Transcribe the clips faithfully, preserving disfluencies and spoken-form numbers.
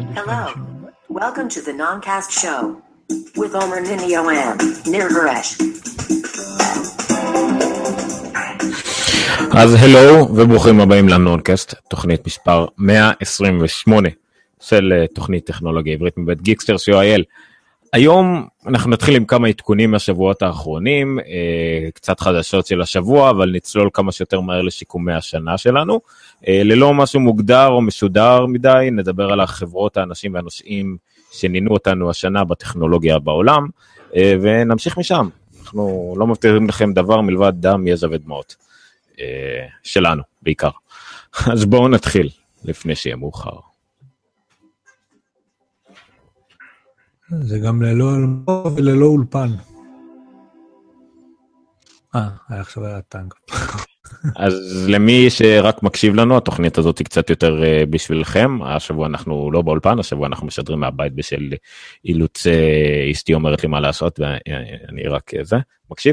Hello, welcome to the Noncast show with Omer Ninio and Nir Haresh. אז הלו וברוכים הבאים לנונקאסט, תוכנית מספר מאה עשרים ושמונה של תוכנית טכנולוגיה עברית מבית גיקסטר סי או איי אל. היום אנחנו נתחיל עם כמה עדכונים מהשבועות האחרונים, קצת חדשות של השבוע, אבל נצלול כמה שיותר מהר לשיקומי השנה שלנו. ללא משהו מוגדר או משודר מדי, נדבר על החברות, האנשים והנושאים שנינו אותנו השנה בטכנולוגיה בעולם, ונמשיך משם. אנחנו לא מבטיחים לכם דבר מלבד דם, יזע ודמעות. שלנו בעיקר. אז בואו נתחיל לפני שיהיה מאוחר. זה גם ללא וללא אולפן. אה, עכשיו היה טנק. אז למי שרק מקשיב לנו, התוכנית הזאת היא קצת יותר בשבילכם. השבוע אנחנו לא באולפן, השבוע אנחנו משדרים מהבית בשל אילוץ, אשתי אומרת לי מה לעשות, ואני רק זה, מקשיב.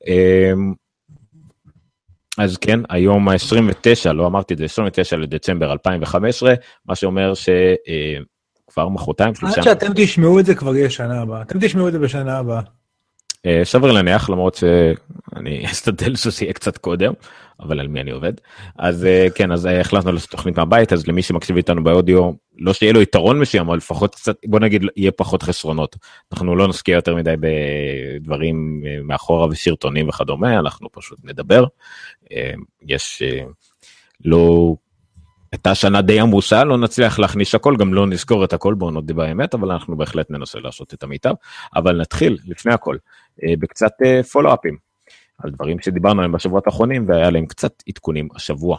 אז כן, היום ה-עשרים ותשע, לא אמרתי את זה, עשרים ותשע לדצמבר אלפיים וחמש עשרה, מה שאומר שכבר מחרתיים, שלושה... עד שאתם תשמעו את זה כבר יהיה שנה הבאה, אתם תשמעו את זה בשנה הבאה. שבר להניח, למרות שאני אסתדל שזה יהיה קצת קודם, אבל על מי אני עובד. אז כן, אז החלטנו לעשות תוכנית מהבית, אז למי שמקשיב איתנו באודיו, לא שיהיה לו יתרון מסוים, אבל לפחות קצת, בוא נגיד, יהיה פחות חסרונות. אנחנו לא נשקיע יותר מדי בדברים מאחורה ושרטונים וכדומה, אנחנו פשוט נדבר. יש לא... הייתה שנה די עמוסה, לא נצליח להכניס הכל, גם לא נזכור את הכל, בואו נודה באמת, אבל אנחנו בהחלט ננסה לעשות את המיטב. אבל נתחיל, לפני הכל, בקצת פולו-אפים, על דברים שדיברנו עליהם בשבועות האחרונים, והיה להם קצת עדכונים השבוע.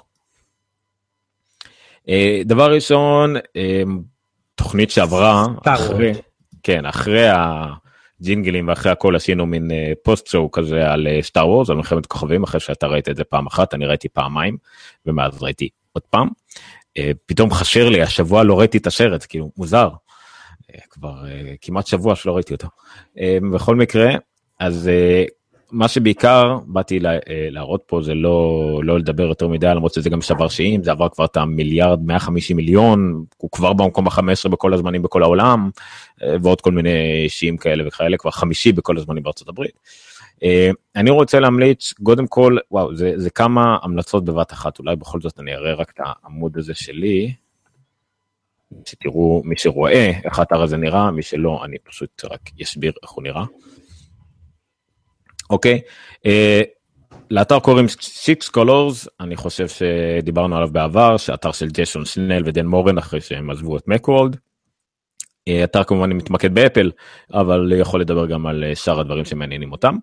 דבר ראשון, תוכנית שעברה, אחרי, כן, אחרי הג'ינגלים ואחרי הכל עשינו מין פוסט-שואו כזה על סטאר וורס, על מלחמת כוכבים, אחרי שאתה ראית את זה פעם אחת, אני ראיתי פעמיים, ומאז ראיתי עוד פעם. פתאום חשר לי, השבוע לא ראיתי את השרץ, כאילו מוזר, כבר כמעט שבוע שלא ראיתי אותו. בכל מקרה, אז מה שבעיקר באתי להראות פה זה לא, לא לדבר יותר מדי, למרות שזה גם שבר שיאים, זה עבר כבר את המיליארד, מאה וחמישים מיליון, הוא כבר במקום ה-חמש עשרה בכל הזמנים בכל העולם, ועוד כל מיני שיאים כאלה וכאלה, כבר חמישי בכל הזמנים בארצות הברית. אני רוצה להמליץ, קודם כל, וואו, זה, זה כמה המלצות בבת אחת, אולי בכל זאת אני אראה רק את העמוד הזה שלי, שתראו מי שרואה איך האתר הזה נראה, מי שלא, אני פשוט רק אסביר איך הוא נראה. אוקיי, לאתר קוראים Six Colors, אני חושב שדיברנו עליו בעבר, שאתר של ג'ייסון שנל ודן מורן, אחרי שהם עזבו את מקוולד, אתר כמובן מתמקד באפל, אבל יכול לדבר גם על שאר הדברים שמעניינים אותם.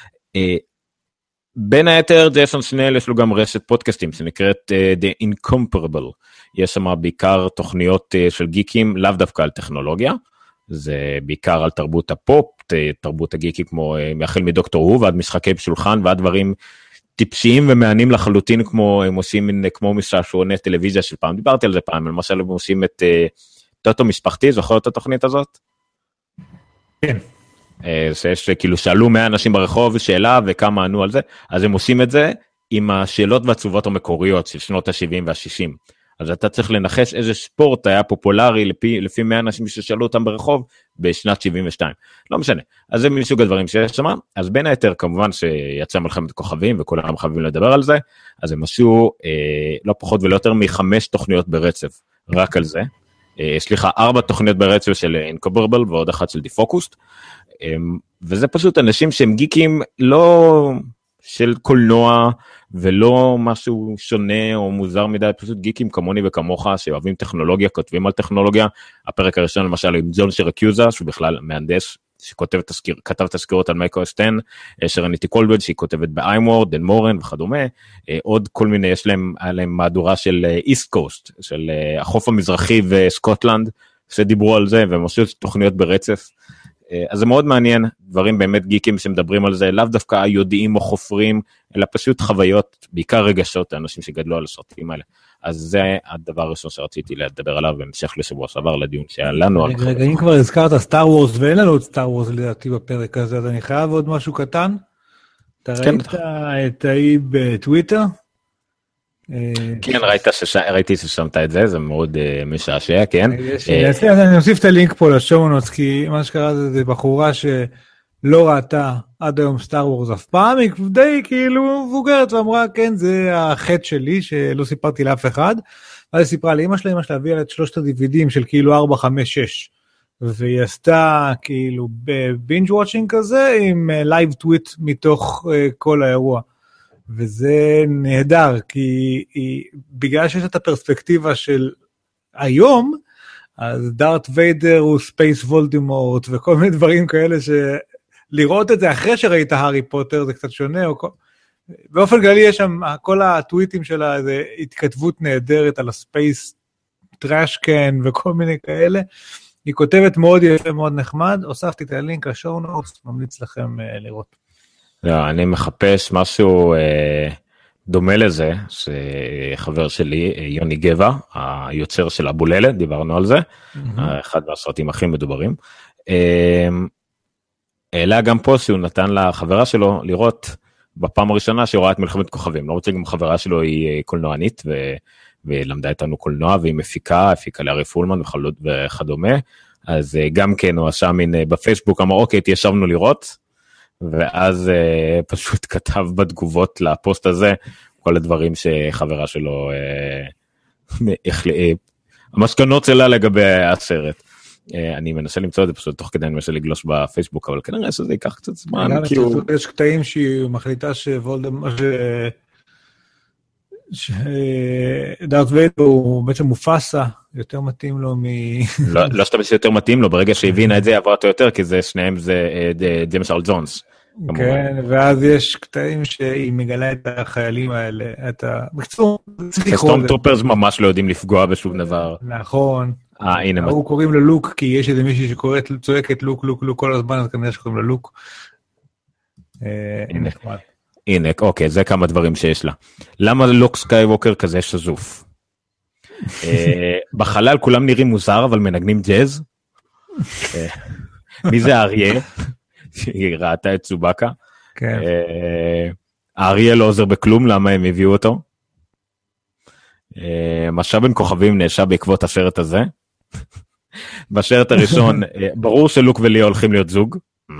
בין היתר, ג'ייסון שנל יש לו גם רשת פודקאסטים, שנקראת The Incomparable, יש שם בעיקר תוכניות של גיקים, לאו דווקא על טכנולוגיה, זה בעיקר על תרבות הפופ, תרבות הגיקי כמו מהחל מדוקטור הו, ועד משחקי בשולחן, ועד דברים טיפשיים ומעניינים לחלוטין, כמו הם עושים כמו משעשועוני טלוויזיה של פעם, דיברתי על זה פעם, למשל הם עושים את טוטו משפחתי, זוכר את התוכנית הזאת? כן. שיש כאילו שאלו מאה אנשים ברחוב שאלה וכמה ענו על זה, אז הם עושים את זה עם השאלות והתשובות המקוריות של שנות ה-שבעים וה-שישים. אז אתה צריך לנחש איזה ספורט היה פופולרי לפי, לפי מאה אנשים ששאלו אותם ברחוב בשנת שבעים ושתיים. לא משנה. אז זה מסוג הדברים שיש שם. אז בין היתר כמובן שיצא מלחמת כוכבים וכולם חייבים לדבר על זה. אז הם עשו אה, לא פחות ולא יותר מחמש תוכניות ברצף רק על זה. יש לך ארבע תוכניות ברצף של Incomparable ועוד אחת של דיפוקוסט, וזה פשוט אנשים שהם גיקים לא של קולנוע ולא משהו שונה או מוזר מדי, פשוט גיקים כמוני וכמוך שאוהבים טכנולוגיה, כותבים על טכנולוגיה. הפרק הראשון למשל עם ג'ון שרקיוזה, שהוא בכלל מהנדס, שכתב תזכיר, כתב תזכירות על מייקו אס עשר, שרניטי קולבד שהיא כותבת באיימורד, דן מורן וכדומה, עוד כל מיני, יש להם, להם מהדורה של איסט קוסט, של החוף המזרחי וסקוטלנד, שדיברו על זה, והם עשו תוכניות ברצף, אז זה מאוד מעניין, דברים באמת גיקים שמדברים על זה, לאו דווקא יודעים או חופרים, אלא פשוט חוויות, בעיקר רגשות, האנשים שגדלו על הסרטים האלה. אז זה הדבר הראשון שרציתי לדבר עליו, בהמשך לשבוע שעבר לדיון שהיה לנו. רגע, רגע, אם כבר הזכרת סטאר וורס, ואין לנו את סטאר וורס לדעתי בפרק הזה, אז אני חייב עוד משהו קטן. אתה ראית את ההיא בטוויטר? כן, ראיתי ששמת את זה, זה מאוד משעשע, כן. אני אוסיף את הלינק פה לשואונוטס, כי מה שקרה זה, זה בחורה שלא ראתה עד היום סטאר וורס אף פעם, היא די כאילו מבוגרת ואמרה, כן, זה החטא שלי, שלא סיפרתי לאף אחד, אז היא סיפרה לי, אמא שלה, אמא שלה הביאה את שלושת הדיווידים של כאילו ארבע, חמש, שש, והיא עשתה כאילו בבינג' וואצ'ינג כזה, עם לייב טוויט מתוך כל האירוע. וזה נהדר, כי היא, בגלל שיש את הפרספקטיבה של היום, אז דארת ויידר הוא ספייס וולדימורט, וכל מיני דברים כאלה, שלראות את זה אחרי שראית הארי פוטר, זה קצת שונה, או כל... באופן כללי יש שם, כל הטוויטים שלה, זה התכתבות נהדרת על הספייס טראשקן, וכל מיני כאלה, היא כותבת מאוד יפה, מאוד נחמד, הוספתי את הלינק לשואו נוטס, ממליץ לכם uh, לראות. לא, אני מחפש משהו אה, דומה לזה, שחבר שלי, יוני גבע, היוצר של אבוללה, דיברנו על זה, mm-hmm. אחד מהסרטים הכי מדוברים, אה, העלה גם פה שהוא נתן לחברה שלו לראות בפעם הראשונה שהיא רואה את מלחמת כוכבים, לא רוצה גם החברה שלו היא קולנוענית, ו, ולמדה איתנו קולנוע, והיא מפיקה, הפיקה לארי פולמן וכדומה, אז גם כן הוא עשה מין בפייסבוק, אמר אוקיי, תיישבנו לראות, ואז uh, פשוט כתב בתגובות לפוסט הזה, כל הדברים שחברה שלו, uh, uh, המסקנות שלה לגבי הסרט. Uh, אני מנסה למצוא את זה פשוט תוך כדי אני מנסה לגלוש בפייסבוק, אבל כנראה שזה ייקח קצת זמן. יש קטעים שהיא מחליטה שוולדמורט, שדארת ויידר הוא בעצם מופסה, יותר מתאים לו מ... לא שאתה יותר מתאים לו, ברגע שהבינה את זה עברה אותו יותר, כי זה שניהם זה ג'יימס ארל ג'ונס. כן, ואז יש קטעים שהיא מגלה את החיילים האלה, את ה... בקצור, סטורם טרופרס ממש לא יודעים לפגוע בשום דבר. נכון. אה, הנה. הוא קוראים לו לוק, כי יש איזה מישהי שקוראת, צועקת לוק, לוק, לוק, כל הזמן, אז כנראה שקוראים לו לוק. הנה. הנה, אוקיי, זה כמה דברים שיש לה. למה לוק סקייווקר כזה שזוף? בחלל כולם נראים מוזר, אבל מנגנים ג'אז. מי זה האריה? היא ראתה את צובקה. האריה לא עוזר בכלום, למה הם הביאו אותו? משאב בין כוכבים נאשה בעקבות הסרט הזה. בסרט הראשון, ברור שלוק וליה הולכים להיות זוג.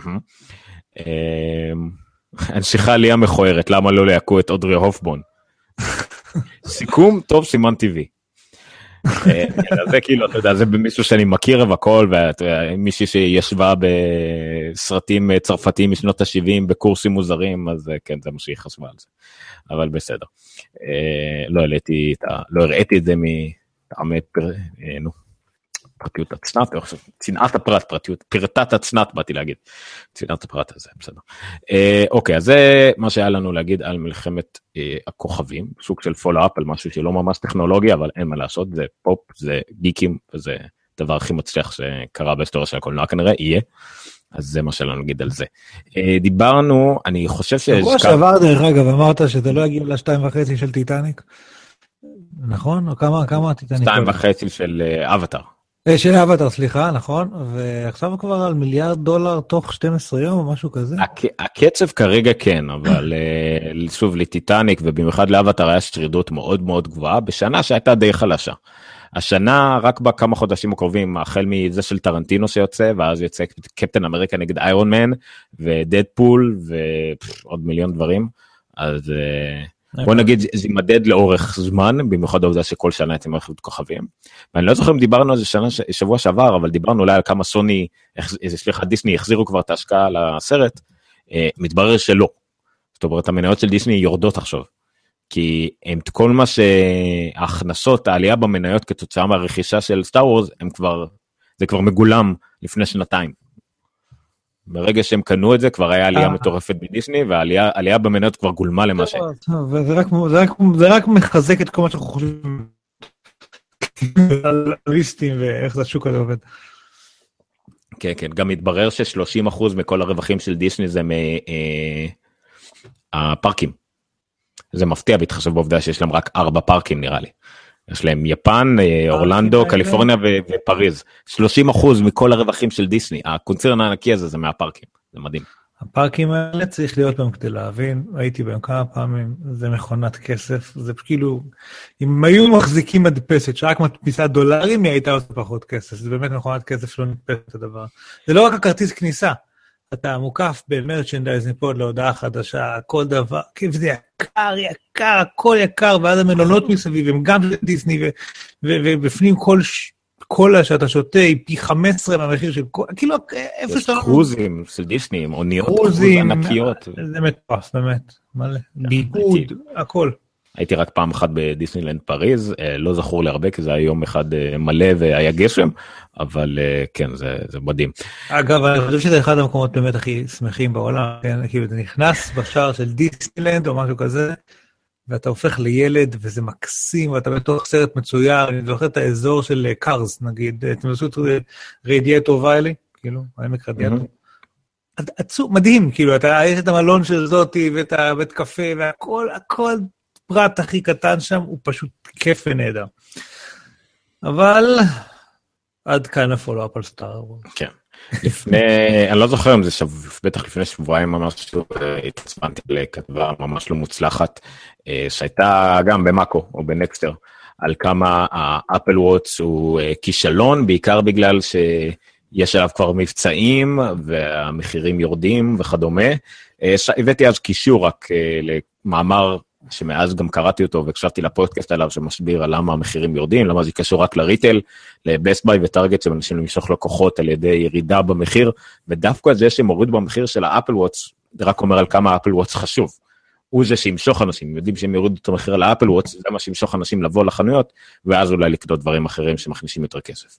הנשיכה עלייה מכוערת, למה לא להקו את אודרי הופבון? סיכום, טוב, סימן טבעי. זה כאילו, אתה יודע, זה במישהו שאני מכיר והכל, ומישהי שישבה בסרטים צרפתיים משנות ה-שבעים, בקורסים מוזרים, אז כן, זה מה שהיא חשבה על זה. אבל בסדר. לא הראיתי את זה מטעמי, נו, פרטיות הצנת, צנעת הפרט, פרטיות, פרטת הצנת, באתי להגיד, צנעת הפרט הזה, בסדר. אוקיי, אז זה מה שהיה לנו להגיד על מלחמת הכוכבים, סוג של פולו-אפ על משהו שלא ממש טכנולוגי, אבל אין מה לעשות, זה פופ, זה גיקים, וזה הדבר הכי מצליח שקרה בהיסטוריה של הקולנוע, כנראה יהיה, אז זה מה שלנו נגיד על זה. דיברנו, אני חושב ש... שבוע שעבר דרך אגב, אמרת שזה לא יגיע לשתיים וחצי של טיטניק, נכון? או כמה, כמה טיטניק? שתיים וחצי של אבטר. של אבטר, סליחה, נכון, ועכשיו כבר על מיליארד דולר תוך שנים עשר יום או משהו כזה. הקצב כרגע כן, אבל שוב לטיטניק ובמיוחד לאבטר היה שרידות מאוד מאוד גבוהה, בשנה שהייתה די חלשה. השנה רק בכמה חודשים הקרובים, החל מזה של טרנטינו שיוצא, ואז יוצא קפטן אמריקה נגד איירון מן, ודדפול, ועוד מיליון דברים, אז... בוא נגיד, זה מדד לאורך זמן, במיוחד העובדה שכל שנה אתם הולכים כוכבים, ואני לא זוכר אם דיברנו על זה שנה, שבוע שעבר, אבל דיברנו אולי על כמה סוני, סליחה, דיסני, החזירו כבר את ההשקעה לסרט, מתברר שלא. זאת אומרת, המניות של דיסני יורדות עכשיו, כי הם כל מה שההכנסות, העלייה במניות כתוצאה מהרכישה של סטאר וורס, הם כבר, זה כבר מגולם לפני שנתיים. ברגע שהם קנו את זה, כבר היה עלייה מטורפת בדיסני, והעלייה במניות כבר גולמה למה ש... זה רק מחזק את כל מה שאנחנו חושבים על ליסטים ואיך זה השוק הזה עובד. כן, כן, גם מתברר ש-שלושים אחוז מכל הרווחים של דיסני זה מהפארקים. זה מפתיע בהתחשב בעובדה שיש להם רק ארבע פארקים נראה לי. יש להם יפן, אורלנדו, קליפורניה ופריז. שלושים אחוז מכל הרווחים של דיסני. הקונצרן הענקי הזה זה מהפארקים. זה מדהים. הפארקים האלה צריך להיות בהם כדי להבין, הייתי בהם כמה פעמים, זה מכונת כסף, זה כאילו, אם היו מחזיקים מדפסת, שרק מדפיסה דולרים, היא הייתה עושה פחות כסף, זה באמת מכונת כסף שלא נתפסת את הדבר. זה לא רק הכרטיס כניסה, אתה מוקף במרצ'נדייז מפה להודעה חדשה, כל דבר, זה יקר, יקר, הכל יקר, ואז המלונות מסביב, הם גם של דיסני, ובפנים כל קולה שאתה שותה היא פי חמש עשרה מהמחיר של קולה, כאילו איפה שאתה... קרוזים של דיסני, אוניות ענקיות. זה מטורף, באמת, מלא. ביגוד, הכל. הייתי רק פעם אחת בדיסנילנד פריז, לא זכור לי הרבה, כי זה היה יום אחד מלא והיה גשם, אבל כן, זה, זה מדהים. אגב, אני חושב שזה אחד המקומות באמת הכי שמחים בעולם, כן? כאילו, זה נכנס בשער של דיסנילנד או משהו כזה, ואתה הופך לילד, וזה מקסים, ואתה בתוך סרט מצויר, אני זוכר את האזור של קארס, נגיד, אתם עשו את רדיאטור ויילי, כאילו, העמק רדיאטור. עצוב, מדהים, כאילו, אתה, יש את המלון של זאתי, ואת הבית קפה, והכל, הכל פרט הכי קטן שם, הוא פשוט כיף ונהדר. אבל, עד כאן הפולו-אפ על סטאר וורס. כן. לפני, אני לא זוכר אם זה בטח לפני שבועיים ממש התעצבנתי לכתבה ממש לא מוצלחת, שהייתה גם במאקו או בנקסטר, על כמה האפל וואץ' הוא כישלון, בעיקר בגלל שיש עליו כבר מבצעים, והמחירים יורדים וכדומה. הבאתי אז קישור רק למאמר, שמאז גם קראתי אותו והקשבתי לפודקאסט עליו שמסביר על למה המחירים יורדים, למה זה קשור רק לריטל, לבסט ביי וטארגט שמנסים למשוך לקוחות על ידי ירידה במחיר, ודווקא זה שמוריד במחיר של האפל וואץ' זה רק אומר על כמה האפל וואץ' חשוב. הוא זה שימשוך אנשים, יודעים שהם יורידו את המחיר על האפל וואץ', זה מה שימשוך אנשים לבוא לחנויות, ואז אולי לקנות דברים אחרים שמכניסים יותר כסף.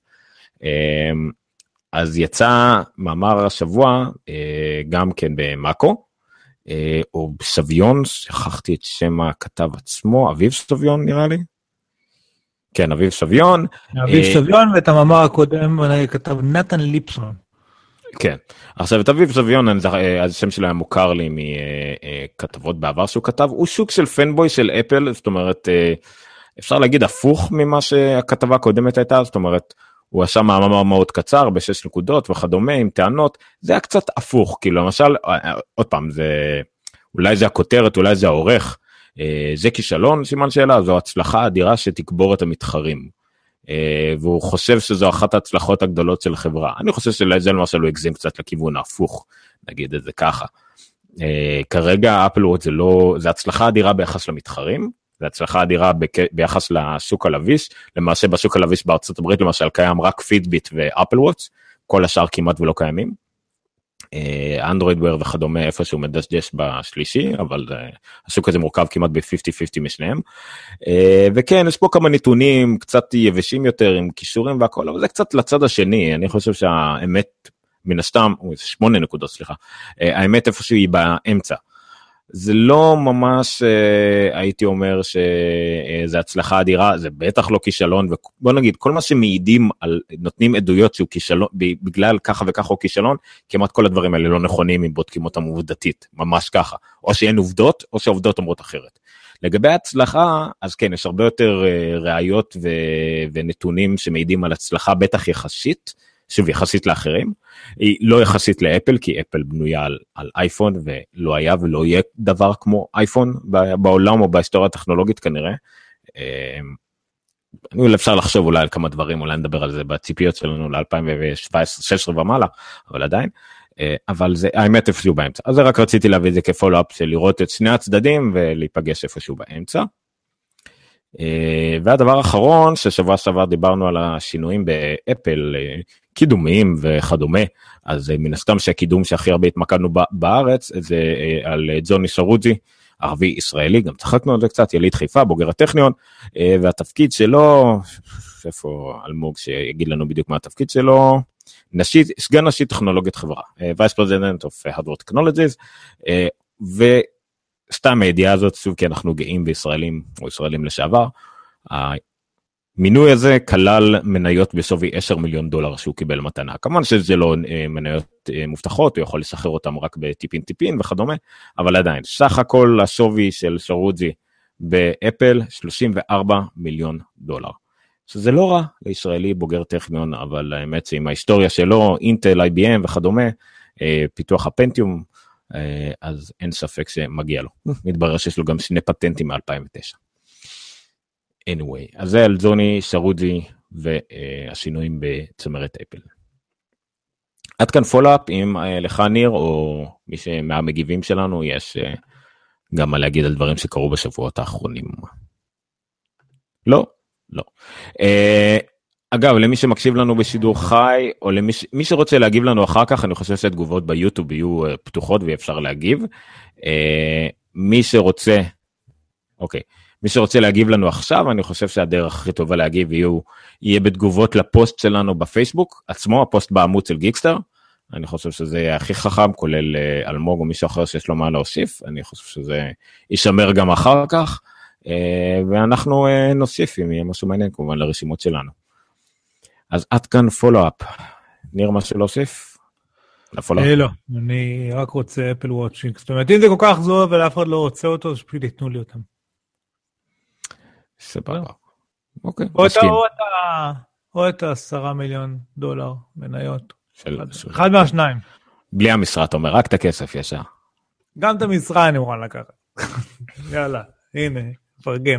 אז יצא מאמר השבוע, גם כן במאקו, או סביון, שכחתי את שם הכתב עצמו, אביב סביון נראה לי? כן, אביב סביון. אביב סביון, ואת המאמר הקודם כתב נתן ליפסון. כן, עכשיו את אביב סביון, השם שלו היה מוכר לי מכתבות בעבר שהוא כתב, הוא שוק של פנבוי של אפל, זאת אומרת, אפשר להגיד הפוך ממה שהכתבה הקודמת הייתה, זאת אומרת, הוא עשה מאמר מאוד קצר, בשש נקודות וכדומה, עם טענות, זה היה קצת הפוך, כאילו למשל, עוד פעם, זה, אולי זה הכותרת, אולי זה העורך, זה כישלון, סימן שאלה, זו הצלחה אדירה שתקבור את המתחרים, והוא חושב שזו אחת ההצלחות הגדולות של החברה, אני חושב שזה למשל הוא הגזים קצת לכיוון ההפוך, נגיד את זה ככה, כרגע אפל וואץ' זה לא, זה הצלחה אדירה ביחס למתחרים, זה הצלחה אדירה ביחס לשוק הלביש, למעשה בשוק הלביש בארצות הברית למשל קיים רק פיטביט ואפל וואץ', כל השאר כמעט ולא קיימים, אנדרואיד וויר וכדומה איפשהו מדשדש בשלישי, אבל השוק הזה מורכב כמעט ב-חמישים חמישים משניהם, וכן יש פה כמה נתונים קצת יבשים יותר עם קישורים והכל, אבל זה קצת לצד השני, אני חושב שהאמת מן הסתם, שמונה נקודות סליחה, האמת איפשהו היא באמצע, זה לא ממש, הייתי אומר שזה הצלחה אדירה, זה בטח לא כישלון, ובוא נגיד, כל מה שמעידים על, נותנים עדויות שהוא כישלון, בגלל ככה וככה הוא כישלון, כמעט כל הדברים האלה לא נכונים אם בודקים אותם עובדתית, ממש ככה, או שאין עובדות, או שהעובדות אומרות אחרת. לגבי הצלחה, אז כן, יש הרבה יותר ראיות ונתונים שמעידים על הצלחה, בטח יחסית, שוב יחסית לאחרים, היא לא יחסית לאפל, כי אפל בנויה על, על אייפון, ולא היה ולא יהיה דבר כמו אייפון בעולם או בהיסטוריה הטכנולוגית כנראה. אני אפשר לחשוב אולי על כמה דברים, אולי נדבר על זה בציפיות שלנו ל-אלפיים שבע עשרה שש עשרה ומעלה, אבל עדיין, אבל זה האמת איפשהו באמצע. אז רק רציתי להביא את זה כפולו-אפ של לראות את שני הצדדים ולהיפגש איפשהו באמצע. והדבר האחרון, ששבוע שעבר דיברנו על השינויים באפל, קידומים וכדומה, אז מן הסתם שהקידום שהכי הרבה התמקדנו בארץ, זה על ג'וני שרוג'י, ערבי ישראלי, גם צחקנו על זה קצת, יליד חיפה, בוגר הטכניון, והתפקיד שלו, איפה אלמוג שיגיד לנו בדיוק מה התפקיד שלו, נשית, סגן נשית טכנולוגית חברה, Vice President of Hardware Technologies, וסתם הידיעה הזאת, שוב כי אנחנו גאים בישראלים, או ישראלים לשעבר, המינוי הזה כלל מניות בשווי עשרה מיליון דולר שהוא קיבל מתנה, כמובן שזה לא מניות מובטחות, הוא יכול לשחרר אותם רק בטיפין טיפין וכדומה, אבל עדיין, סך הכל השווי של שרוג'י באפל, שלושים וארבעה מיליון דולר. שזה לא רע לישראלי בוגר טכניון, אבל האמת שעם ההיסטוריה שלו, אינטל, איי בי אם וכדומה, פיתוח הפנטיום, אז אין ספק שמגיע לו. מתברר שיש לו גם שני פטנטים מ-אלפיים ותשע. anyway, אז זה על זוני, שרודזי והשינויים בצמרת אפל. עד כאן פולאפ, אם לך ניר או מי שמהמגיבים שלנו יש גם מה להגיד על דברים שקרו בשבועות האחרונים. לא, לא. אגב, למי שמקשיב לנו בשידור חי, או למי מי שרוצה להגיב לנו אחר כך, אני חושב שתגובות ביוטיוב יהיו פתוחות ואפשר להגיב. מי שרוצה, אוקיי, מי שרוצה להגיב לנו עכשיו, אני חושב שהדרך הכי טובה להגיב יהיו, יהיה בתגובות לפוסט שלנו בפייסבוק, עצמו, הפוסט בעמוד של גיקסטר, אני חושב שזה הכי חכם, כולל אלמוג או מישהו אחר שיש לו מה להוסיף, אני חושב שזה יישמר גם אחר כך, ואנחנו נוסיף אם יהיה משהו מעניין כמובן לרשימות שלנו. אז עד כאן פולו-אפ. ניר משהו להוסיף? לא, אני רק רוצה אפל וואצ'ינג. זאת אומרת, אם זה כל כך זו ולאף אחד לא רוצה אותו, אז פשוט יתנו לי אותם. סבבה. אוקיי. או את העשרה מיליון דולר מניות. אחד מהשניים. בלי המשרה, אתה אומר, רק את הכסף ישר. גם את המשרה אני מוכן לקחת. יאללה, הנה, פרגם.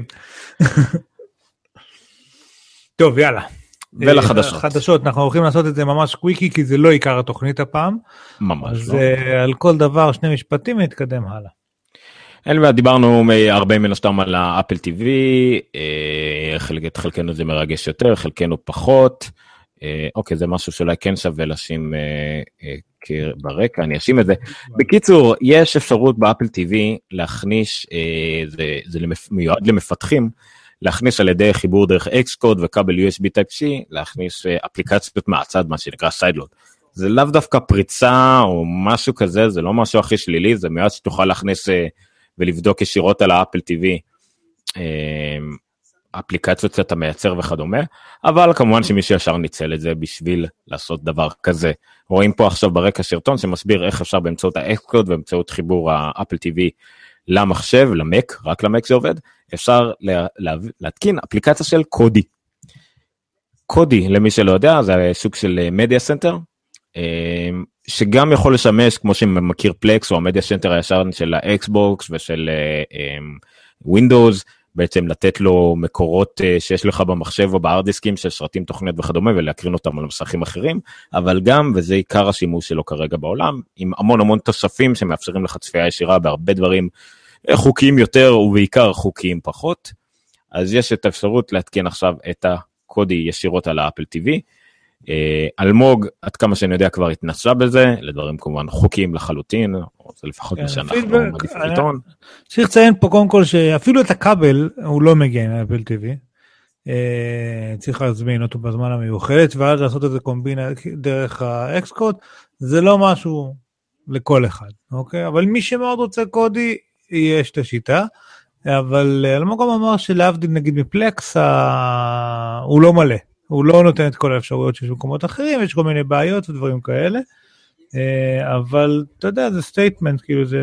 טוב, יאללה. ולחדשות. חדשות, אנחנו הולכים לעשות את זה ממש קוויקי, כי זה לא עיקר התוכנית הפעם. ממש אז לא. אז על כל דבר, שני משפטים, נתקדם הלאה. אין מה, דיברנו הרבה מן הסתם על האפל טי וי, חלק, חלקנו זה מרגש יותר, חלקנו פחות. אוקיי, זה משהו שאולי כן שווה לשים ברקע, אני אשים את זה. בקיצור, יש אפשרות באפל טי וי להכניס, זה, זה מיועד למפתחים, להכניס על ידי חיבור דרך Xcode וכבל יו אס בי Type-C, להכניס אפליקציות מהצד, מה שנקרא סיידלוד. זה לאו דווקא פריצה או משהו כזה, זה לא משהו הכי שלילי, זה מיועד שתוכל להכניס ולבדוק ישירות על האפל טי וי, אפליקציות שאתה מייצר וכדומה, אבל כמובן שמי שישר ניצל את זה בשביל לעשות דבר כזה. רואים פה עכשיו ברקע שרטון שמסביר איך אפשר באמצעות ה-Xcode, באמצעות חיבור האפל טי וי למחשב, למק, רק למק זה עובד, אפשר לה, לה, להתקין אפליקציה של קודי. קודי, למי שלא יודע, זה סוג של מדיה סנטר, שגם יכול לשמש, כמו שמכיר פלקס, או המדיה סנטר הישר של האקסבוקס ושל ווינדוס, בעצם לתת לו מקורות שיש לך במחשב או בארדיסקים של שרתים תוכניות וכדומה, ולהקרין אותם על מסכים אחרים, אבל גם, וזה עיקר השימוש שלו כרגע בעולם, עם המון המון תוספים שמאפשרים לך צפייה ישירה בהרבה דברים חוקיים יותר, ובעיקר חוקיים פחות. אז יש את האפשרות להתקין עכשיו את הקודי ישירות על האפל טי וי. אלמוג, עד כמה שאני יודע, כבר התנסה בזה, לדברים כמובן חוקיים לחלוטין, או זה לפחות מה שאנחנו מעדיפים לטעון. צריך לציין פה קודם כל שאפילו את הכבל הוא לא מגיע עם האפל טי וי, צריך להזמין אותו בזמן המיוחדת, ואז לעשות את זה קומבינה דרך האקסקוד, זה לא משהו לכל אחד, אוקיי? אבל מי שמאוד רוצה קודי, יש את השיטה, אבל אלמוג גם אמר שלהבדיל נגיד מפלקס, הוא לא מלא. הוא לא נותן את כל האפשרויות שיש במקומות אחרים, יש כל מיני בעיות ודברים כאלה, אבל אתה יודע, זה סטייטמנט, כאילו זה...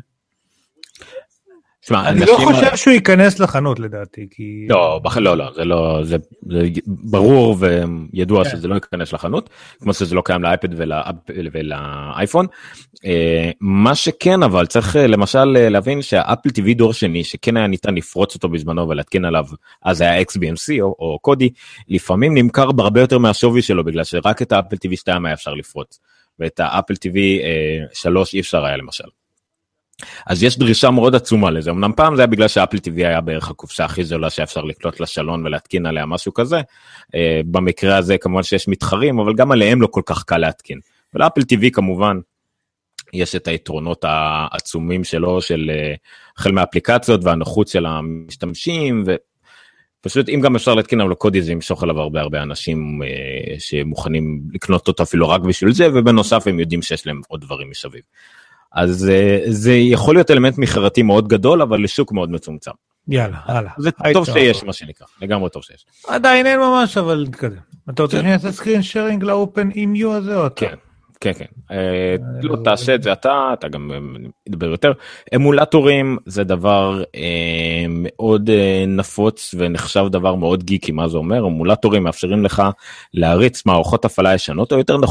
אני לא חושב שהוא ייכנס לחנות לדעתי, כי... לא, לא, לא, זה לא, זה ברור וידוע שזה לא ייכנס לחנות, כמו שזה לא קיים לאייפד ולאייפון. מה שכן, אבל צריך למשל להבין שהאפל טי וי דור שני, שכן היה ניתן לפרוץ אותו בזמנו ולהתקין עליו, אז היה אקס בי אם סי או קודי, לפעמים נמכר בהרבה יותר מהשווי שלו, בגלל שרק את האפל טי וי שתיים היה אפשר לפרוץ, ואת האפל טי וי שלוש אי אפשר היה למשל. אז יש דרישה מאוד עצומה לזה, אמנם פעם זה היה בגלל שהאפל טי וי היה בערך הקופסה הכי זולה שאפשר לקלוט לשלון ולהתקין עליה משהו כזה, במקרה הזה כמובן שיש מתחרים, אבל גם עליהם לא כל כך קל להתקין, ולאפל טי וי כמובן יש את היתרונות העצומים שלו, של החל מהאפליקציות והנוחות של המשתמשים, ופשוט אם גם אפשר להתקין עליו קודי, זה ימשוך עליו הרבה הרבה אנשים שמוכנים לקנות אותו אפילו רק בשביל זה, ובנוסף הם יודעים שיש להם עוד דברים מסביב. אז זה יכול להיות אלמנט מכירתי מאוד גדול, אבל לשוק מאוד מצומצם. יאללה, הלאה. זה טוב שיש מה שנקרא, לגמרי טוב שיש. עדיין אין ממש, אבל נתקדם. אתה רוצה שאני אעשה סקרין שיירינג לאופן עם יו הזה או אתה? כן, כן, כן. לא, תעשה את זה אתה, אתה גם מדבר יותר. אמולטורים זה דבר מאוד נפוץ ונחשב דבר מאוד גיקי, מה זה אומר? אמולטורים מאפשרים לך להריץ מערכות הפעלה ישנות, או יותר נכון,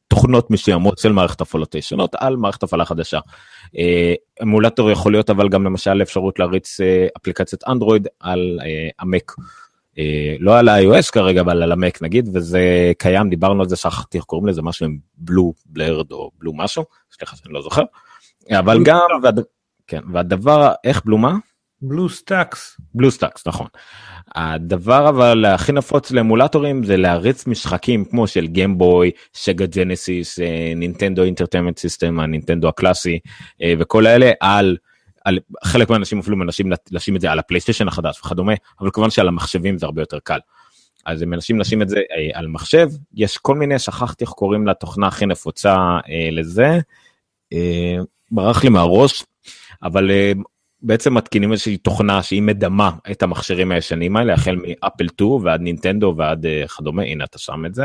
תוכנות מסוימות של מערכת הפעלות שונות על מערכת הפעלה חדשה. אמולטור יכול להיות אבל גם למשל אפשרות להריץ אפליקציית אנדרואיד על המק, לא על ה-iOS כרגע, אבל על המק נגיד, וזה קיים, דיברנו על זה, שכחתי איך קוראים לזה, משהו עם בלו בלרד או בלו משהו, סליחה שאני לא זוכר, אבל גם, כן, והדבר, איך בלו מה? בלו סטאקס. בלו סטאקס, נכון. הדבר אבל הכי נפוץ לאמולטורים זה להריץ משחקים כמו של גיימבוי, סגה ג'נסיס, נינטנדו אינטרטיימנט סיסטם, הנינטנדו הקלאסי, וכל האלה על, על חלק מהאנשים אפילו מנסים לשים את זה על הפלייסטיישן החדש וכדומה, אבל כמובן שעל המחשבים זה הרבה יותר קל. אז הם מנסים לשים את זה על מחשב, יש כל מיני, שכחתי איך קוראים לתוכנה הכי נפוצה לזה, ברח לי מהראש, אבל בעצם מתקינים איזושהי תוכנה שהיא מדמה את המכשירים הישנים האלה, החל מאפל שתיים ועד נינטנדו ועד כדומה, הנה אתה שם את זה,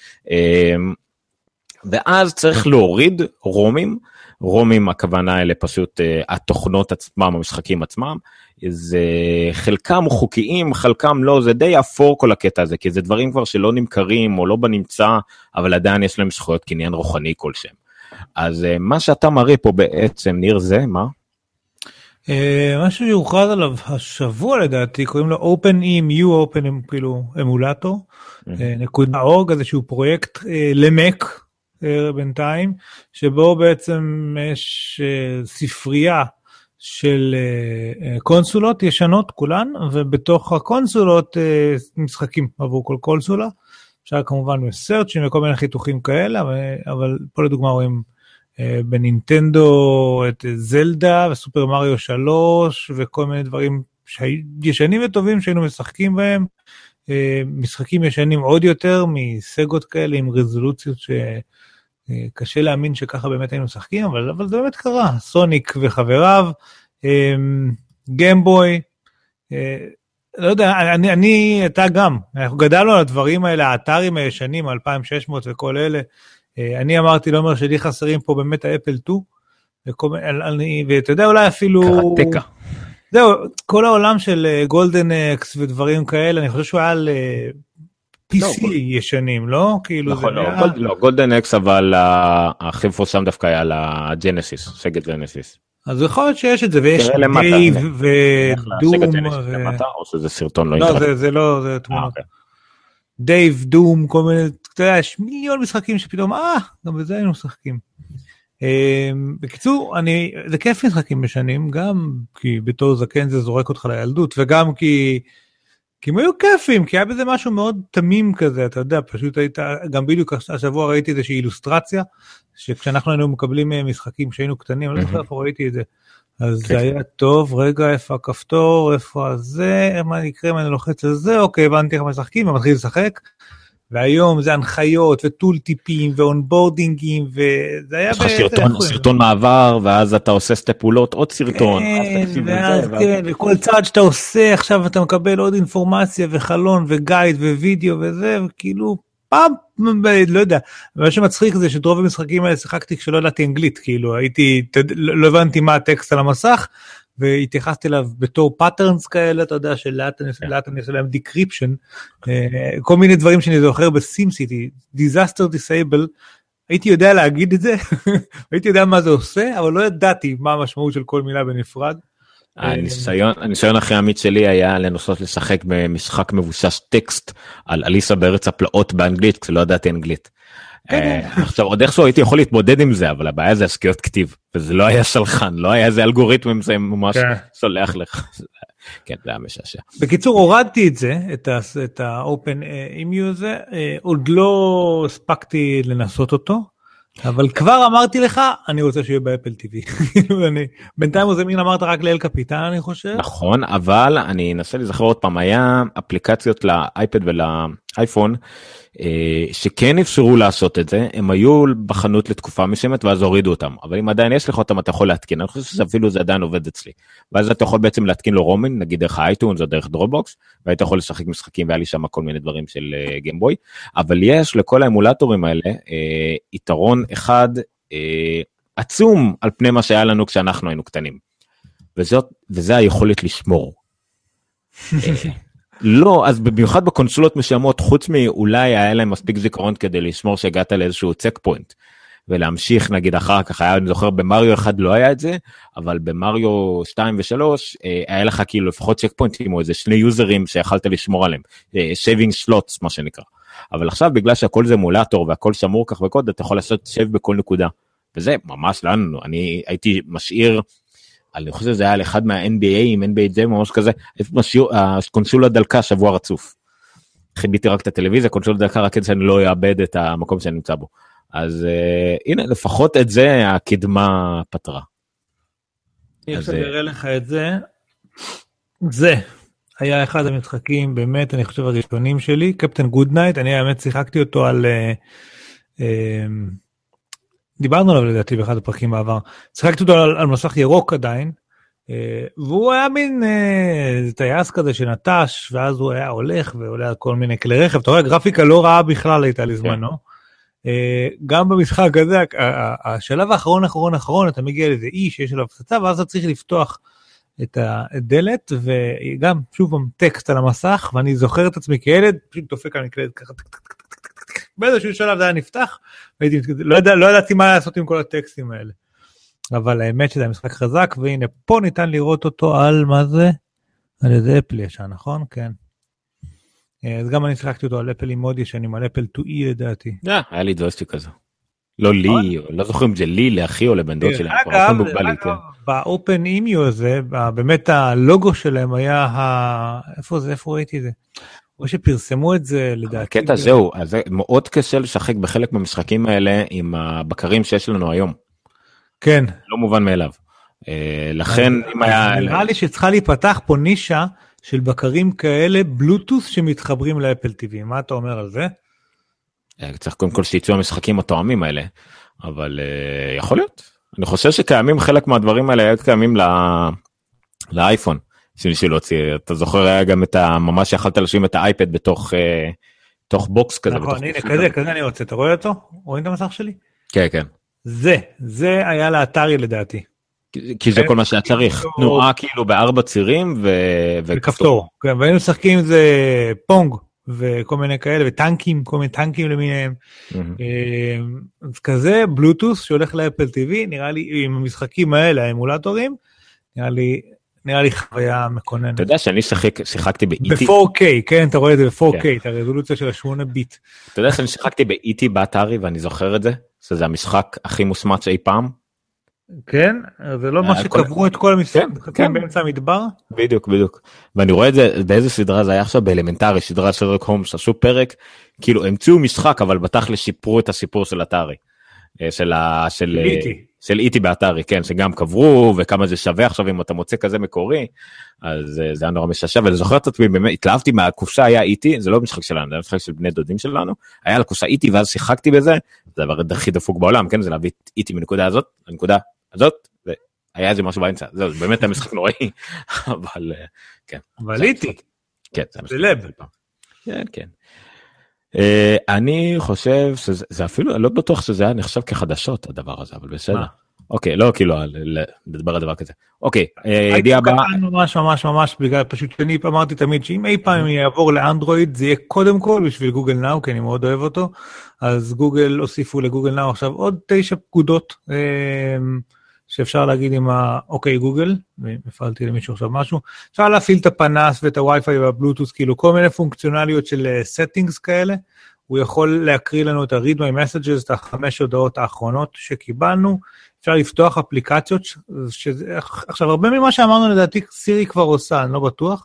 ואז צריך להוריד רומים, רומים הכוונה האלה פשוט התוכנות עצמם, המשחקים עצמם, זה חלקם חוקיים, חלקם לא, זה די אפור כל הקטע הזה, כי זה דברים כבר שלא נמכרים או לא בנמצא, אבל עדיין יש להם זכויות קניין רוחני כלשהם. אז מה שאתה מראה פה בעצם, ניר, זה מה? משהו שהוכרז עליו השבוע לדעתי, קוראים לו OpenEMU, Open כאילו אמולטור, נקודה אורג, איזשהו פרויקט למק בינתיים, שבו בעצם יש ספרייה של קונסולות ישנות כולן, ובתוך הקונסולות משחקים עבור כל קונסולה, אפשר כמובן בסרצ'ים וכל מיני חיתוכים כאלה, אבל פה לדוגמה רואים בנינטנדו את זלדה וסופר מריו שלוש וכל מיני דברים ישנים וטובים שהיינו משחקים בהם, משחקים ישנים עוד יותר מסגות כאלה עם רזולוציות שקשה להאמין שככה באמת היינו משחקים, אבל, אבל זה באמת קרה, סוניק וחבריו, גיימבוי, לא יודע, אני, אני, אתה גם, אנחנו גדלנו על הדברים האלה, האתרים הישנים, אלפיים ושש מאות וכל אלה, אני אמרתי, לא אומר שלי חסרים פה באמת האפל שתיים, ואתה יודע אולי אפילו... קרטקה. זהו, כל העולם של גולדן אקס ודברים כאלה, אני חושב שהוא היה על פי סי ישנים, לא? נכון, לא, גולדן אקס, אבל הכי מפורסם דווקא היה על הג'נסיס, סגה ג'נסיס. אז יכול להיות שיש את זה, ויש דייב ודום. או שזה סרטון לא אינטרנט? לא, זה לא, זה תמונות. דייב, דום, כל מיני, אתה יודע, יש מיליון משחקים שפתאום, אה, גם בזה היינו משחקים. בקיצור, אני, זה כיף משחקים בשנים, גם כי בתור זקן זה זורק אותך לילדות, וגם כי, כי הם היו כיפים, כי היה בזה משהו מאוד תמים כזה, אתה יודע, פשוט היית, גם בדיוק השבוע ראיתי איזושהי אילוסטרציה, שכשאנחנו היינו מקבלים משחקים שהיינו קטנים, אני לא זוכר איפה ראיתי את זה, אז זה היה טוב, רגע, איפה הכפתור, איפה הזה, מה נקרא, מה אני לוחץ לזה, אוקיי, הבנתי איך משחקים, ומתחיל לשחק, והיום זה הנחיות, וטול טיפים, ואונבורדינגים, וזה היה... יש לך סרטון, סרטון מעבר, ואז אתה עושה שתי פעולות, עוד סרטון. כן, ואז כן, וכל צעד שאתה עושה, עכשיו אתה מקבל עוד אינפורמציה, וחלון, וגייד, ווידאו, וזה, וכאילו, פעם, לא יודע, מה שמצחיק זה שדרוב המשחקים האלה שיחקתי כשלא ידעתי אנגלית, כאילו, הייתי, לא הבנתי מה הטקסט על המסך, והתייחסתי אליו בתור פאטרנס כאלה, אתה יודע, שלאט אני עושה להם דיקריפשן, כל מיני דברים שאני זוכר בסים סיטי, דיזסטר דיסייבל, הייתי יודע להגיד את זה, הייתי יודע מה זה עושה, אבל לא ידעתי מה המשמעות של כל מילה בנפרד. הניסיון, הניסיון הכי אמיץ שלי היה לנסות לשחק במשחק מבוסס טקסט, על אליסה בארץ הפלאות באנגלית, כשלא ידעתי אנגלית. עכשיו עוד איכשהו הייתי יכול להתמודד עם זה, אבל הבעיה זה השקיעות כתיב, וזה לא היה שלחן, לא היה איזה אלגוריתם, זה ממש סולח לך, כן, זה היה משעשע. בקיצור, הורדתי את זה, את ה-OpenEMU הזה, עוד לא הספקתי לנסות אותו, אבל כבר אמרתי לך, אני רוצה שיהיה באפל טיווי. בינתיים הוא זמין אמרת רק לאל קפיטן, אני חושב. נכון, אבל אני אנסה לזכר עוד פעם, היה אפליקציות לאייפד ולאייפון, שכן אפשרו לעשות את זה, הם היו בחנות לתקופה מסוימת, ואז הורידו אותם, אבל אם עדיין יש לך אותם, אתה יכול להתקין, אני חושב שאפילו זה עדיין עובד אצלי, ואז אתה יכול בעצם להתקין לו רומין, נגיד דרך האייטונס או דרך דרופבוקס, והיית יכול לשחק משחקים, והיה לי שם כל מיני דברים של גיימבוי, אבל יש לכל האמולטורים האלה, יתרון אחד עצום, על פני מה שהיה לנו כשאנחנו היינו קטנים, וזאת, וזה היכולת לשמור. לא, אז במיוחד בקונסולות משלמות, חוץ מאולי היה להם מספיק זיכרון כדי לשמור שהגעת לאיזשהו צק פוינט, ולהמשיך נגיד אחר כך, היה, אני זוכר במריו אחד לא היה את זה, אבל במריו שתיים ושלוש, היה לך כאילו לפחות צ'ק פוינטים, או איזה שני יוזרים שיכלת לשמור עליהם, שייבינג שלוטס מה שנקרא, אבל עכשיו בגלל שהכל זה מולטור, והכל שמור כך וקוד, אתה יכול לעשות שייב בכל נקודה, וזה ממש לנו, אני הייתי משאיר, אני חושב שזה היה על אחד מה-אן בי איי, עם אן בי איי זה ממש כזה, הקונסולה דלקה שבוע רצוף, חיביתי רק את הטלוויזיה, קונסולה דלקה רק כדי שאני לא אאבד את המקום שאני נמצא בו, אז uh, הנה, לפחות את זה הקדמה פתרה. אני עכשיו אראה לך את זה, זה היה אחד המשחקים, באמת, אני חושב הראשונים שלי, קפטן גודנייט, אני האמת שיחקתי אותו על, uh, uh, דיברנו עליו לדעתי באחד הפרקים בעבר, שיחקתי אותו על, על מסך ירוק עדיין, uh, והוא היה מין uh, טייס כזה שנטש, ואז הוא היה הולך ועולה על כל מיני כלי רכב, אתה רואה, גרפיקה לא רעה בכלל הייתה לזמנו, גם במשחק הזה, השלב האחרון, האחרון, האחרון, אתה מגיע לאיזה אי שיש עליו פצצה, ואז אתה צריך לפתוח את הדלת, וגם, שוב, טקסט על המסך, ואני זוכר את עצמי כילד, פשוט דופק על מקלדת ככה, באיזשהו שלב זה היה נפתח, לא ידעתי מה לעשות עם כל הטקסטים האלה. אבל האמת שזה היה משחק חזק, והנה, פה ניתן לראות אותו על מה זה? על איזה אפל ישן, נכון? כן. אז גם אני שיחקתי אותו על אפל עם מאוד ישנים, על אפל טו אי לדעתי. היה לי דווסטי כזה. לא לי, לא זוכר אם זה לי, לאחי או לבן דוד שלי. אגב, באופן אימיו הזה, באמת הלוגו שלהם היה, איפה זה, איפה ראיתי את זה? או שפרסמו את זה לדעתי. הקטע זהו, אז זה מאוד קשה לשחק בחלק מהמשחקים האלה עם הבקרים שיש לנו היום. כן. לא מובן מאליו. לכן אם היה... נראה לי שצריכה להיפתח פה נישה, של בקרים כאלה, בלוטוס שמתחברים לאפל טי וי. מה אתה אומר על זה? צריך קודם כל שיצאו המשחקים התואמים האלה, אבל uh, יכול להיות. אני חושב שקיימים חלק מהדברים האלה, היו קיימים לא... לאייפון, שניסו להוציא, אתה זוכר היה גם את ה... ממש יכלת לשים את האייפד בתוך, uh, בתוך בוקס כזה. נכון, הנה, כזה, כזה אני רוצה, אתה רואה אותו? רואים את המסך שלי? כן, כן. זה, זה היה לאתרי לדעתי. כי זה כל מה שהיה צריך, תנועה כאילו בארבע צירים וכפתור, והיינו משחקים עם זה פונג וכל מיני כאלה וטנקים, כל מיני טנקים למיניהם, אז כזה בלוטוס שהולך לאפל טי וי, נראה לי עם המשחקים האלה, האמולטורים, נראה לי נראה לי חוויה מקוננת. אתה יודע שאני שיחקתי ב-E T ב-פור קיי, כן, אתה רואה את זה ב-פור קיי, את הרזולוציה של ה-שמונה ביט. אתה יודע שאני שיחקתי ב-E T באתרי ואני זוכר את זה, שזה המשחק הכי מוסמץ אי פעם. כן, זה לא מה שקברו את כל המשחקים באמצע המדבר? בדיוק, בדיוק. ואני רואה את זה, באיזה סדרה זה היה עכשיו באלמנטרי, סדרה של רוק הומס, עשו פרק, כאילו המציאו משחק, אבל בתכל'ס שיפרו את הסיפור של אתרי. של של E T באתרי, כן, שגם קברו, וכמה זה שווה עכשיו, אם אתה מוצא כזה מקורי, אז זה היה נורא משעשע, ואני זוכר את עצמי, באמת, התלהבתי מהקופסה היה E T, זה לא משחק שלנו, זה משחק של בני דודים שלנו, היה לקופסה E T, ואז שיחקתי בזה, זה דבר הכי דפוק בעולם, כן, זה להביא E T מנקודה הזאת, לנקודה הזאת, והיה איזה משהו באמצע, זהו, באמת היה משחק נוראי, אבל כן. אבל E T, כן, זה לב. כן, כן. אני חושב שזה אפילו, לא בטוח שזה היה נחשב כחדשות הדבר הזה, אבל בסדר. אוקיי, לא כאילו לדבר על דבר כזה. אוקיי, ידיעה הבאה. ממש ממש ממש, בגלל פשוט שאני אמרתי תמיד שאם אי פעם יעבור לאנדרואיד, זה יהיה קודם כל בשביל גוגל נאו, כי אני מאוד אוהב אותו, אז גוגל הוסיפו לגוגל נאו עכשיו עוד תשע פקודות, שאפשר להגיד עם ה-אוקיי גוגל, והפעלתי למישהו עכשיו משהו, אפשר להפעיל את הפנס ואת הווי-פיי והבלוטוס, כאילו כל מיני פונקציונליות של settings כאלה, הוא יכול להקריא לנו את ה-read my messages, את החמש הודעות האחרונות שקיבלנו, אפשר לפתוח אפליקציות, שזה, עכשיו הרבה ממה שאמרנו לדעתי סירי כבר עושה, אני לא בטוח,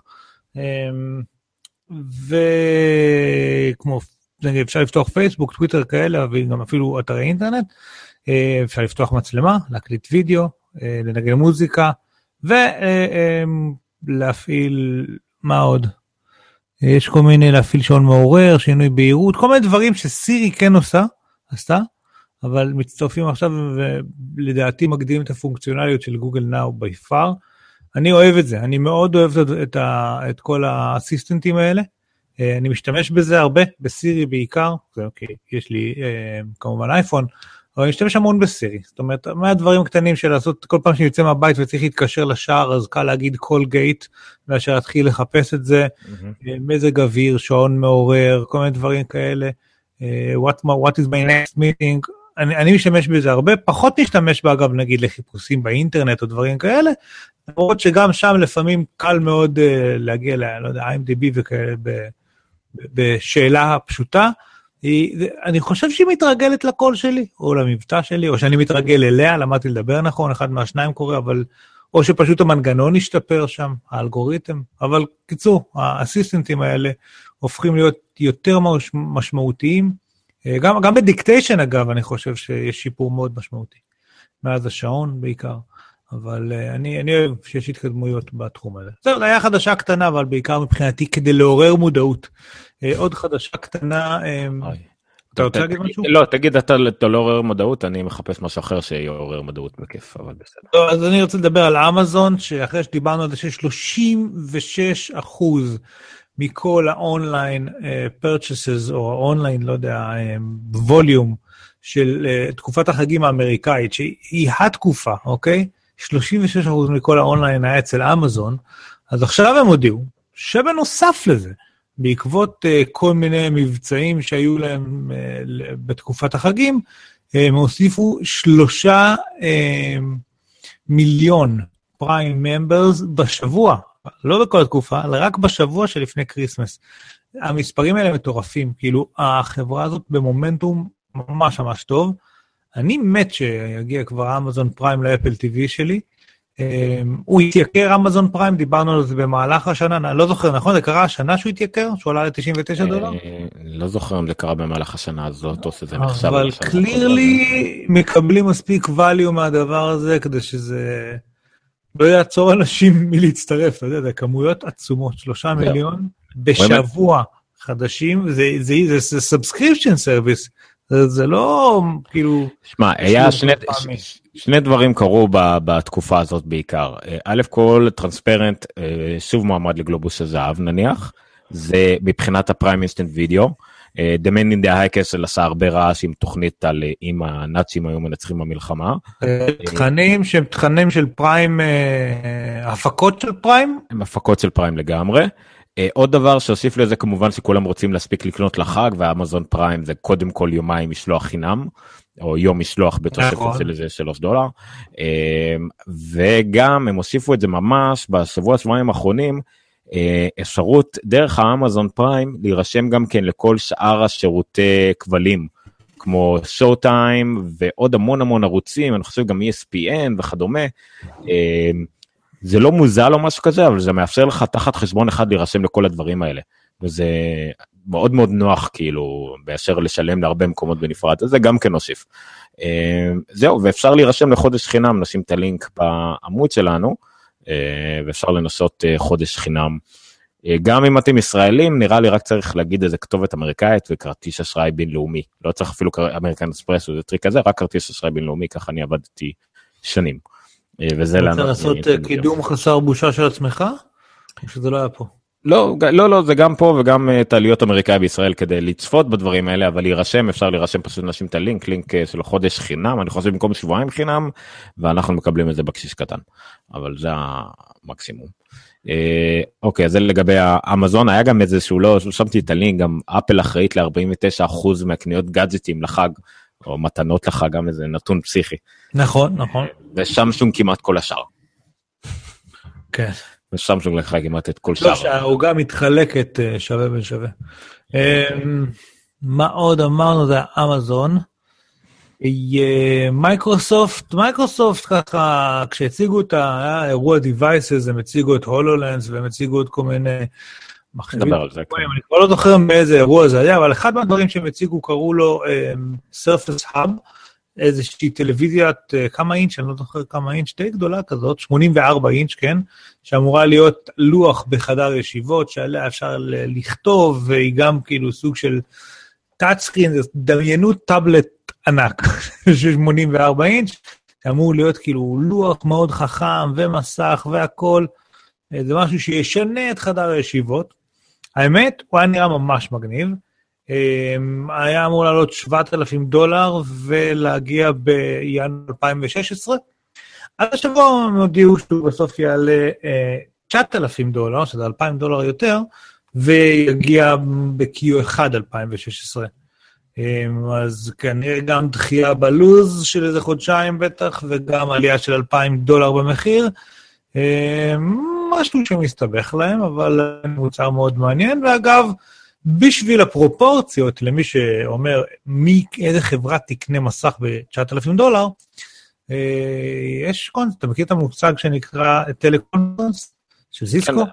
וכמו, אפשר לפתוח פייסבוק, טוויטר כאלה, וגם אפילו אתרי אינטרנט, אפשר לפתוח מצלמה, להקליט וידאו, לנגן מוזיקה, ולהפעיל, מה עוד? יש כל מיני להפעיל שעון מעורר, שינוי בהירות, כל מיני דברים שסירי כן עושה, עשתה, אבל מצטרפים עכשיו, ולדעתי מגדילים את הפונקציונליות של גוגל נאו ביפר. אני אוהב את זה, אני מאוד אוהב את, ה, את כל האסיסטנטים האלה, אני משתמש בזה הרבה, בסירי בעיקר, זה אוקיי, יש לי כמובן אייפון, אבל אני משתמש המון בסירי, זאת אומרת, מהדברים קטנים של לעשות, כל פעם שאני יוצא מהבית וצריך להתקשר לשער, אז קל להגיד כל גייט, מאשר להתחיל לחפש את זה, mm-hmm. מזג אוויר, שעון מעורר, כל מיני דברים כאלה, what, what is my next meeting, אני, אני משתמש בזה הרבה, פחות משתמש באגב נגיד לחיפושים באינטרנט או דברים כאלה, למרות שגם שם לפעמים קל מאוד uh, להגיע ל, לא יודע, איי אם די בי וכאלה, ב, ב, בשאלה פשוטה, היא, אני חושב שהיא מתרגלת לקול שלי, או למבטא שלי, או שאני מתרגל אליה, למדתי לדבר נכון, אחד מהשניים קורה, אבל, או שפשוט המנגנון השתפר שם, האלגוריתם, אבל קיצור, האסיסטנטים האלה הופכים להיות יותר משמעותיים, גם, גם בדיקטיישן אגב, אני חושב שיש שיפור מאוד משמעותי, מאז השעון בעיקר, אבל אני, אני אוהב שיש התקדמויות בתחום הזה. זהו, זה היה חדשה קטנה, אבל בעיקר מבחינתי כדי לעורר מודעות. עוד חדשה קטנה, אתה רוצה להגיד משהו? לא, תגיד, אתה לא עורר מודעות, אני מחפש משהו אחר שיעורר מודעות בכיף, אבל בסדר. אז אני רוצה לדבר על אמזון, שאחרי שדיברנו על זה ש-שלושים ושש אחוז מכל האונליין purchases, או האונליין, לא יודע, ווליום של תקופת החגים האמריקאית, שהיא התקופה, אוקיי? שלושים ושש אחוז מכל האונליין היה אצל אמזון, אז עכשיו הם הודיעו, שבנוסף לזה, בעקבות uh, כל מיני מבצעים שהיו להם uh, בתקופת החגים, הם הוסיפו שלושה uh, מיליון פריים ממברס בשבוע, לא בכל התקופה, אלא רק בשבוע שלפני קריסמס. המספרים האלה מטורפים, כאילו החברה הזאת במומנטום ממש ממש טוב, אני מת שיגיע כבר אמזון פריים לאפל טי וי שלי, הוא התייקר אמזון פריים, דיברנו על זה במהלך השנה, אני לא זוכר, נכון? זה קרה השנה שהוא התייקר? שהוא עלה ל-תשעים ותשעה דולר? לא זוכר אם זה קרה במהלך השנה הזאת, או שזה נחשב. אבל קלירלי מקבלים מספיק value מהדבר הזה, כדי שזה לא יעצור אנשים מלהצטרף, אתה יודע, זה כמויות עצומות, שלושה מיליון בשבוע חדשים, זה subscription service, זה לא כאילו... שמע, היה שני, שני דברים קרו בתקופה הזאת בעיקר. א' כל, טרנספרנט, שוב מועמד לגלובוס הזהב נניח, זה מבחינת הפריים אינסטנט וידאו, דמיין אינדיה הייקסל עשה הרבה רעש עם תוכנית על אם הנאצים היו מנצחים במלחמה. תכנים שהם תכנים של פריים, הפקות של פריים? הם הפקות של פריים לגמרי. עוד דבר שהוסיף לזה כמובן שכולם רוצים להספיק לקנות לחג, והאמזון פריים זה קודם כל יומיים משלוח חינם, או יום משלוח בתוספת של איזה שלוש דולר, וגם הם הוסיפו את זה ממש בשבוע שבועיים האחרונים, אפשרות דרך האמזון פריים להירשם גם כן לכל שאר השירותי כבלים, כמו שואו טיים ועוד המון המון ערוצים, אני חושב גם אי אס פי אן וכדומה, זה לא מוזל או משהו כזה, אבל זה מאפשר לך תחת חשבון אחד להירשם לכל הדברים האלה, וזה מאוד מאוד נוח כאילו, באשר לשלם להרבה מקומות בנפרד, אז זה גם כן נוסיף. זהו, ואפשר להירשם לחודש חינם, נשים את הלינק בעמוד שלנו, ואפשר לנסות חודש חינם. גם אם אתם ישראלים, נראה לי רק צריך להגיד איזה כתובת אמריקאית, וכרטיס אשראי בינלאומי, לא צריך אפילו אמריקן אקספרס, זה טריק כזה, רק כרטיס אשראי בינלאומי, ככה אני עבדתי שנים. וזה אתה רוצה לעשות קידום חסר בושה של עצמך? או שזה לא היה פה? לא, לא, לא, זה גם פה וגם תעליות אמריקאי בישראל כדי לצפות בדברים האלה, אבל להירשם, אפשר להירשם פשוט נשים את הלינק, לינק של חודש חינם, אני חושב במקום שבועיים חינם, ואנחנו מקבלים את זה בקשיש קטן, אבל זה המקסימום. אוקיי, אז זה לגבי האמזון, היה גם איזשהו, לא שמתי את הלינק, גם אפל אחראית ל-ארבעים ותשעה אחוז מהקניות גאדג'טים לחג, או מתנות לך, גם איזה נתון פסיכי. נכון, נכון. ושמשונג כמעט כל השאר. כן. ושמשונג לך כמעט את כל שאר. לא, שהעוגה מתחלקת שווה בין שווה. מה עוד אמרנו, זה אמזון. מייקרוסופט, מייקרוסופט ככה, כשהציגו את האירוע devices, הם הציגו את הולולנס, והם הציגו את כל מיני... נדבר על זה. אני כבר לא זוכר מאיזה אירוע זה היה, אבל אחד מהדברים שהם הציגו קראו לו Surface Hub, איזושהי טלוויזיית, כמה אינץ', אני לא זוכר כמה אינץ', די גדולה כזאת, שמונים וארבע אינץ', כן, שאמורה להיות לוח בחדר ישיבות, שעליה אפשר לכתוב, והיא גם כאילו סוג של טאצ'סקרין, דמיינות טאבלט ענק, של שמונים וארבע אינץ', שאמור להיות כאילו לוח מאוד חכם, ומסך והכל, זה משהו שישנה את חדר הישיבות, האמת, הוא היה נראה ממש מגניב, היה אמור לעלות שבעת אלפים דולר ולהגיע בינואר אלפיים ושש עשרה. עד השבוע הם הודיעו שהוא בסוף יעלה תשעת אלפים דולר, שזה אלפיים דולר יותר, ויגיע ב-קיו אחת אלפיים ושש עשרה. אז כנראה גם דחייה בלוז של איזה חודשיים בטח, וגם עלייה של אלפיים דולר במחיר. משהו שמסתבך להם, אבל מוצר מאוד מעניין, ואגב, בשביל הפרופורציות, למי שאומר מי, איזה חברה תקנה מסך ב-תשעת אלפים דולר, יש קונס, אתה מכיר את המוצג שנקרא טלקונפרנס של סיסקו?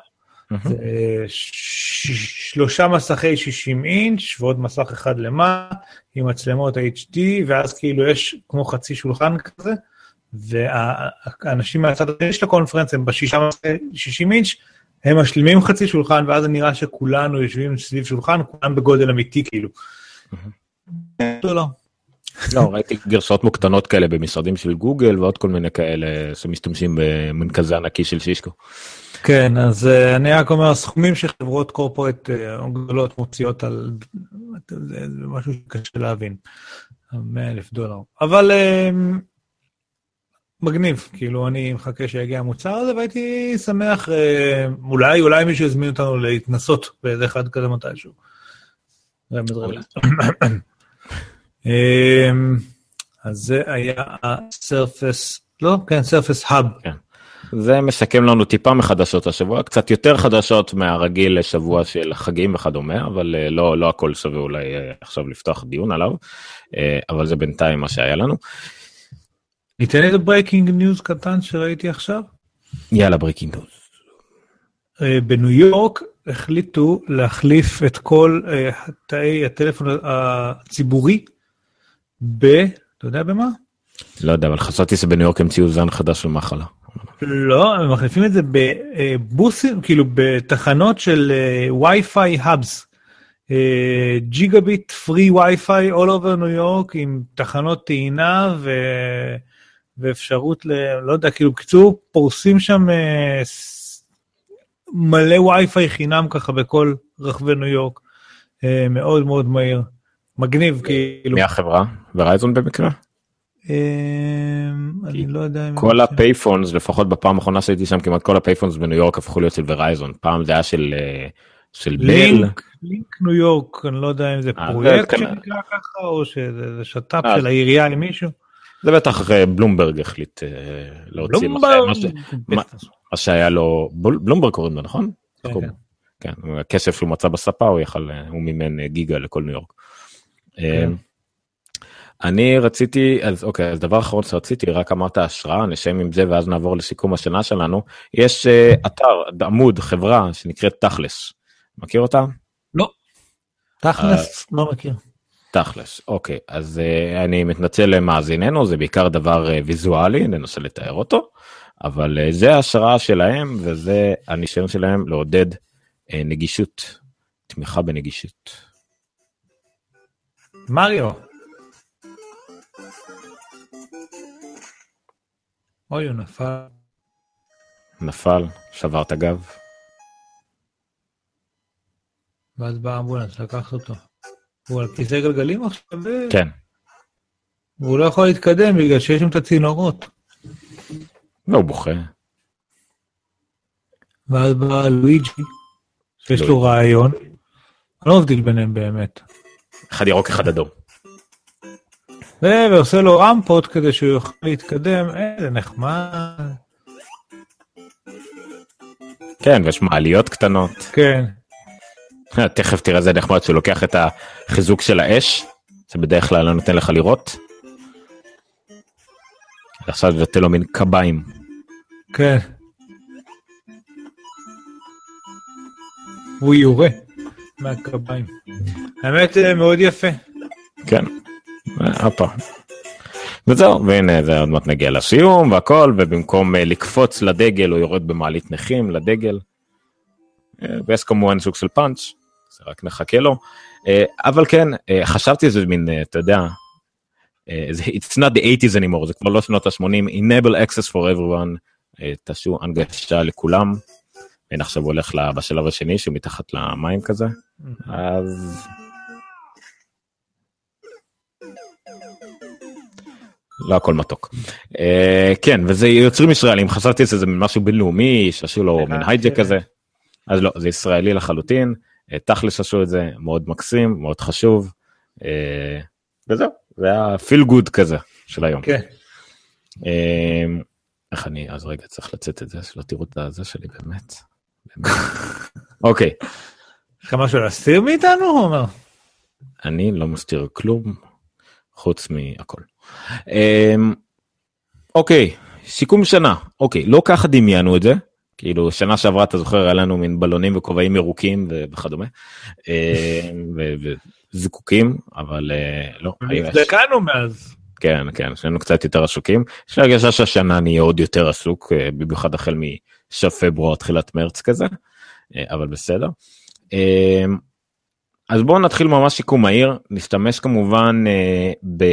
שלושה מסכי שישים אינץ' ועוד מסך אחד למה, עם מצלמות אייץ' די, ואז כאילו יש כמו חצי שולחן כזה, והאנשים מהצד השני של הקונפרנס הם בשישה מסכי שישים אינץ', הם משלימים חצי שולחן, ואז נראה שכולנו יושבים סביב שולחן, כולם בגודל אמיתי כאילו. דולר. לא, ראיתי גרסאות מוקטנות כאלה במשרדים של גוגל, ועוד כל מיני כאלה שמשתמשים במנכזה ענקי של שישקו. כן, אז אני רק אומר, הסכומים שחברות קורפורט גדולות מוציאות על, זה משהו שקשה להבין, מאה אלף דולר. אבל מגניב, כאילו אני מחכה שיגיע המוצר הזה, והייתי שמח, אולי, אולי מישהו יזמין אותנו להתנסות באיזה אחד כזה מתישהו. אז זה היה הסרפס, לא? כן, סרפס האב. כן. זה מסכם לנו טיפה מחדשות השבוע, קצת יותר חדשות מהרגיל לשבוע של חגים וכדומה, אבל לא, לא הכל שווה אולי עכשיו לפתוח דיון עליו, אבל זה בינתיים מה שהיה לנו. ניתן איזה ברייקינג ניוז קטן שראיתי עכשיו? יאללה, ברייקינג ניוז. בניו יורק החליטו להחליף את כל תאי הטלפון הציבורי ב... אתה יודע במה? לא יודע, אבל חשבתי שבניו יורק המציאו זן חדש של מחלה. לא, הם מחליפים את זה בבוסים, כאילו בתחנות של וי-פיי האבס. ג'יגאביט פרי וי-פיי all over ניו יורק עם תחנות טעינה ו... ואפשרות ל... לא יודע, כאילו בקיצור, פורסים שם מלא וי-פיי חינם ככה בכל רחבי ניו יורק. מאוד מאוד מהיר. מגניב כאילו. מי החברה? ורייזון במקרה? אני לא יודע. כל הפייפונס, לפחות בפעם האחרונה שהייתי שם, כמעט כל הפייפונס בניו יורק הפכו להיות של ורייזון. פעם זה היה של... של בל. לינק ניו יורק, אני לא יודע אם זה פרויקט שנקרא ככה, או שזה שטאפ של העירייה למישהו. זה בטח בלומברג החליט להוציא מה שהיה לו, בלומברג קוראים לו, נכון? כן, הכסף שהוא מצא בספה, הוא יכל, הוא מימן גיגה לכל ניו יורק. אני רציתי, אז אוקיי, אז דבר אחרון שרציתי, רק אמרת השראה, נשם עם זה, ואז נעבור לסיכום השנה שלנו. יש אתר, עמוד, חברה, שנקראת תכלס. מכיר אותה? לא. תכלס, לא מכיר. תכלס, אוקיי. אז uh, אני מתנצל למאזיננו, זה בעיקר דבר uh, ויזואלי, ננסה לתאר אותו, אבל uh, זה ההשראה שלהם, וזה הניסיון שלהם לעודד uh, נגישות, תמיכה בנגישות. מריו. אוי, הוא נפל. נפל, שבר את הגב. ואז בא אמבולנס לקחת אותו. הוא על כיסא גלגלים עכשיו? כן. והוא לא יכול להתקדם בגלל שיש שם את הצינורות. לא, הוא בוכה. ואז בא לואיג'י, שיש לו רעיון. אני לא מבדיל ביניהם באמת. אחד ירוק, אחד אדום. ועושה לו רמפות כדי שהוא יוכל להתקדם. איזה נחמד. כן, ויש מעליות קטנות. כן. תכף תראה זה נחמד שהוא לוקח את החיזוק של האש, זה בדרך כלל לא נותן לך לראות. עכשיו זה נותן לו מין קביים. כן. הוא יורה מהקביים. האמת מאוד יפה. כן. הפה. וזהו, והנה זה עוד מעט נגיע לסיום והכל, ובמקום לקפוץ לדגל הוא יורד במעלית נכים לדגל. ויש כמובן סוג של פאנץ', זה רק נחכה לו. אבל כן, חשבתי זה מין, אתה יודע, it's not the eighties anymore, זה כבר לא שנות ה-שמונים, enable access for everyone, תעשו הנגשה לכולם, ואין עכשיו הולך בשלב השני, שהוא מתחת למים כזה, אז לא הכל מתוק. כן, וזה יוצרים ישראלים, חשבתי שזה משהו בינלאומי, שעשו לו מין הייג'ק כזה, אז לא, זה ישראלי לחלוטין, תכלס עשו את זה, מאוד מקסים, מאוד חשוב, וזהו, זה היה פיל גוד כזה של היום. כן. איך אני, אז רגע, צריך לצאת את זה, שלא תראו את זה שלי באמת. אוקיי. יש לך משהו להסתיר מאיתנו, עומר? אני לא מסתיר כלום, חוץ מהכל. אוקיי, סיכום שנה. אוקיי, לא ככה דמיינו את זה, כאילו שנה שעברה, אתה זוכר, היה לנו מין בלונים וכובעים ירוקים וכדומה, וזיקוקים, אבל לא. הזדקנו מאז. כן, כן, יש לנו קצת יותר עסוקים. יש לי הרגשה שהשנה נהיה עוד יותר עסוק, במיוחד החל משב פברואר, תחילת מרץ כזה, אבל בסדר. אז בואו נתחיל ממש שיקום מהיר, נשתמש כמובן ב...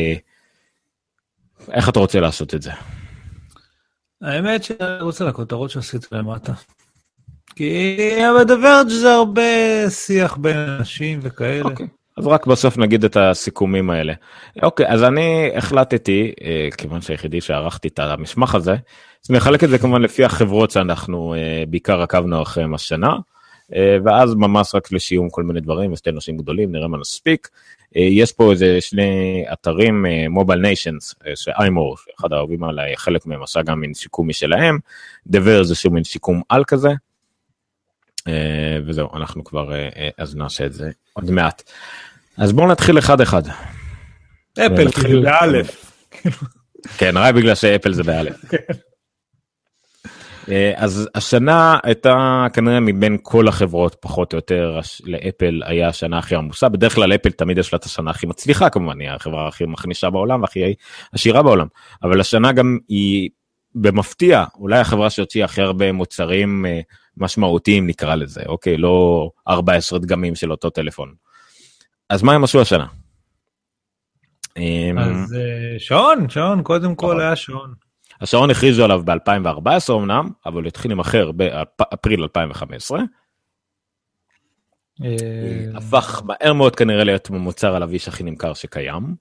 איך אתה רוצה לעשות את זה? האמת שאני רוצה לכותרות שעשית למטה. כי בדברג' זה הרבה שיח בין אנשים וכאלה. אוקיי. אז רק בסוף נגיד את הסיכומים האלה. אוקיי, אז אני החלטתי, כיוון שהיחידי שערכתי את המשמח הזה, אז נחלק את זה כמובן לפי החברות שאנחנו בעיקר עקבנו אחריהם השנה, ואז ממש רק לשיום כל מיני דברים, ושתי נושאים גדולים, נראה מה נספיק. יש פה איזה שני אתרים, מובייל ניישנס, שאיימור, אחד האהובים עליי, חלק מהם עשה גם מין שיקום משלהם, דבר זה שהוא מין שיקום על כזה, וזהו, אנחנו כבר, אז נעשה את זה עוד מעט. אז בואו נתחיל אחד אחד. אפל, כאילו באלף. כן, רק בגלל שאפל זה באלף. אז השנה הייתה כנראה מבין כל החברות פחות או יותר, לאפל היה השנה הכי עמוסה, בדרך כלל אפל תמיד יש לה את השנה הכי מצליחה, כמובן היא החברה הכי מכניסה בעולם והכי עשירה בעולם, אבל השנה גם היא במפתיע, אולי החברה שהוציאה הכי הרבה מוצרים משמעותיים נקרא לזה, אוקיי, לא ארבעה עשר דגמים של אותו טלפון. אז מה הם עשו השנה? אז שעון, שעון, קודם כל היה שעון. השעון הכריזו עליו ב-אלפיים וארבע עשרה אמנם, אבל התחיל עם אחר באפריל אלפיים וחמש עשרה. הפך מהר מאוד כנראה להיות מוצר הלביש הכי נמכר שקיים.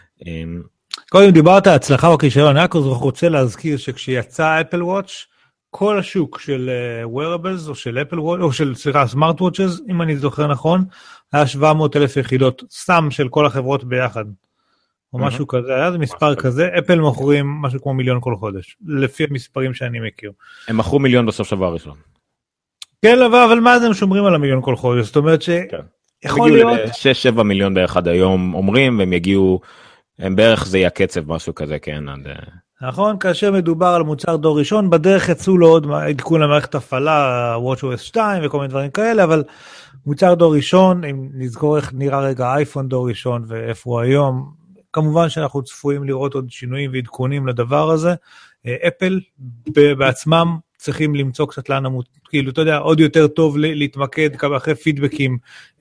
קודם דיברת הצלחה או כישלון, אני רק רוצה להזכיר שכשיצא אפל וואץ', כל השוק של wearables או של אפל וואץ', או של סליחה, סמארט וואצ'ז, אם אני זוכר נכון, היה שבע מאות אלף יחידות, סם של כל החברות ביחד. או משהו כזה, היה זה מספר כזה, אפל מוכרים משהו כמו מיליון כל חודש, לפי המספרים שאני מכיר. הם מכרו מיליון בסוף שבוע הראשון. כן, אבל מה זה הם שומרים על המיליון כל חודש? זאת אומרת שיכול להיות... שש שבע מיליון בערך עד היום אומרים, והם יגיעו, הם בערך זה יהיה קצב, משהו כזה, כן. נכון, כאשר מדובר על מוצר דור ראשון, בדרך יצאו לו עוד עדכון למערכת הפעלה, WatchOS שתיים וכל מיני דברים כאלה, אבל מוצר דור ראשון, אם נזכור איך נראה רגע אייפון דור ראשון ואיפה הוא היום, כמובן שאנחנו צפויים לראות עוד שינויים ועדכונים לדבר הזה, אפל בעצמם צריכים למצוא קצת לאן, כאילו אתה יודע, עוד יותר טוב להתמקד אחרי פידבקים,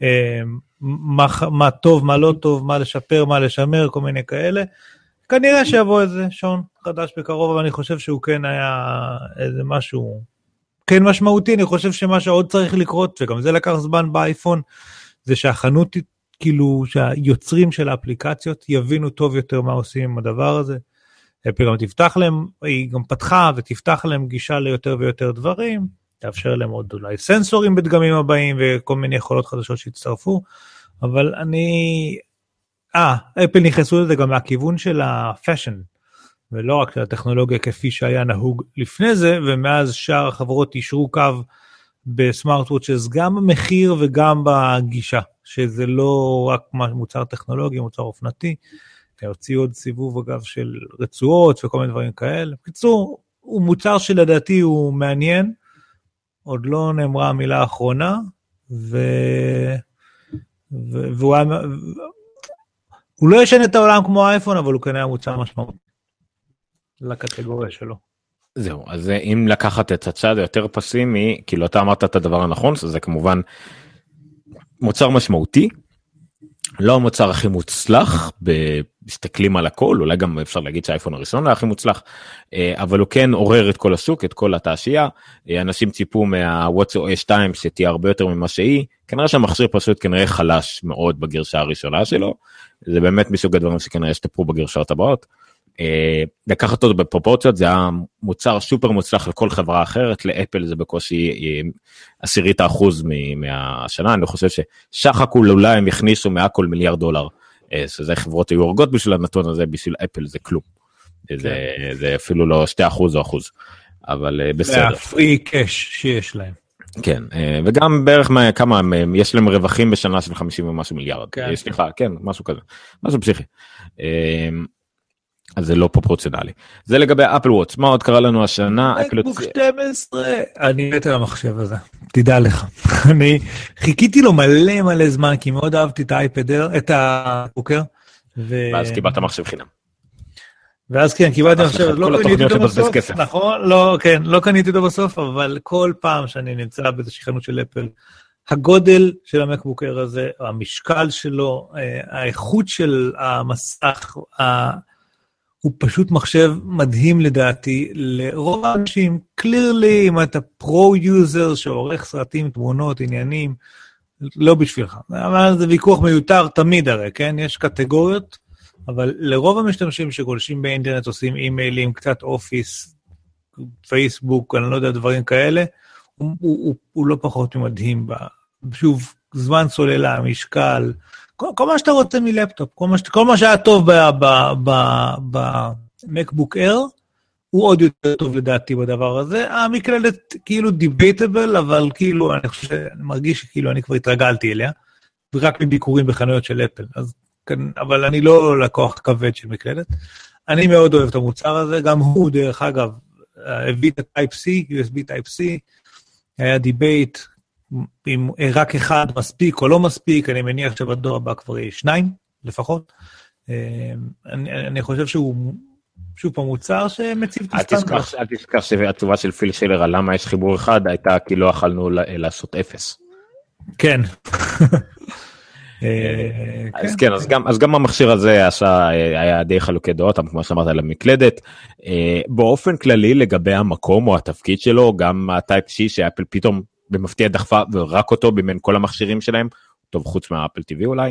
מה, מה טוב, מה לא טוב, מה לשפר, מה לשמר, כל מיני כאלה, כנראה שיבוא איזה שעון חדש בקרוב, אבל אני חושב שהוא כן היה איזה משהו, כן משמעותי, אני חושב שמה שעוד צריך לקרות, וגם זה לקח זמן באייפון, זה שהחנות כאילו שהיוצרים של האפליקציות יבינו טוב יותר מה עושים עם הדבר הזה, אפל גם תפתח להם, היא גם פתחה ותפתח להם גישה ליותר ויותר דברים, תאפשר להם עוד אולי סנסורים בדגמים הבאים וכל מיני יכולות חדשות שהצטרפו, אבל אני, אה, אפל נכנסו לזה גם מהכיוון של הפאשן, ולא רק של הטכנולוגיה כפי שהיה נהוג לפני זה, ומאז שאר החברות אישרו קו בסמארט וואצ'ס, גם במחיר וגם בגישה, שזה לא רק מוצר טכנולוגי, מוצר אופנתי, הוציאו עוד סיבוב אגב של רצועות וכל מיני דברים כאלה. בקיצור, הוא מוצר שלדעתי הוא מעניין, עוד לא נאמרה המילה האחרונה, ו... ו... והוא היה... הוא לא ישן את העולם כמו האייפון, אבל הוא כנראה מוצר משמעותי לקטגוריה שלו. זהו, אז אם לקחת את הצד היותר פסימי, כאילו אתה אמרת את הדבר הנכון, זה כמובן מוצר משמעותי, לא המוצר הכי מוצלח, מסתכלים על הכל, אולי גם אפשר להגיד שהאייפון הראשון היה הכי מוצלח, אבל הוא כן עורר את כל השוק, את כל התעשייה, אנשים ציפו מה-WatchOS שתיים שתהיה הרבה יותר ממה שהיא, כנראה שהמכשיר פשוט כנראה חלש מאוד בגרשה הראשונה שלו, זה באמת מסוג הדברים שכנראה ישתפרו בגרשות הבאות. לקחת אותו בפרופורציות, זה היה מוצר סופר מוצלח לכל חברה אחרת, לאפל זה בקושי עשירית האחוז מהשנה, אני חושב ששח הכול אולי הם הכניסו מהכל מיליארד דולר, שזה חברות היו הורגות בשביל הנתון הזה, בשביל אפל זה כלום, זה, זה אפילו לא שתי אחוז או אחוז, אבל בסדר. זה הפרי קש שיש להם. כן, וגם בערך כמה, יש להם רווחים בשנה של חמישים ומשהו מיליארד, סליחה, כן, משהו כזה, משהו פסיכי. אז זה לא פרופורציונלי. זה לגבי אפל וואץ'. מה עוד קרה לנו השנה? מקבוק שתים עשרה. אני מת על המחשב הזה. תדע לך. אני חיכיתי לו מלא מלא זמן, כי מאוד אהבתי את האייפד, את הבוקר. ואז קיבלת מחשב חינם. ואז כן, קיבלתי מחשב, לא קניתי אותו בסוף. נכון, לא, כן, לא קניתי אותו בסוף, אבל כל פעם שאני נמצא באיזושהי חנות של אפל, הגודל של המקבוקר הזה, המשקל שלו, האיכות של המסך, הוא פשוט מחשב מדהים לדעתי, לרוב האנשים, clearly, אם אתה פרו-יוזר שעורך סרטים, תמונות, עניינים, לא בשבילך. אבל זה ויכוח מיותר תמיד הרי, כן? יש קטגוריות, אבל לרוב המשתמשים שגולשים באינטרנט, עושים אימיילים, קצת אופיס, פייסבוק, אני לא יודע, דברים כאלה, הוא, הוא, הוא, הוא לא פחות מדהים. שוב, זמן סוללה, משקל, כל, כל מה שאתה רוצה מלפטופ, כל מה, כל מה שהיה טוב במקבוק אייר, הוא עוד יותר טוב לדעתי בדבר הזה. המקלדת כאילו דיבייטבל, אבל כאילו אני חושב, אני מרגיש שכאילו אני כבר התרגלתי אליה, ורק מביקורים בחנויות של אפל. אז, אבל אני לא לקוח כבד של מקלדת. אני מאוד אוהב את המוצר הזה, גם הוא דרך אגב, הביא את ה-Type-C, יו אס בי Type-C, היה דיבייט, אם רק אחד מספיק או לא מספיק, אני מניח שבדור הבא כבר יהיה שניים לפחות. אני, אני חושב שהוא שוב פעם מוצר שמציב את הסטנדרט. אל תזכר שהתשובה של פיל שילר על למה יש חיבור אחד, הייתה כי לא אכלנו לעשות אפס. כן. אז כן, אז גם, אז גם המכשיר הזה עשה, היה די חלוקי דעות, כמו שאמרת על המקלדת, באופן כללי לגבי המקום או התפקיד שלו, גם ה-Type-C שאפל פתאום במפתיע דחפה ורק אותו בין כל המכשירים שלהם, טוב חוץ מהאפל טי וי אולי,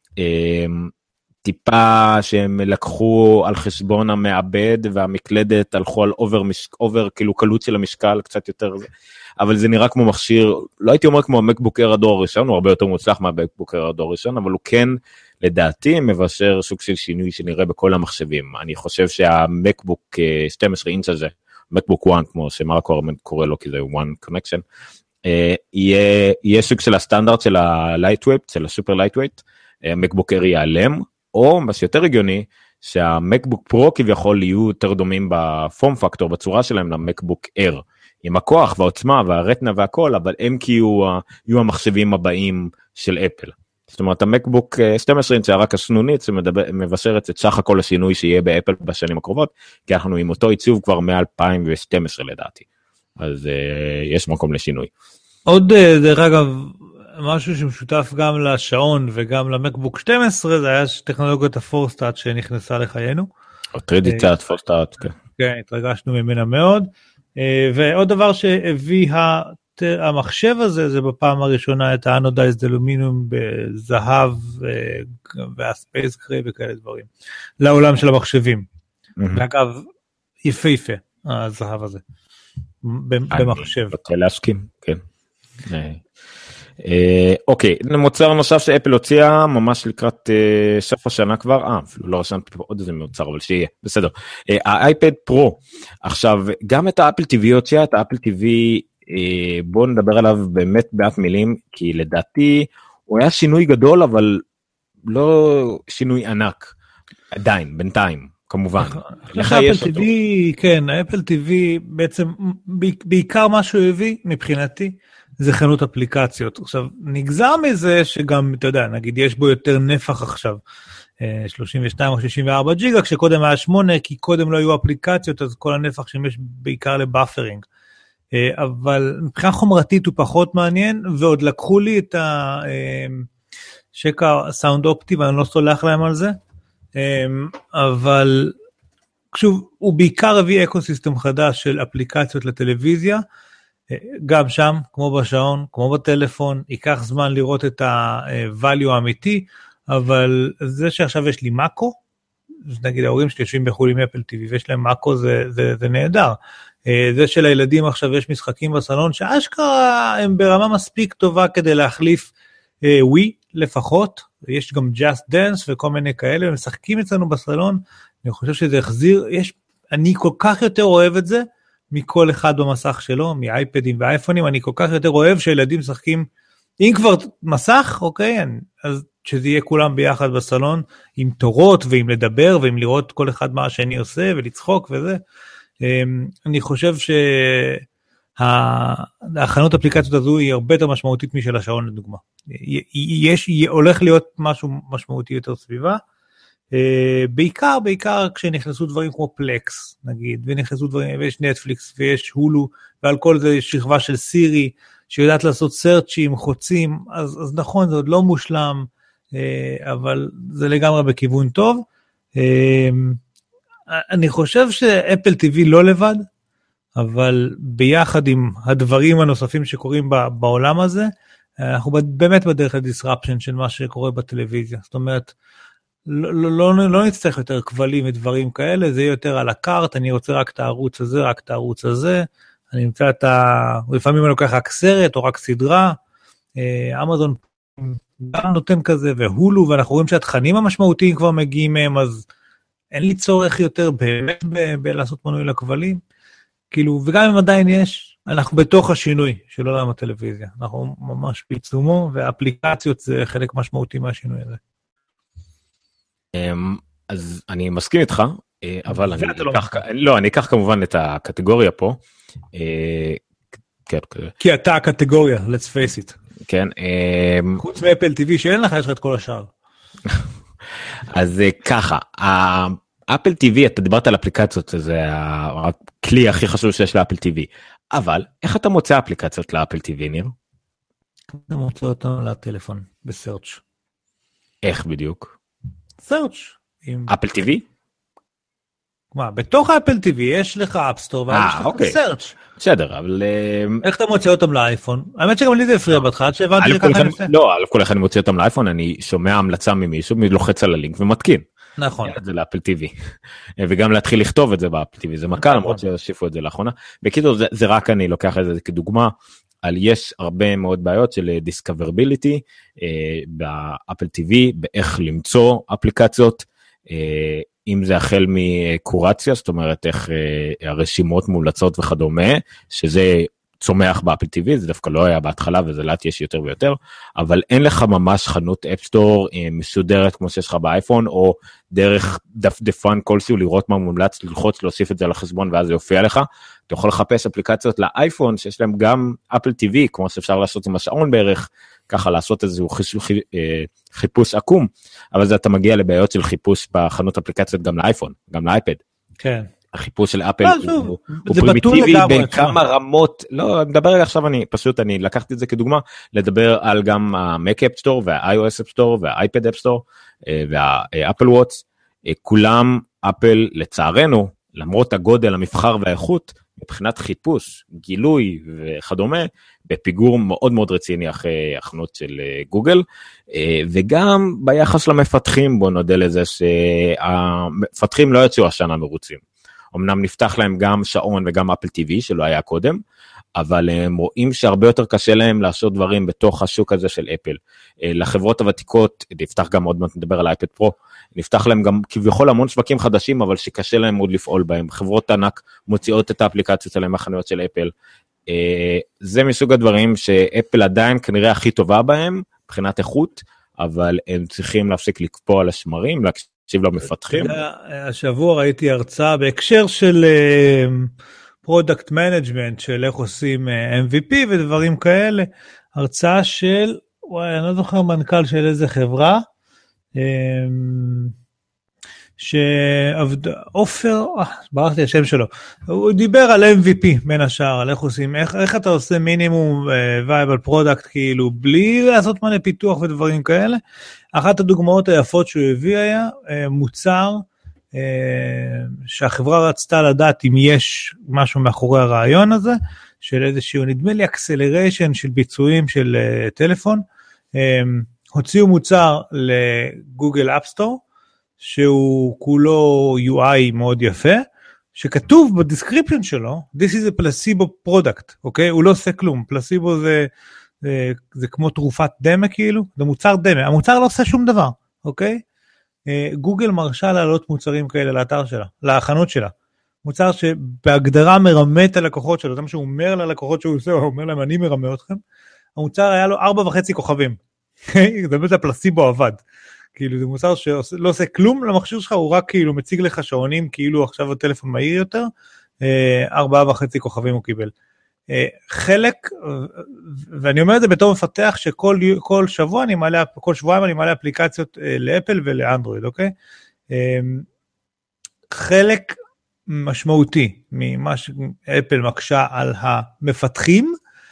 טיפה שהם לקחו על חשבון המעבד והמקלדת הלכו על אובר, אובר כאילו קלות של המשקל קצת יותר, אבל זה נראה כמו מכשיר, לא הייתי אומר כמו המקבוק אייר הדור הראשון, הוא הרבה יותר מוצלח מהמקבוק אייר הדור הראשון, אבל הוא כן לדעתי מבשר סוג של שינוי שנראה בכל המחשבים. אני חושב שהמקבוק שתים עשרה אינץ' הזה, מקבוק וואן כמו שמרקו קורא לו כי זה one connection, יהיה, יהיה סוג של הסטנדרט של ה-lightweight, של הסופר lightweight, מקבוק אייר ייעלם, או מה שיותר הגיוני, שהמקבוק פרו כביכול יהיו יותר דומים בפורם פקטור, בצורה שלהם למקבוק אייר, עם הכוח והעוצמה והרטנה והכל, אבל הם כי יהיו, יהיו המחשבים הבאים של אפל. זאת אומרת, המקבוק שתים עשרה אינץ' רק הסנונית, שמבשרת את סך הכל השינוי שיהיה באפל בשנים הקרובות, כי אנחנו עם אותו עיצוב כבר מ-אלפיים ושתים עשרה לדעתי. אז uh, יש מקום לשינוי. עוד דרך אגב, משהו שמשותף גם לשעון וגם למקבוק שתים עשרה, זה היה טכנולוגיית הפורסטאט שנכנסה לחיינו. טרדיצת פורסטאט, כן. כן, התרגשנו ממנה מאוד. ועוד דבר שהביא המחשב הזה, זה בפעם הראשונה את האנודייזד אלומיניום בזהב והספייס גריי וכאלה דברים, לעולם של המחשבים. ואגב, יפה יפה, הזהב הזה. במחשב. אני רוצה להסכים, כן. אוקיי, מוצר נוסף שאפל הוציאה ממש לקראת סוף השנה כבר, אה, אפילו לא רשמתי פה עוד איזה מוצר, אבל שיהיה, בסדר. האייפד פרו, עכשיו, גם את האפל טי וי הוציאה, את האפל טי וי, בואו נדבר עליו באמת בעט מילים, כי לדעתי הוא היה שינוי גדול, אבל לא שינוי ענק, עדיין, בינתיים. כמובן. האפל טי וי, כן, האפל טי וי בעצם, בעיקר מה שהוא הביא מבחינתי, זה חנות אפליקציות. עכשיו, נגזר מזה שגם, אתה יודע, נגיד יש בו יותר נפח עכשיו, שלושים ושתיים או שישים וארבע ג'יגה, כשקודם היה שמונה, כי קודם לא היו אפליקציות, אז כל הנפח שימש בעיקר לבאפרינג. אבל מבחינה חומרתית הוא פחות מעניין, ועוד לקחו לי את השקע סאונד אופטי, ואני לא סולח להם על זה, אבל שוב, הוא בעיקר הביא אקוסיסטם חדש של אפליקציות לטלוויזיה, גם שם, כמו בשעון, כמו בטלפון, ייקח זמן לראות את ה-value האמיתי, אבל זה שעכשיו יש לי מאקו, נגיד ההורים שלי יושבים בחול עם אפל טי וי, ויש להם מאקו, זה, זה, זה נהדר. זה שלילדים עכשיו יש משחקים בסלון, שאשכרה הם ברמה מספיק טובה כדי להחליף ווי לפחות, יש גם Just Dance וכל מיני כאלה, הם משחקים אצלנו בסלון, אני חושב שזה החזיר, יש, אני כל כך יותר אוהב את זה, מכל אחד במסך שלו, מאייפדים ואייפונים, אני כל כך יותר אוהב שילדים משחקים, אם כבר מסך, אוקיי, אז שזה יהיה כולם ביחד בסלון, עם תורות ועם לדבר, ועם לראות כל אחד מה השני עושה, ולצחוק וזה. אני חושב שההכנות אפליקציות הזו היא הרבה יותר משמעותית משל השעון לדוגמה. יש, הולך להיות משהו משמעותי יותר סביבה, בעיקר, בעיקר כשנכנסו דברים כמו פלקס, נגיד, ונכנסו דברים, ויש נטפליקס, ויש הולו, ועל כל זה יש שכבה של סירי, שיודעת לעשות סרצ'ים, חוצים, אז, אז נכון, זה עוד לא מושלם, אבל זה לגמרי בכיוון טוב. אני חושב שאפל טי וי לא לבד, אבל ביחד עם הדברים הנוספים שקורים בעולם הזה, אנחנו באמת בדרך לדיסרפשן של מה שקורה בטלוויזיה. זאת אומרת, לא, לא, לא, לא נצטרך יותר כבלים ודברים כאלה, זה יותר על הקארט, אני רוצה רק את הערוץ הזה, רק את הערוץ הזה, אני אמצא את ה... לפעמים אני לוקח רק סרט או רק סדרה, אמזון גם נותן כזה, והולו, ואנחנו רואים שהתכנים המשמעותיים כבר מגיעים מהם, אז אין לי צורך יותר באמת בלעשות מנוי לכבלים, כאילו, וגם אם עדיין יש, אנחנו בתוך השינוי של עולם הטלוויזיה, אנחנו ממש בעיצומו, והאפליקציות זה חלק משמעותי מהשינוי הזה. אז אני מסכים איתך, אבל אני אקח, לא, אני אקח כמובן את הקטגוריה פה, כי אתה הקטגוריה, let's face it. כן. חוץ מאפל טי וי שאין לך, יש לך את כל השאר. אז ככה, אפל טי וי, אתה דיברת על אפליקציות, זה הכלי הכי חשוב שיש לאפל טי וי, אבל איך אתה מוצא אפליקציות לאפל טי וי, ניר? אתה מוצא אותם לטלפון, בסרצ'. איך בדיוק? סרצ'. אפל טי וי? מה, בתוך אפל טי וי יש לך אפסטור, ויש לך סרצ'. בסדר, אבל... איך אתה מוצא אותם לאייפון? האמת שגם לי זה הפריע בתך, עד שהבנתי שככה אני עושה. לא, על כל אחד אני מוצא אותם לאייפון, אני שומע המלצה ממישהו, לוחץ על הלינק ומתקין. נכון. זה לאפל טי וי. וגם להתחיל לכתוב את זה באפל טי וי, זה מקל, למרות שהוסיפו את זה לאחרונה. בקיצור, זה רק אני לוקח את זה כדוגמה, על יש הרבה מאוד בעיות של discoverability באפל טי וי, באיך למצוא אפליקציות, אם זה החל מקורציה, זאת אומרת איך הרשימות מומלצות וכדומה, שזה צומח באפל טי וי, זה דווקא לא היה בהתחלה, וזה לאט יש יותר ויותר, אבל אין לך ממש חנות אפסטור מסודרת כמו שיש לך באייפון, או דרך דפדפן כלשהו לראות מה מומלץ, ללחוץ, להוסיף את זה לחשבון, ואז זה יופיע לך. אתה יכול לחפש אפליקציות לאייפון, שיש להם גם אפל טי וי, כמו שאפשר לעשות עם השעון בערך, ככה לעשות איזשהו חיפוש עקום, אבל זה אתה מגיע לבעיות של חיפוש בחנות אפליקציות גם לאייפון, גם לאייפד. כן. החיפוש של אפל הוא פרימיטיבי בכמה רמות, לא, אני מדבר רגע עכשיו, אני פשוט, אני לקחתי את זה כדוגמה, לדבר על גם המק אפ סטור, וה-iOS אפ סטור, וה-iPad אפ סטור, וה-Apple Watch, כולם אפל לצערנו, למרות הגודל, המבחר והאיכות, מבחינת חיפוש, גילוי וכדומה, בפיגור מאוד מאוד רציני אחרי הכנות של גוגל, וגם ביחס למפתחים, בוא נודה לזה שהמפתחים לא יצאו השנה מרוצים. אמנם נפתח להם גם שעון וגם אפל טי וי שלא היה קודם, אבל הם רואים שהרבה יותר קשה להם לעשות דברים בתוך השוק הזה של אפל. לחברות הוותיקות, נפתח גם עוד מעט נדבר על אייפד פרו, נפתח להם גם כביכול המון שווקים חדשים, אבל שקשה להם עוד לפעול בהם. חברות ענק מוציאות את האפליקציות שלהם מהחנויות של אפל. זה מסוג הדברים שאפל עדיין כנראה הכי טובה בהם, מבחינת איכות, אבל הם צריכים להפסיק לקפוא על השמרים, להקשיב למפתחים. השבוע ראיתי הרצאה בהקשר של פרודקט מנג'מנט, של איך עושים אם וי פי ודברים כאלה, הרצאה של, וואי, אני לא זוכר מנכ"ל של איזה חברה, שעבד, אופר, ברחתי השם שלו, הוא דיבר על אם וי פי בין השאר, על איך עושים, איך, איך אתה עושה מינימום וייבל פרודקט, כאילו, בלי לעשות מלא פיתוח ודברים כאלה. אחת הדוגמאות היפות שהוא הביא היה מוצר, שהחברה רצתה לדעת אם יש משהו מאחורי הרעיון הזה, של איזשהו, נדמה לי, אקסלריישן של ביצועים של טלפון, הוציאו מוצר לגוגל אפסטור, שהוא כולו יו איי מאוד יפה, שכתוב בדיסקריפשן שלו, this is a placebo product, אוקיי? הוא לא עושה כלום, פלסיבו זה, זה, זה כמו תרופת דמה כאילו, זה מוצר דמה, המוצר לא עושה שום דבר, אוקיי? גוגל מרשה להעלות מוצרים כאלה לאתר שלה, לחנות שלה, מוצר שבהגדרה מרמה את הלקוחות שלו, זה מה שהוא אומר ללקוחות שהוא עושה, הוא אומר להם אני מרמה אתכם, המוצר היה לו ארבע וחצי כוכבים, זה באמת הפלסיבו עבד, כאילו זה מוצר שלא עושה כלום למכשיר שלך, הוא רק כאילו מציג לך שעונים, כאילו עכשיו הטלפון מהיר יותר, ארבעה וחצי כוכבים הוא קיבל. חלק, ואני אומר את זה בתור מפתח, שכל כל שבוע אני מעלה, כל שבועיים אני מעלה אפליקציות לאפל ולאנדרואיד, אוקיי? חלק משמעותי ממה שאפל מקשה על המפתחים,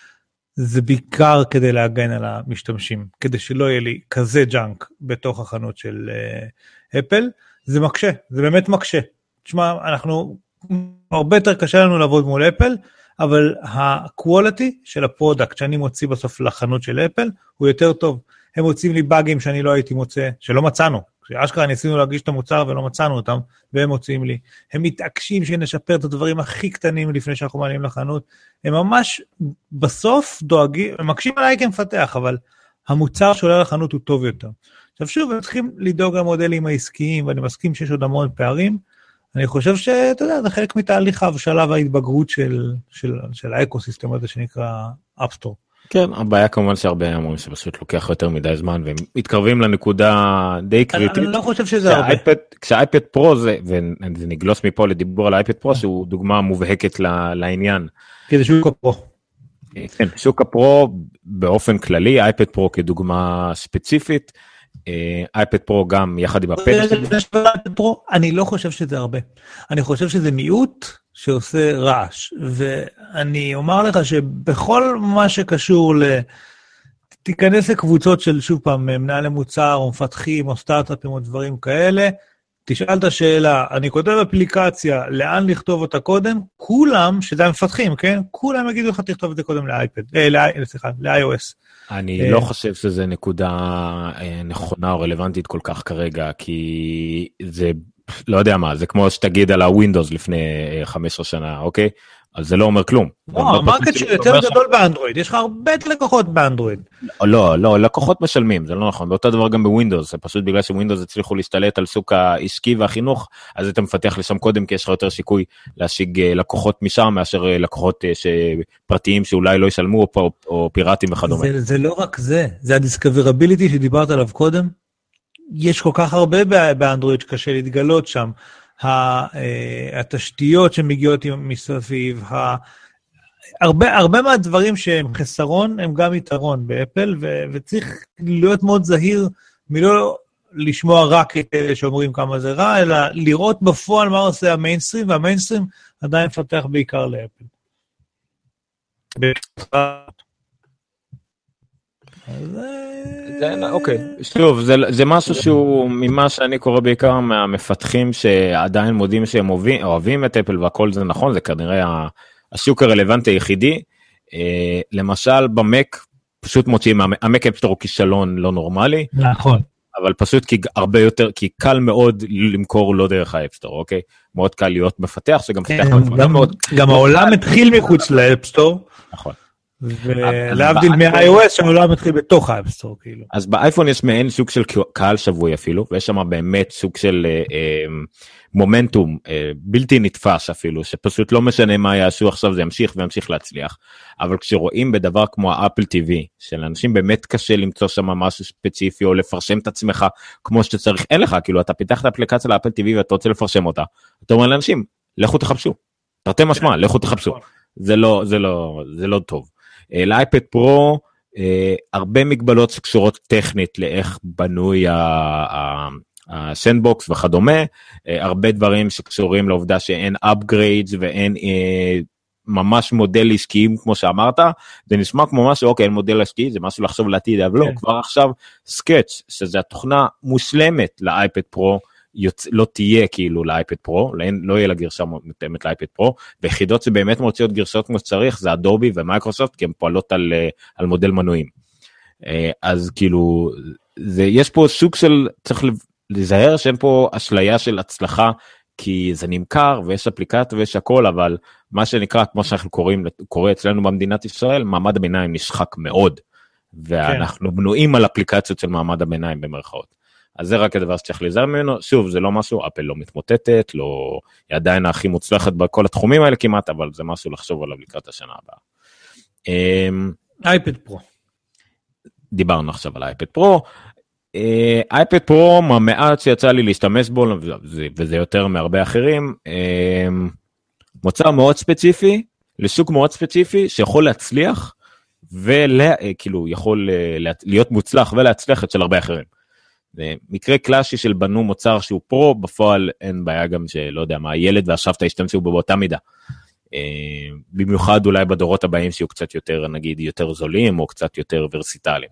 זה בעיקר כדי להגן על המשתמשים, כדי שלא יהיה לי כזה ג'אנק בתוך החנות של אפל, זה מקשה, זה באמת מקשה. תשמע, אנחנו, הרבה יותר קשה לנו לעבוד מול אפל, אבל הקואליטי של הפרודקט שאני מוציא בסוף לחנות של אפל, הוא יותר טוב. הם מוצאים לי באגים שאני לא הייתי מוצא, שלא מצאנו. כשאשכרה ניסינו להגיש את המוצר ולא מצאנו אותם, והם מוצאים לי. הם מתעקשים שנשפר את הדברים הכי קטנים לפני שאנחנו מעלים לחנות. הם ממש בסוף דואגים, הם מקשים עליי כמפתח, אבל המוצר שעולה לחנות הוא טוב יותר. עכשיו שוב, הם צריכים לדאוג למודלים העסקיים, ואני מסכים שיש עוד המון פערים. אני חושב שאתה יודע, זה חלק מתהליך ושלב ההתבגרות של, של, של האקוסיסטם הזה שנקרא אפסטור. כן, הבעיה כמובן שהרבה אומרים שפשוט לוקח יותר מדי זמן, והם מתקרבים לנקודה די קריטית. אני לא חושב שזה הרבה. כשהאייפד פרו, זה, וזה נגלוס מפה לדיבור על האייפד פרו, שהוא דוגמה מובהקת לעניין. כי זה שוק הפרו. כן, שוק הפרו באופן כללי, אייפד פרו כדוגמה ספציפית, אייפד פרו גם יחד עם הפד. אני לא חושב שזה הרבה. אני חושב שזה מיעוט שעושה רעש, ואני אומר לך שבכל מה שקשור ל... תיכנס לקבוצות של שוב פעם מנהלי מוצר או מפתחים או סטארט-אפים או דברים כאלה, תשאל את השאלה, אני כותב אפליקציה, לאן לכתוב אותה קודם? כולם, שזה המפתחים, כן? כולם יגידו לך תכתוב את זה קודם לאייפד, אה, סליחה, ל-iOS. אני לא חושב שזה נקודה נכונה או רלוונטית כל כך כרגע, כי זה, לא יודע מה, זה כמו שתגיד על הווינדוס לפני חמש עשרה שנה, אוקיי? אז זה לא אומר כלום. לא, המרקט שיותר גדול באנדרואיד, יש לך הרבה לקוחות באנדרואיד. לא, לא, לקוחות משלמים, זה לא נכון, באותו דבר גם בווינדוס, זה פשוט בגלל שווינדוס הצליחו להשתלט על סוג העסקי והחינוך, אז אתה מפתח לשם קודם, כי יש לך יותר סיכוי להשיג לקוחות משם, מאשר לקוחות פרטיים שאולי לא ישלמו, או פיראטים וכדומה. זה לא רק זה, זה הדיסקוברביליטי שדיברת עליו קודם, יש כל כך הרבה באנדרואיד שקשה להתגלות שם, התשתיות שמגיעות מסביב, הרבה, הרבה מהדברים שהם חסרון, הם גם יתרון באפל, וצריך להיות מאוד זהיר, מלא לשמוע רק את אלה שאומרים כמה זה רע, אלא לראות בפועל מה עושה המיינסטרים, והמיינסטרים עדיין מפתח בעיקר לאפל. אוקיי, שוב, זה משהו שהוא ממה שאני קורא בעיקר מהמפתחים שעדיין מודים שהם אוהבים את אפל והכל זה נכון, זה כנראה השוק הרלוונטי היחידי, למשל במק פשוט מוצאים, המק אפסטור הוא כישלון לא נורמלי, נכון, אבל פשוט כי הרבה יותר, כי קל מאוד למכור לא דרך האפסטור, אוקיי? מאוד קל להיות מפתח, שגם מפתח גם העולם התחיל מחוץ לאפסטור, נכון. ולהבדיל מה-iOS שהעולם מתחיל בתוך האפסטור כאילו. אז באייפון יש מעין סוג של קהל שבוי אפילו, ויש שם באמת סוג של מומנטום בלתי נתפס אפילו, שפשוט לא משנה מה יעשו עכשיו, זה ימשיך וימשיך להצליח. אבל כשרואים בדבר כמו האפל טי וי, שלאנשים באמת קשה למצוא שם משהו ספציפי, או לפרשם את עצמך כמו שצריך, אין לך, כאילו אתה פיתח את האפליקציה לאפל טי וי ואתה רוצה לפרשם אותה, אתה אומר לאנשים, לכו תחפשו, תרתי משמע, לכו תחפשו. זה לא, זה לא, זה לא טוב. לאייפד פרו, הרבה מגבלות שקשורות טכנית לאיך בנוי הסנדבוקס וכדומה, הרבה דברים שקשורים לעובדה שאין upgrades ואין ממש מודל עסקיים כמו שאמרת, זה נשמע כמו משהו, אוקיי, אין מודל עסקי, זה משהו לחשוב לעתיד, אבל לא, כבר עכשיו סקץ', שזה התוכנה מושלמת לאייפד פרו, יוצ... לא תהיה כאילו לאייפד פרו, לא יהיה לה גרשה מותאמת לאייפד פרו, ויחידות שבאמת מוציאות גרשות כמו שצריך, זה אדובי ומייקרוסופט, כי הן פועלות על, על מודל מנועים. אז כאילו, זה, יש פה סוג של, צריך להיזהר שאין פה אשליה של הצלחה, כי זה נמכר ויש אפליקציה ויש הכל, אבל מה שנקרא, כמו שאנחנו קוראים, קורא אצלנו במדינת ישראל, מעמד הביניים נשחק מאוד, ואנחנו כן. בנויים על אפליקציות של מעמד הביניים במרכאות. אז זה רק הדבר שצריך להיזהר ממנו, שוב, זה לא משהו, אפל לא מתמוטטת, לא, היא עדיין הכי מוצלחת בכל התחומים האלה כמעט, אבל זה משהו לחשוב עליו לקראת השנה הבאה. אייפד פרו. דיברנו עכשיו על אייפד פרו, אייפד פרו, המעט שיצא לי להשתמש בו, וזה יותר מהרבה אחרים, מוצר מאוד ספציפי, לשוק מאוד ספציפי, שיכול להצליח, וכאילו יכול להיות מוצלח ולהצליח אצל הרבה אחרים. זה מקרה קלאסי של בנו מוצר שהוא פרו, בפועל אין בעיה גם שלא יודע מה, הילד והשבתא ישתמשו בו באותה מידה. במיוחד אולי בדורות הבאים שיהיו קצת יותר, נגיד, יותר זולים, או קצת יותר ורסיטליים.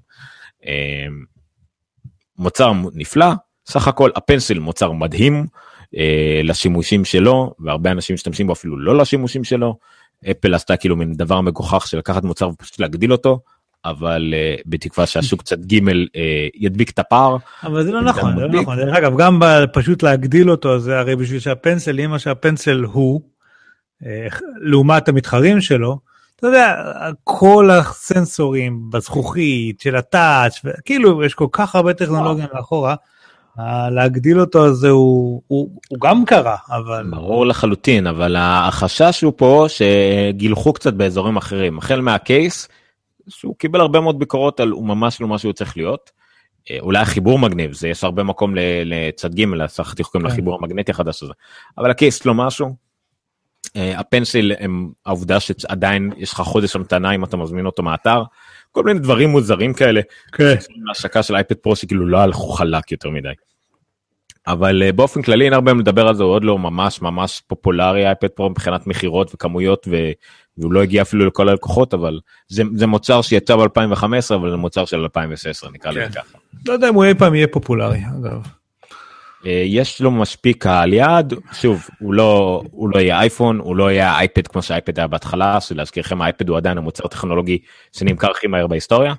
מוצר נפלא, סך הכל הפנסיל מוצר מדהים לשימושים שלו, והרבה אנשים משתמשים בו אפילו לא לשימושים שלו. אפל עשתה כאילו מן דבר מגוחך של לקחת מוצר ופשוט להגדיל אותו, אבל uh, בתקווה שהשוק קצת ג' uh, ידביק את הפער. אבל זה לא נכון, זה לא נכון. דרך אגב, גם פשוט להגדיל אותו, זה הרי בשביל שהפנסל, אם מה שהפנסל הוא, uh, לעומת המתחרים שלו, אתה יודע, כל הסנסורים בזכוכית של הטאץ', כאילו יש כל כך הרבה טכנולוגיה מאחורה, להגדיל אותו הזה הוא, הוא, הוא גם קרה, אבל... ברור לחלוטין, אבל החשש הוא פה שגילחו קצת באזורים אחרים, החל מהקייס, שהוא קיבל הרבה מאוד ביקורות על הוא ממש לא מה שהוא צריך להיות, אולי החיבור מגניב, זה יש הרבה מקום לצד ג' לעשות תחוקים לחיבור המגנטי החדש הזה, אבל הקייס לא משהו, הפנסיל הם העובדה שעדיין יש לך חודש המתנה אם אתה מזמין אותו מאתר, כל מיני דברים מוזרים כאלה, להשקה של אייפד פרו שכאילו לא הלכו חלק יותר מדי. אבל באופן כללי אין הרבה מדבר על זה, הוא עוד לא ממש ממש פופולרי אייפד פרו מבחינת מחירות וכמויות, והוא לא הגיע אפילו לכל הלקוחות, אבל זה מוצר שיצא ב-אלפיים וחמש עשרה, אבל זה מוצר של אלפיים ושש עשרה נקרא לזה ככה. לא יודע אם הוא אי פעם יהיה פופולרי, אגב. יש לו משפיע קהל יעד, שוב, הוא לא, הוא לא יהיה אייפון, הוא לא יהיה אייפד כמו שהאייפד היה בהתחלה, שלהזכירכם האייפד הוא עדיין המוצר טכנולוגי שנמכר הכי מהר בהיסטוריה,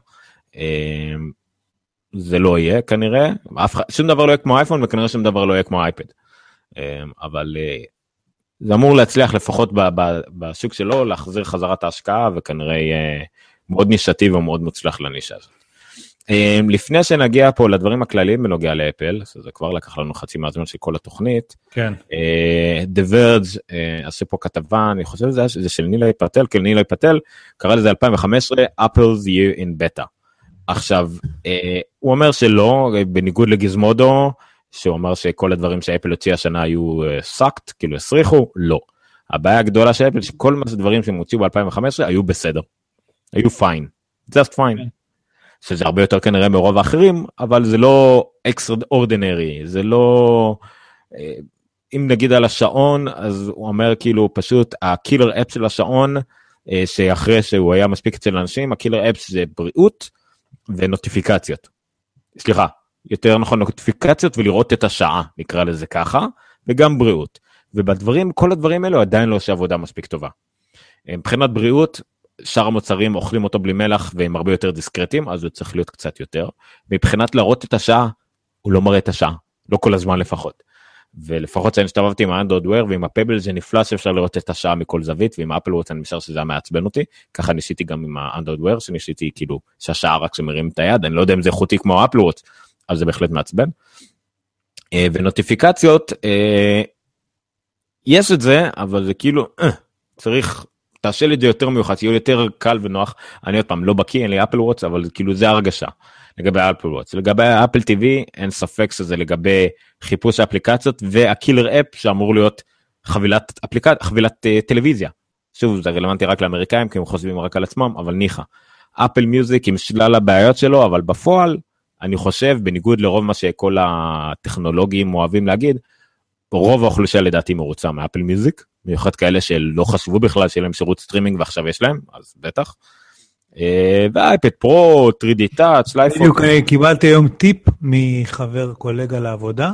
זה לא יהיה כנראה, שום דבר לא יהיה כמו אייפון, וכנראה שום דבר לא יהיה כמו אייפד, אבל זה אמור להצליח לפחות בשוק שלו, להחזיר חזרת ההשקעה, וכנראה יהיה מאוד נישתי ומאוד מוצלח לנישה הזאת. לפני שנגיע פה לדברים הכלליים בנוגע לאפל, זה כבר לקח לנו חצי מהזמן של כל התוכנית, כן. The Verge עשה פה כתבה, אני חושב שזה של נילאי פטל, כן נילאי פטל, קרא לזה אלפיים וחמש עשרה, Apple's Year in Beta. עכשיו, הוא אומר שלא, בניגוד לגיזמודו, שהוא אומר שכל הדברים שאפל הוציא השנה היו סאקט, כאילו הסריחו, לא. הבעיה הגדולה של אפל, שכל הדברים שהם הוציאו ב-אלפיים וחמש עשרה היו בסדר, היו fine, just fine. שזה הרבה יותר כנראה מרוב האחרים, אבל זה לא extraordinary, זה לא, אם נגיד על השעון, אז הוא אומר כאילו פשוט, הקילר אפ של השעון, שאחרי שהוא היה מספיק אצל אנשים, הקילר אפ זה בריאות ונוטיפיקציות. סליחה, יותר נכון נוטיפיקציות ולראות את השעה, נקרא לזה ככה, וגם בריאות. ובדברים, כל הדברים האלו עדיין לא עושה עבודה מספיק טובה. מבחינת בריאות, שאר המוצרים אוכלים אותו בלי מלח והם הרבה יותר דיסקרטיים, אז הוא צריך להיות קצת יותר. מבחינת להראות את השעה, הוא לא מראה את השעה, לא כל הזמן לפחות. ולפחות שאני השתובבתי עם האנדרואיד וויר ועם הפבל זה נפלא שאפשר לראות את השעה מכל זווית, ועם האפל וואץ' אני משער שזה היה מעצבן אותי, ככה ניסיתי גם עם האנדרואיד וויר, שניסיתי כאילו שהשעה רק שמרים את היד, אני לא יודע אם זה איכותי כמו האפל וואץ', אז זה בהחלט מעצבן. ונוטיפיקציות, יש את זה, אבל זה כאילו, צריך... תעשה לי את זה יותר מיוחד, יהיה יותר קל ונוח, אני עוד פעם לא בקיא, אין לי אפל וואץ', אבל כאילו זה הרגשה, לגבי אפל וואץ', לגבי אפל טי וי, אין ספק שזה לגבי חיפוש האפליקציות, והקילר אפ שאמור להיות חבילת אפליקציה, חבילת uh, טלוויזיה, שוב זה רלוונטי רק לאמריקאים, כי הם חושבים רק על עצמם, אבל ניחה, אפל מיוזיק עם שלל הבעיות שלו, אבל בפועל, אני חושב, בניגוד לרוב מה שכל הטכנולוגים אוהבים להגיד, רוב האוכלוסייה לדעתי מרוצה מאפל מיוזיק, מיוחד כאלה שלא חשבו בכלל שיהיה להם שירות סטרימינג ועכשיו יש להם, אז בטח. והאייפד פרו, תרי די טאץ', לייפון. בדיוק, קיבלתי היום טיפ מחבר קולגה לעבודה,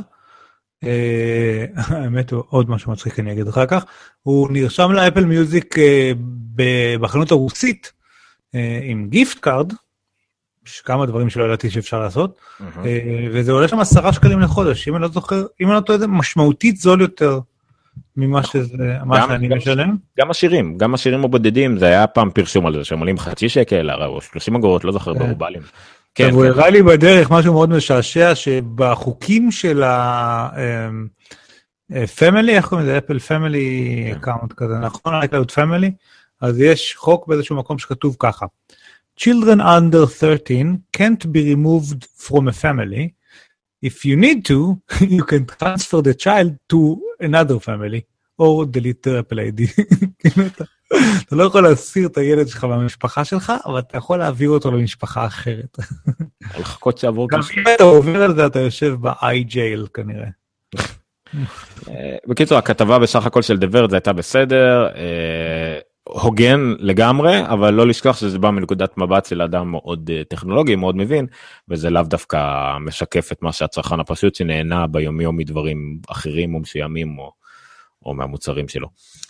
האמת הוא עוד משהו מצחיק אני אגיד אחר כך, הוא נרשם לאפל מיוזיק בחנות הרוסית עם גיפט קארד, יש כמה דברים שלא ידעתי שאפשר לעשות, וזה עולה שם עשרה שקלים לחודש, אם אני לא זוכר, אם אני לא טועה, זה משמעותית זול יותר ממה שזה, מה שאני משלם. גם השירים, גם השירים הבודדים, זה היה פעם פרשום על זה, שהם עולים חצי שקל, או שלושים אגורות, לא זוכר, ברובלים. כן, הוא הראה לי בדרך משהו מאוד משעשע, שבחוקים של ה-Family, איך קוראים לזה? אפל Family Account כזה, נכון? iCloud Family, אז יש חוק באיזשהו מקום שכתוב ככה, Children under thirteen can't be removed from a family. If you need to, you can transfer the child to another family, or delete the Apple איי די. אתה לא יכול להסיר את הילד שלך במשפחה שלך, אבל אתה יכול להעביר אותו למשפחה אחרת. לחכות שעבור גם אם אתה עובר על זה, אתה יושב ב-iJail כנראה. בקיצור, הכתבה בסך הכל של דבר, זה הייתה בסדר, הוגן לגמרי, אבל לא לשכוח שזה בא מנקודת מבט של אדם מאוד טכנולוגי, מאוד מבין, וזה לאו דווקא משקף את מה שהצרכן הפשוט שנהנה ביומי מדברים אחרים או מסוימים, או, או מהמוצרים שלו.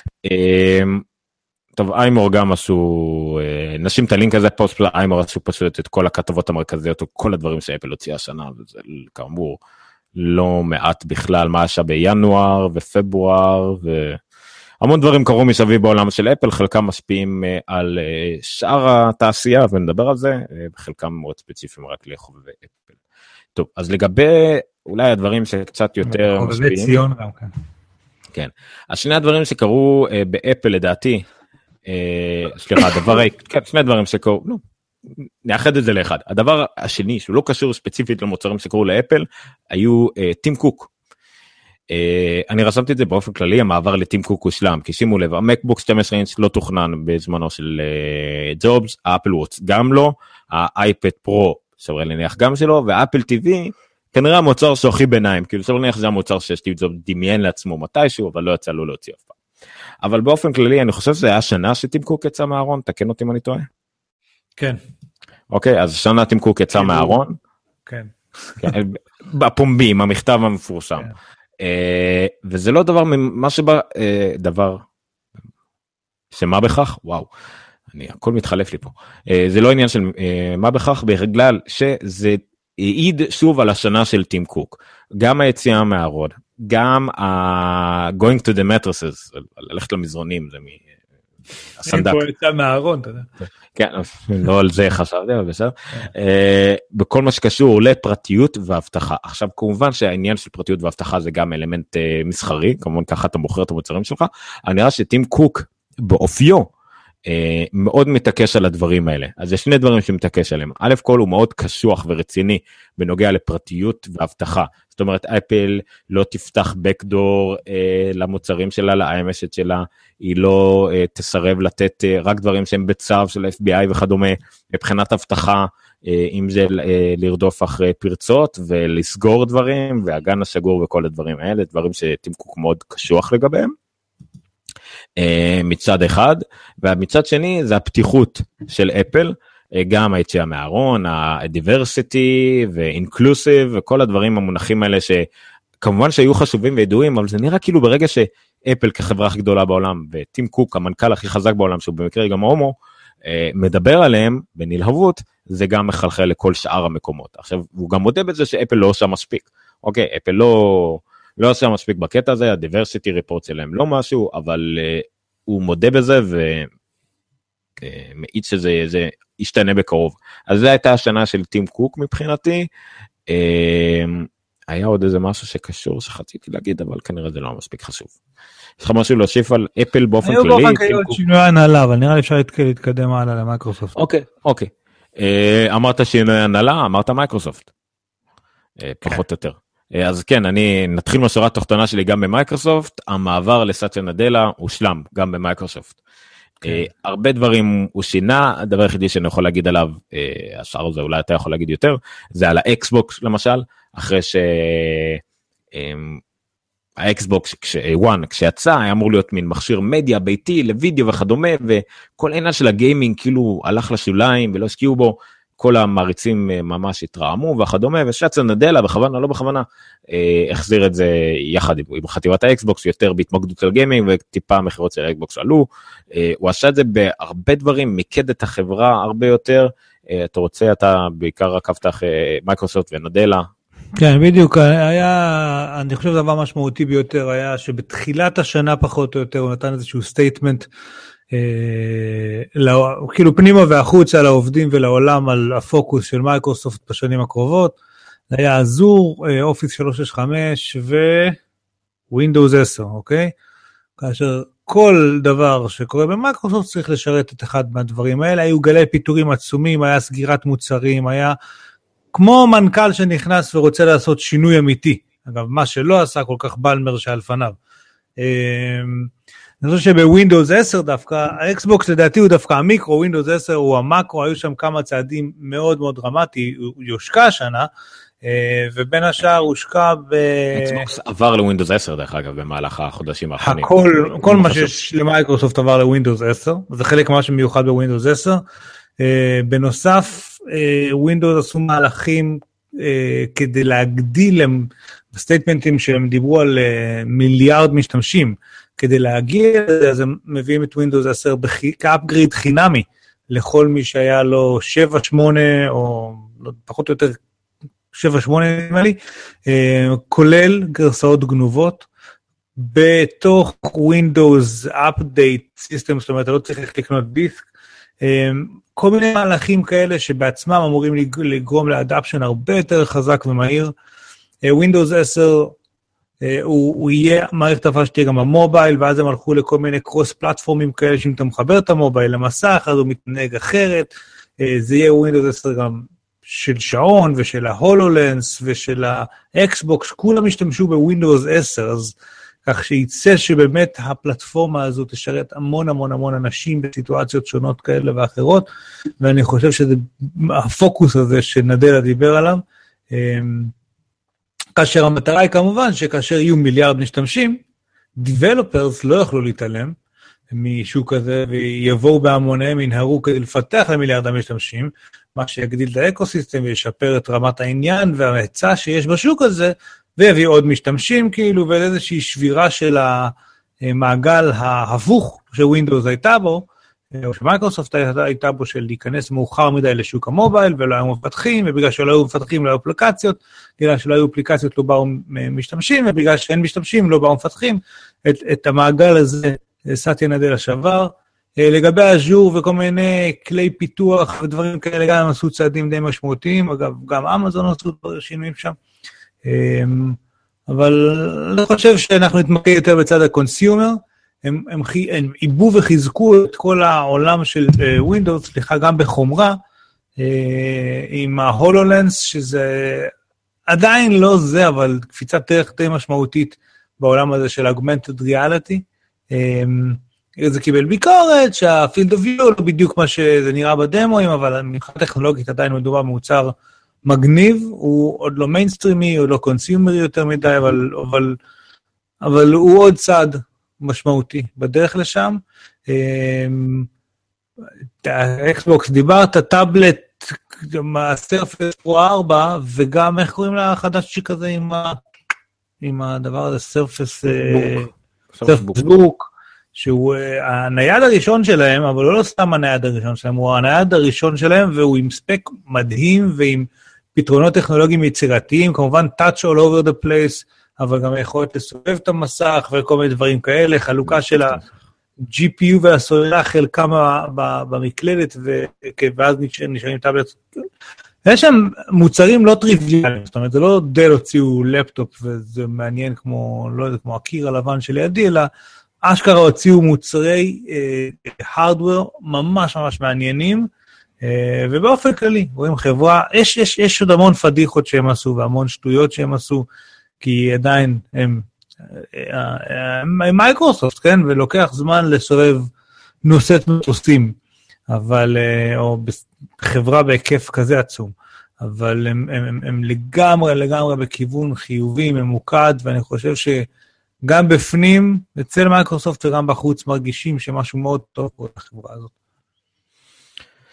טוב, איימור גם עשו, נשים את הלינק הזה, פוסט איימור עשו פשוט את כל הכתבות המרכזיות, או כל הדברים שאפל הוציאה השנה, וזה כאמור לא מעט בכלל, מה היה בינואר ופברואר, ו... המון דברים קרו מסביב בעולם של אפל, חלקם משפיעים על שאר התעשייה, ונדבר על זה, וחלקם מאוד ספציפיים רק לחובבי אפל. טוב, אז לגבי אולי הדברים שקצת יותר משפיעים. חובבי ציון גם כאן. כן. אז שני הדברים שקרו באפל לדעתי, סליחה, הדבר, כן, שני דברים שקרו, לא, נאחד את זה לאחד. הדבר השני, שהוא לא קשור ספציפית למוצרים שקרו לאפל, היו טים קוק. אני רשמתי את זה באופן כללי, המעבר לטים קוק הושלם, כי שימו לב, המקבוק שתים עשרה אינץ' לא תוכנן בזמנו של ג'ובס, האפל וואץ' גם לא, האייפד פרו שווה להניח גם שלו, והאפל טי וי כנראה המוצר שהוא הכי ביניים, כאילו שווה להניח שזה המוצר שסטיב ג'ובס דמיין לעצמו מתישהו, אבל לא יצא לו להוציא אף פעם. אבל באופן כללי אני חושב שזה היה שנה שטים קוק יצא מהארון, תקן אותי אם אני טועה. כן. אוקיי, אז שנה טים קוק יצא מהארון. כן. בפומבים, המכתב המפורסם. וזה לא דבר מה שבא, דבר שמה בכך, וואו, אני, הכל מתחלף לי פה, זה לא עניין של מה בכך, בגלל שזה העיד שוב על השנה של טים קוק, גם היציאה מהארון, גם ה-going to the mattresses, ללכת למזרונים, זה הסנדק. אין פה יצא מהארון, אתה יודע. כן, לא על זה חשבתי, אבל בסדר. בכל מה שקשור לפרטיות והבטחה. עכשיו, כמובן שהעניין של פרטיות והבטחה זה גם אלמנט מסחרי, כמובן ככה אתה מוכר את המוצרים שלך, אני רואה שטים קוק באופיו מאוד מתעקש על הדברים האלה. אז יש שני דברים שמתעקש עליהם. א' כל הוא מאוד קשוח ורציני בנוגע לפרטיות והבטחה. זאת אומרת, אפל לא תפתח בקדור אה, למוצרים שלה, ל-איי-אם-אס שלה, היא לא אה, תסרב לתת אה, רק דברים שהם בצו של ה-אף בי איי וכדומה, מבחינת הבטחה, אה, אם זה אה, לרדוף אחרי פרצות ולסגור דברים, והגן השגור וכל הדברים האלה, דברים שטים קוק מאוד קשוח לגביהם. מצד אחד, ומצד שני זה הפתיחות של אפל, גם היציאה מהארון, ה-diversity ו-inclusive וכל הדברים המונחים האלה שכמובן שהיו חשובים וידועים, אבל זה נראה כאילו ברגע שאפל כחברה הכי גדולה בעולם, וטים קוק המנכ"ל הכי חזק בעולם, שהוא במקרה גם הומו, מדבר עליהם בנלהבות, זה גם מחלחל לכל שאר המקומות. עכשיו, הוא גם מודה בזה שאפל לא עושה מספיק. אוקיי, אפל לא... לא עושה מספיק בקטע הזה, ה-diversity report שלהם לא משהו, אבל uh, הוא מודה בזה ומעיד שזה זה ישתנה בקרוב. אז זו הייתה השנה של טים קוק מבחינתי, uh, היה עוד איזה משהו שקשור שחציתי להגיד, אבל כנראה זה לא מספיק חשוב. יש לך משהו להוסיף על אפל באופן כללי? היו רק היום שינוי הנהלה, אבל נראה לי אפשר להתקדם הלאה למייקרוסופט. אוקיי, אוקיי. Uh, אמרת שינוי הנהלה, אמרת מייקרוסופט. Uh, פחות או יותר. אז כן, אני נתחיל מהשורה התחתונה שלי גם במייקרוסופט, המעבר לסאטיה נדלה הושלם גם במייקרוסופט. כן. הרבה דברים הוא שינה, הדבר היחידי שאני יכול להגיד עליו, השאר הזה אולי אתה יכול להגיד יותר, זה על האקסבוקס למשל, אחרי שהאקסבוקס וואן כשיצא, היה אמור להיות מין מכשיר מדיה ביתי לוידאו וכדומה, וכל העניין של הגיימינג כאילו הלך לשוליים ולא השקיעו בו, כל המעריצים ממש התרעמו וכדומה, ושאצל נדלה בכוונה לא בכוונה החזיר את זה יחד עם חטיבת האקסבוקס, יותר בהתמקדות על גיימינג, וטיפה המחירות של האקסבוקס עלו. הוא עשה את זה בהרבה דברים, מיקד את החברה הרבה יותר. אתה רוצה, אתה בעיקר עקבת מייקרוסופט ונדלה. כן, בדיוק, היה, אני חושב דבר משמעותי ביותר היה שבתחילת השנה פחות או יותר הוא נתן איזשהו סטייטמנט, כאילו פנימה והחוצה על העובדים ולעולם על הפוקוס של מייקרוסופט בשנים הקרובות. זה היה אזור, אופיס שלוש שש חמש ווינדוס עשר, אוקיי? כאשר כל דבר שקורה במייקרוסופט צריך לשרת את אחד מהדברים האלה. היו גלי פיטורים עצומים, היה סגירת מוצרים, היה כמו מנכ"ל שנכנס ורוצה לעשות שינוי אמיתי. אגב, מה שלא עשה כל כך בלמר שעל פניו. אני חושב שבווינדוס עשר דווקא, האקסבוקס לדעתי הוא דווקא המיקרו, ווינדוס עשר הוא המקרו, היו שם כמה צעדים מאוד מאוד דרמטי, הוא יושקע השנה, ובין השאר הושקע ב... אקסבוקס עבר לווינדוס עשר דרך אגב, במהלך החודשים האחרונים. הכל, כל מה שיש למייקרוסופט עבר לווינדוס עשר, זה חלק מה שמיוחד בווינדוס עשר, בנוסף, ווינדוס עשו מהלכים כדי להגדיל הם, בסטייטמנטים שהם דיברו על מיליארד משתמשים, כדי להגיע לזה, אז הם מביאים את ווינדוס עשר כאפגריד חינמי, לכל מי שהיה לו שבע שמונה, או פחות או יותר שבע שמונה נדמה לי, כולל גרסאות גנובות, בתוך ווינדוס אפדייט סיסטם, זאת אומרת, אתה לא צריך לקנות דיסק, כל מיני מהלכים כאלה שבעצמם אמורים לגרום לאדאפשן הרבה יותר חזק ומהיר. ווינדוס עשר הוא, הוא יהיה מערכת הפעלה שתהיה גם במובייל, ואז הם הלכו לכל מיני קרוס פלטפורמים כאלה, שאם אתה מחבר את המובייל למסך, אז הוא מתנהג אחרת. זה יהיה ווינדוס עשר גם של שעון, ושל ההולולנס, ושל האקסבוקס, כולם השתמשו בווינדוס עשר, אז כך שיצא שבאמת הפלטפורמה הזו תשרת המון המון המון אנשים בסיטואציות שונות כאלה ואחרות, ואני חושב שזה הפוקוס הזה שנדלה דיבר עליו, כאשר המטרה היא כמובן שכאשר יהיו מיליארד משתמשים, developers לא יוכלו להתעלם משוק הזה, ויבואו בהמוניהם, ינהרו כדי לפתח למיליארד המשתמשים, מה שיגדיל את האקוסיסטם וישפר את רמת העניין וההיצע שיש בשוק הזה, ויביא עוד משתמשים כאילו, ואיזושהי שבירה של המעגל ההפוך שווינדוס הייתה בו, או שמייקרוסופט הייתה בו, של להיכנס מאוחר מדי לשוק המובייל, ולא היו מפתחים, ובגלל שלא היו מפתחים לא היו אפליקציות, בגלל שלא היו אפליקציות לא באו משתמשים, ובגלל שאין משתמשים לא באו מפתחים, את, את המעגל הזה סטיה נדלה שבר. לגבי אז'ור וכל מיני כלי פיתוח ודברים כאלה, גם עשו צעדים די משמעותיים, אגב גם אמזון עשו שינויים שם, אבל אני חושב שאנחנו נתמקד יותר בצד הקונסיומר, הם, הם, הם איבו וחיזקו את כל העולם של ווינדוס, סליחה, גם בחומרה, עם ההולולנס, שזה עדיין לא זה, אבל קפיצת דרך די משמעותית בעולם הזה של augmented reality. זה קיבל ביקורת, שהפילד אוף ויו לא בדיוק מה שזה נראה בדמוים, אבל מבחינה טכנולוגית עדיין מדובר במוצר מגניב, הוא עוד לא מיינסטרימי, הוא לא קונסיומרי יותר מדי, אבל, אבל, אבל הוא עוד צעד משמעותי בדרך לשם. האקסבוקס דיברת, טאבלט, הסרפס פרו ארבע, וגם איך קוראים לה החדש שכזה עם, ה, עם הדבר הזה, סרפס בוק, שהוא הנייד הראשון שלהם, אבל לא סתם הנייד הראשון שלהם, הוא הנייד הראשון שלהם, והוא עם ספק מדהים, ועם פתרונות טכנולוגיים יצירתיים, כמובן touch all over the place, אבל גם יכולת לסובב את המסך, וכל מיני דברים כאלה, חלוקה של ה-ג'י פי יו והסוללה, חלקם במקלדת, ואז נשארים טאבלט. יש שם מוצרים לא טריוויאליים, זאת אומרת, זה לא דל הוציאו לפטופ, וזה מעניין כמו, לא יודע, כמו הקיר הלבן שלידי, אלא אשכרה הוציאו מוצרי הארדוור ממש ממש מעניינים, ובאופן כללי, רואים חברה, יש, יש, יש עוד המון פדיחות שהם עשו, והמון שטויות שהם עשו, כי עדיין הם, הם, הם מייקרוסופט, כן? ולוקח זמן לסובב נושאת מטוסים, אבל, או בחברה בהיקף כזה עצום, אבל הם, הם, הם, הם לגמרי, לגמרי בכיוון חיובי, ממוקד, ואני חושב שגם בפנים, אצל מייקרוסופט וגם בחוץ, מרגישים שמשהו מאוד טוב פה לחברה הזאת.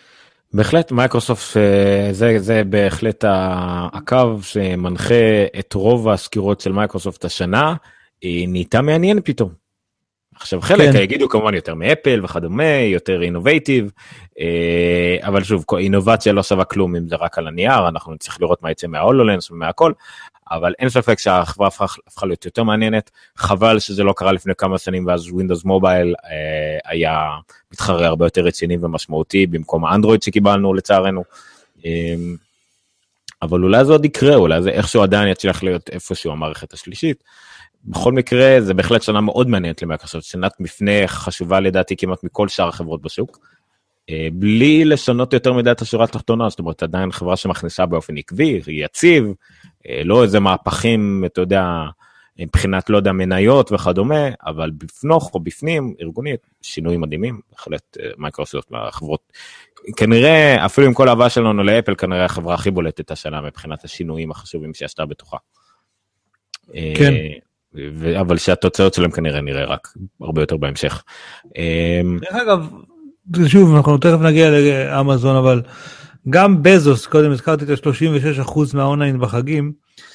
בהחלט מייקרוסופט זה, זה בהחלט הקו שמנחה את רוב הסקירות של מייקרוסופט השנה, היא נהייתה מעניין פתאום. עכשיו חלק כן. יגידו כמובן יותר מאפל וכדומה, יותר אינובייטיב, אבל שוב, אינובציה לא שווה כלום אם זה רק על הנייר, אנחנו נצטרך לראות מה יצא מההולולנס ומהכל, אבל אין ספק שהחברה הפכה להיות יותר מעניינת, חבל שזה לא קרה לפני כמה שנים, ואז Windows Mobile אה, היה מתחרה הרבה יותר רציני ומשמעותי, במקום האנדרואיד שקיבלנו לצערנו, אה, אבל אולי זה עוד יקרה, אולי זה איכשהו עדיין יצליח להיות איפשהו המערכת השלישית, בכל מקרה זה בהחלט שנה מאוד מעניינת למייקרוסופט, שנת מפנה חשובה לדעתי כמעט מכל שאר החברות בשוק, אה, בלי לשנות יותר מדי את השורה התחתונה, זאת אומרת עדיין חברה שמכניסה באופן עקבי, יציב, לא איזה מהפכים, אתה יודע, מבחינת, לא יודע, מניות וכדומה, אבל בפנוך או בפנים, ארגונית, שינויים מדהימים, בהחלט מייקרוסופט מהחברות, כנראה, אפילו עם כל אהבה שלנו לאפל, כנראה החברה הכי בולטת השנה, מבחינת השינויים החשובים שעשתה בתוכה. כן. אבל שהתוצאות שלהם כנראה נראה רק הרבה יותר בהמשך. דרך אגב, שוב, אנחנו תכף נגיע לאמזון, אבל גם בזוס, קודם הזכרתי את ה-שלושים ושש אחוז מהאונליין בחגים,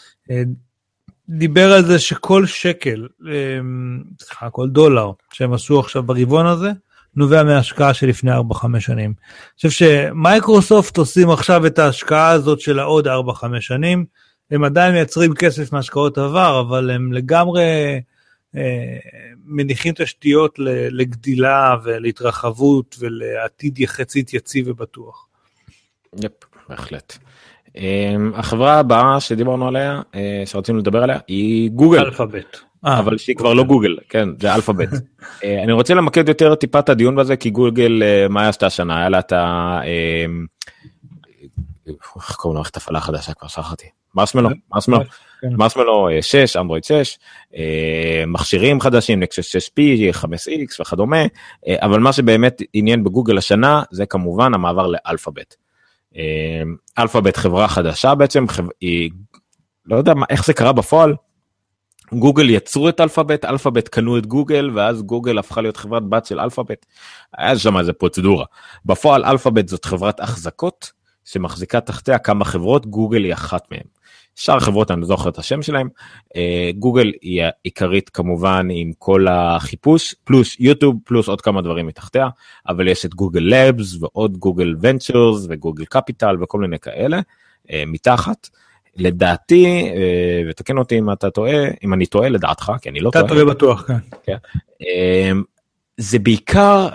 דיבר על זה שכל שקל, סליחה, כל דולר שהם עשו עכשיו ברבעון הזה, נובע מההשקעה של לפני ארבע חמש שנים. אני חושב שמייקרוסופט עושים עכשיו את ההשקעה הזאת של העוד ארבע חמש שנים, הם עדיין מייצרים כסף מהשקעות עבר, אבל הם לגמרי אה, מניחים תשתיות לגדילה ולהתרחבות ולעתיד יחסית יציב ובטוח. יפ, בהחלט. החברה הבאה שדיברנו עליה, שרצינו לדבר עליה, היא גוגל. אלפאבית. אבל שהיא כבר לא גוגל, כן, זה אלפאבית. אני רוצה למקד יותר טיפה את הדיון בזה, כי גוגל, מה עשתה השנה? היה לה את ה... איך קוראים לו, איך תפעלה חדשה, כבר שכחתי. מרשמלו, מרשמלו, מרשמלו שש, אנדרואיד שש, מכשירים חדשים, נקסוס שש פי, חמש אקס וכדומה, אבל מה שבאמת עניין בגוגל השנה, זה כמובן המעבר לאלפאבית. אלפאבית חברה חדשה בעצם, היא, לא יודע איך זה קרה בפועל, גוגל יצרו את אלפאבית, אלפאבית קנו את גוגל, ואז גוגל הפכה להיות חברת בת של אלפאבית, היה שם איזה פרוצדורה. בפועל אלפאבית זאת חברת החזקות, שמחזיקה תחתיה כמה חברות, גוגל היא אחת מהן. שאר חברות אני זוכר את השם שלהם, גוגל היא העיקרית כמובן עם כל החיפוש, פלוס יוטיוב, פלוס עוד כמה דברים מתחתיה, אבל יש את גוגל לבס ועוד גוגל ונצ'רס וגוגל קפיטל וכל מיני כאלה, מתחת. לדעתי, ותקן אותי אם אתה טועה, אם אני טועה לדעתך, כי אני לא טועה. אתה טועה בטוח, כן. זה בעיקר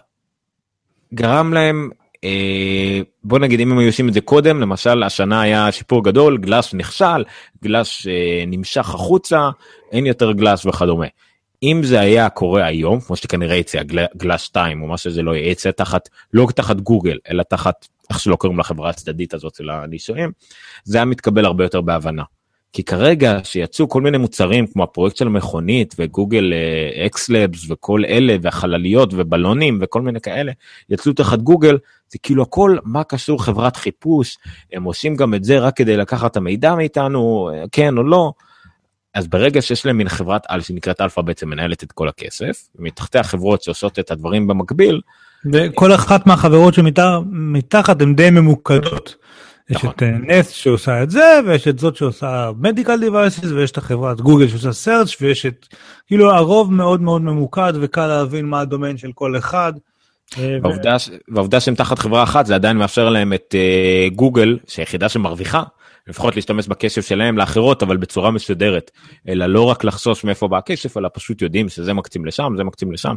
גרם להם, בוא נגיד אם הם היו עושים את זה קודם, למשל השנה היה שיפור גדול, גלאס נכשל, גלאס נמשך החוצה, אין יותר גלאס וכדומה. אם זה היה קורה היום, כמו שכנראה יצא גלאס שתיים, או מה שזה לא יצא תחת, לא תחת גוגל, אלא תחת, איך שלא קוראים לחברה הצדדית הזאת של הניסויים, זה היה מתקבל הרבה יותר בהבנה. כי כרגע שיצאו כל מיני מוצרים, כמו הפרויקט של המכונית, וגוגל אקסלאבס, וכל אלה, והחלליות, ובלונים, וכל מיני כאלה, יצאו תחת גוגל, זה כאילו הכל, מה קשור חברת חיפוש, הם עושים גם את זה רק כדי לקחת את המידע מאיתנו, כן או לא, אז ברגע שיש להם מין חברת על, שנקראת אלפא בעצם מנהלת את כל הכסף, ומתחתי החברות שעושות את הדברים במקביל, וכל אחת מהחברות שמתחת הן די ממוקדות, יש את נסט שעושה את זה, ויש את זאת שעושה medical devices, ויש את החברת גוגל שעושה search, ויש את, כאילו הרוב מאוד מאוד ממוקד, וקל להבין מה הדומיין של כל אחד. והעובדה שהם תחת חברה אחת, זה עדיין מאפשר להם את גוגל, שהיחידה שמרוויחה, לפחות להשתמש בקשב שלהם לאחרות, אבל בצורה מסודרת, אלא לא רק לחשוש מאיפה בא הקשב, אלא פשוט יודעים שזה מקצים לשם, זה מקצים לשם.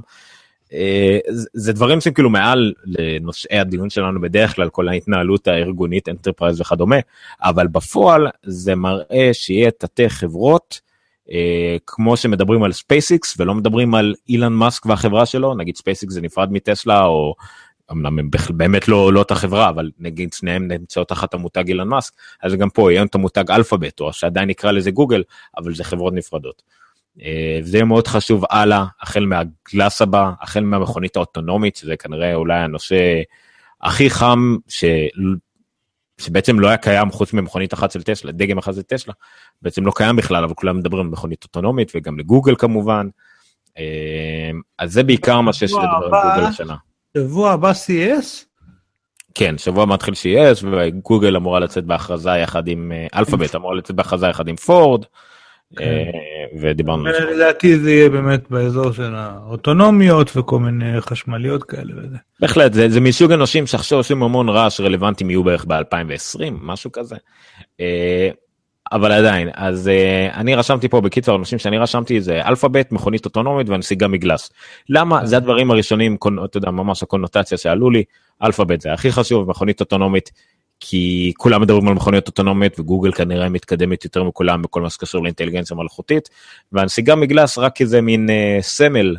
זה דברים שהם כאילו מעל לנושאי הדיון שלנו בדרך כלל, כל ההתנהלות הארגונית, אנטרפרייז וכדומה, אבל בפועל זה מראה שיהיה תתי חברות, כמו שמדברים על ספייסיקס, ולא מדברים על אילן מאסק והחברה שלו, נגיד ספייסיקס זה נפרד מטסלה, או אמנם הם באמת לא, לא את החברה, אבל נגיד שניהם נמצאות תחת המותג אילן מאסק, אז גם פה יהיה את המותג אלפאבית, או שעדיין נקרא לזה גוגל, אבל זה חברות נפרדות. וזה יהיה מאוד חשוב הלאה, החל מהגלאס הבא, החל מהמכונית האוטונומית, שזה כנראה אולי הנושא הכי חם, ש... שבעצם לא היה קיים חוץ ממכונית אחת של טסלה, דגם אחת של טסלה, בעצם לא קיים בכלל, אבל כולם מדברים על מכונית אוטונומית, וגם לגוגל כמובן, אז זה בעיקר מה שיש לדבר על גוגל השנה. שבוע הבא סי אס? כן, שבוע מתחיל שיש, וגוגל אמורה לצאת בהכרזה יחד עם אלפאבית, אמורה לצאת בהכרזה יחד עם פורד, ודיברנו על זה. לדעתי זה יהיה באמת באזור של האוטונומיות וכל מיני חשמליות כאלה וזה. בהחלט, זה מסוג אנושים שעכשיו עושים המון רעש, רלוונטיים יהיו בערך ב-אלפיים ועשרים, משהו כזה. אבל עדיין, אז אני רשמתי פה בקיצור, אנשים שאני רשמתי זה אלפאבית, מכונית אוטונומית והנסיגה מגלס. למה? זה הדברים הראשונים, אתה יודע, ממש הקונוטציה שעלו לי, אלפאבית זה הכי חשוב, מכונית אוטונומית, כי כולם מדברים על מכוניות אוטונומית, וגוגל כנראה מתקדמת יותר מכולם בכל מה שקשור לאינטליגנציה מלאכותית, והנסיגה מגלס רק איזה מין אה, סמל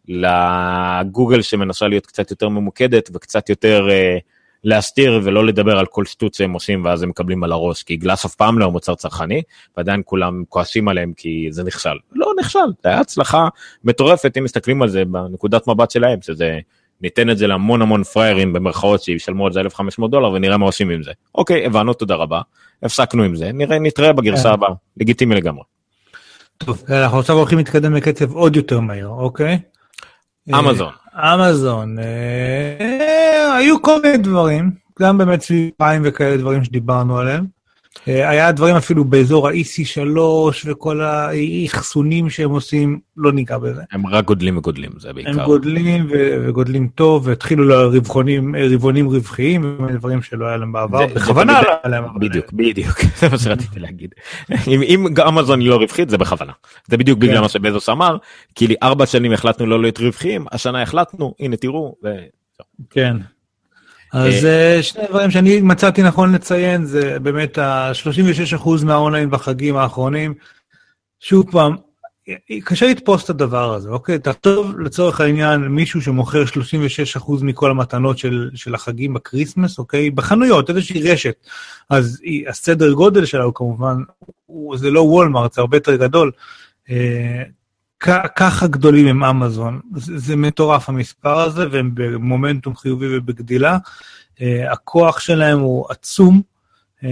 לגוגל שמנסה להיות קצת יותר ממוקדת, וקצת יותר אה, להסתיר ולא לדבר על כל שטות שהם עושים, ואז הם מקבלים על הראש, כי גלס אף פעם לא מוצר צרכני, ועדיין כולם כועסים עליהם כי זה נכשל. לא נכשל, זה היה הצלחה מטורפת, אם מסתכלים על זה בנקודת מבט שלהם, שזה ניתן את זה להמון המון פריירים במרכאות שישלמו על זה אלף וחמש מאות דולר ונראה מה עושים עם זה. אוקיי, הבנו, תודה רבה, הפסקנו עם זה, נראה, נתראה בגרסה הבאה, לגיטימי לגמרי. טוב, אנחנו עכשיו הולכים להתקדם לקצב עוד יותר מהיר, אוקיי? אמזון. אמזון, היו כל מיני דברים, גם באמת סביב פריים וכאלה דברים שדיברנו עליהם. היה דברים אפילו באזור ה-אי סי שלוש וכל האחסונים שהם עושים, לא ניגע בזה. הם רק גודלים וגודלים, זה בעיקר. הם גודלים וגודלים טוב, והתחילו לרבעונים רווחיים, דברים שלא היה להם בעבר, בכוונה לא היה להם. בדיוק, בדיוק, זה מה שרציתי להגיד. אם אמזון היא לא רווחית, זה בכוונה. זה בדיוק בגלל מה שבזוס אמר, כי לי ארבע שנים החלטנו לא להיות רווחיים, השנה החלטנו, הנה תראו. כן. אז שני דברים שאני מצאתי נכון לציין, זה באמת ה-שלושים ושש אחוז מהאונליין בחגים האחרונים, שוב פעם, קשה לתפוס את הדבר הזה, אוקיי? תכתוב לצורך העניין מישהו שמוכר שלושים ושש אחוז מכל המתנות של, של החגים בקריסמס, אוקיי? בחנויות, איזושהי רשת, אז הסדר גודל שלה הוא כמובן, הוא, זה לא וולמארט, זה הרבה יותר גדול, ככה גדולים עם אמזון, זה, זה מטורף המספר הזה, והם במומנטום חיובי ובגדילה, uh, הכוח שלהם הוא עצום, uh,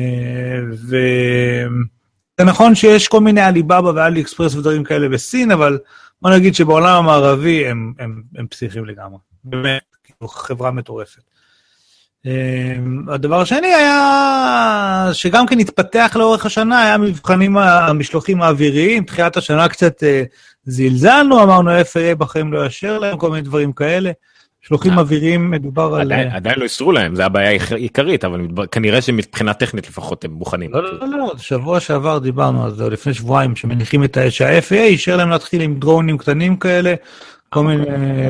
וזה נכון שיש כל מיני אליבאבא ואלי אקספרס ודברים כאלה בסין, אבל בוא נגיד שבעולם המערבי הם, הם, הם פסיכים לגמרי, באמת, כאילו חברה מטורפת. Uh, הדבר השני היה, שגם כן התפתח לאורך השנה, היה מבחנים המשלוחים האוויריים, תחילת השנה קצת, uh, זלזלנו, אמרנו ה-אף איי איי בחיים לא יאשר להם, כל מיני דברים כאלה, שלוחים אוויריים מדובר על... עדיין לא יסרו להם, זה הבעיה העיקרית, אבל כנראה שמבחינה טכנית לפחות הם מוכנים. לא, לא, לא, שבוע שעבר דיברנו על זה, לפני שבועיים, שמניחים את ה-אף איי איי, יאשר להם להתחיל עם דרונים קטנים כאלה, כל מיני,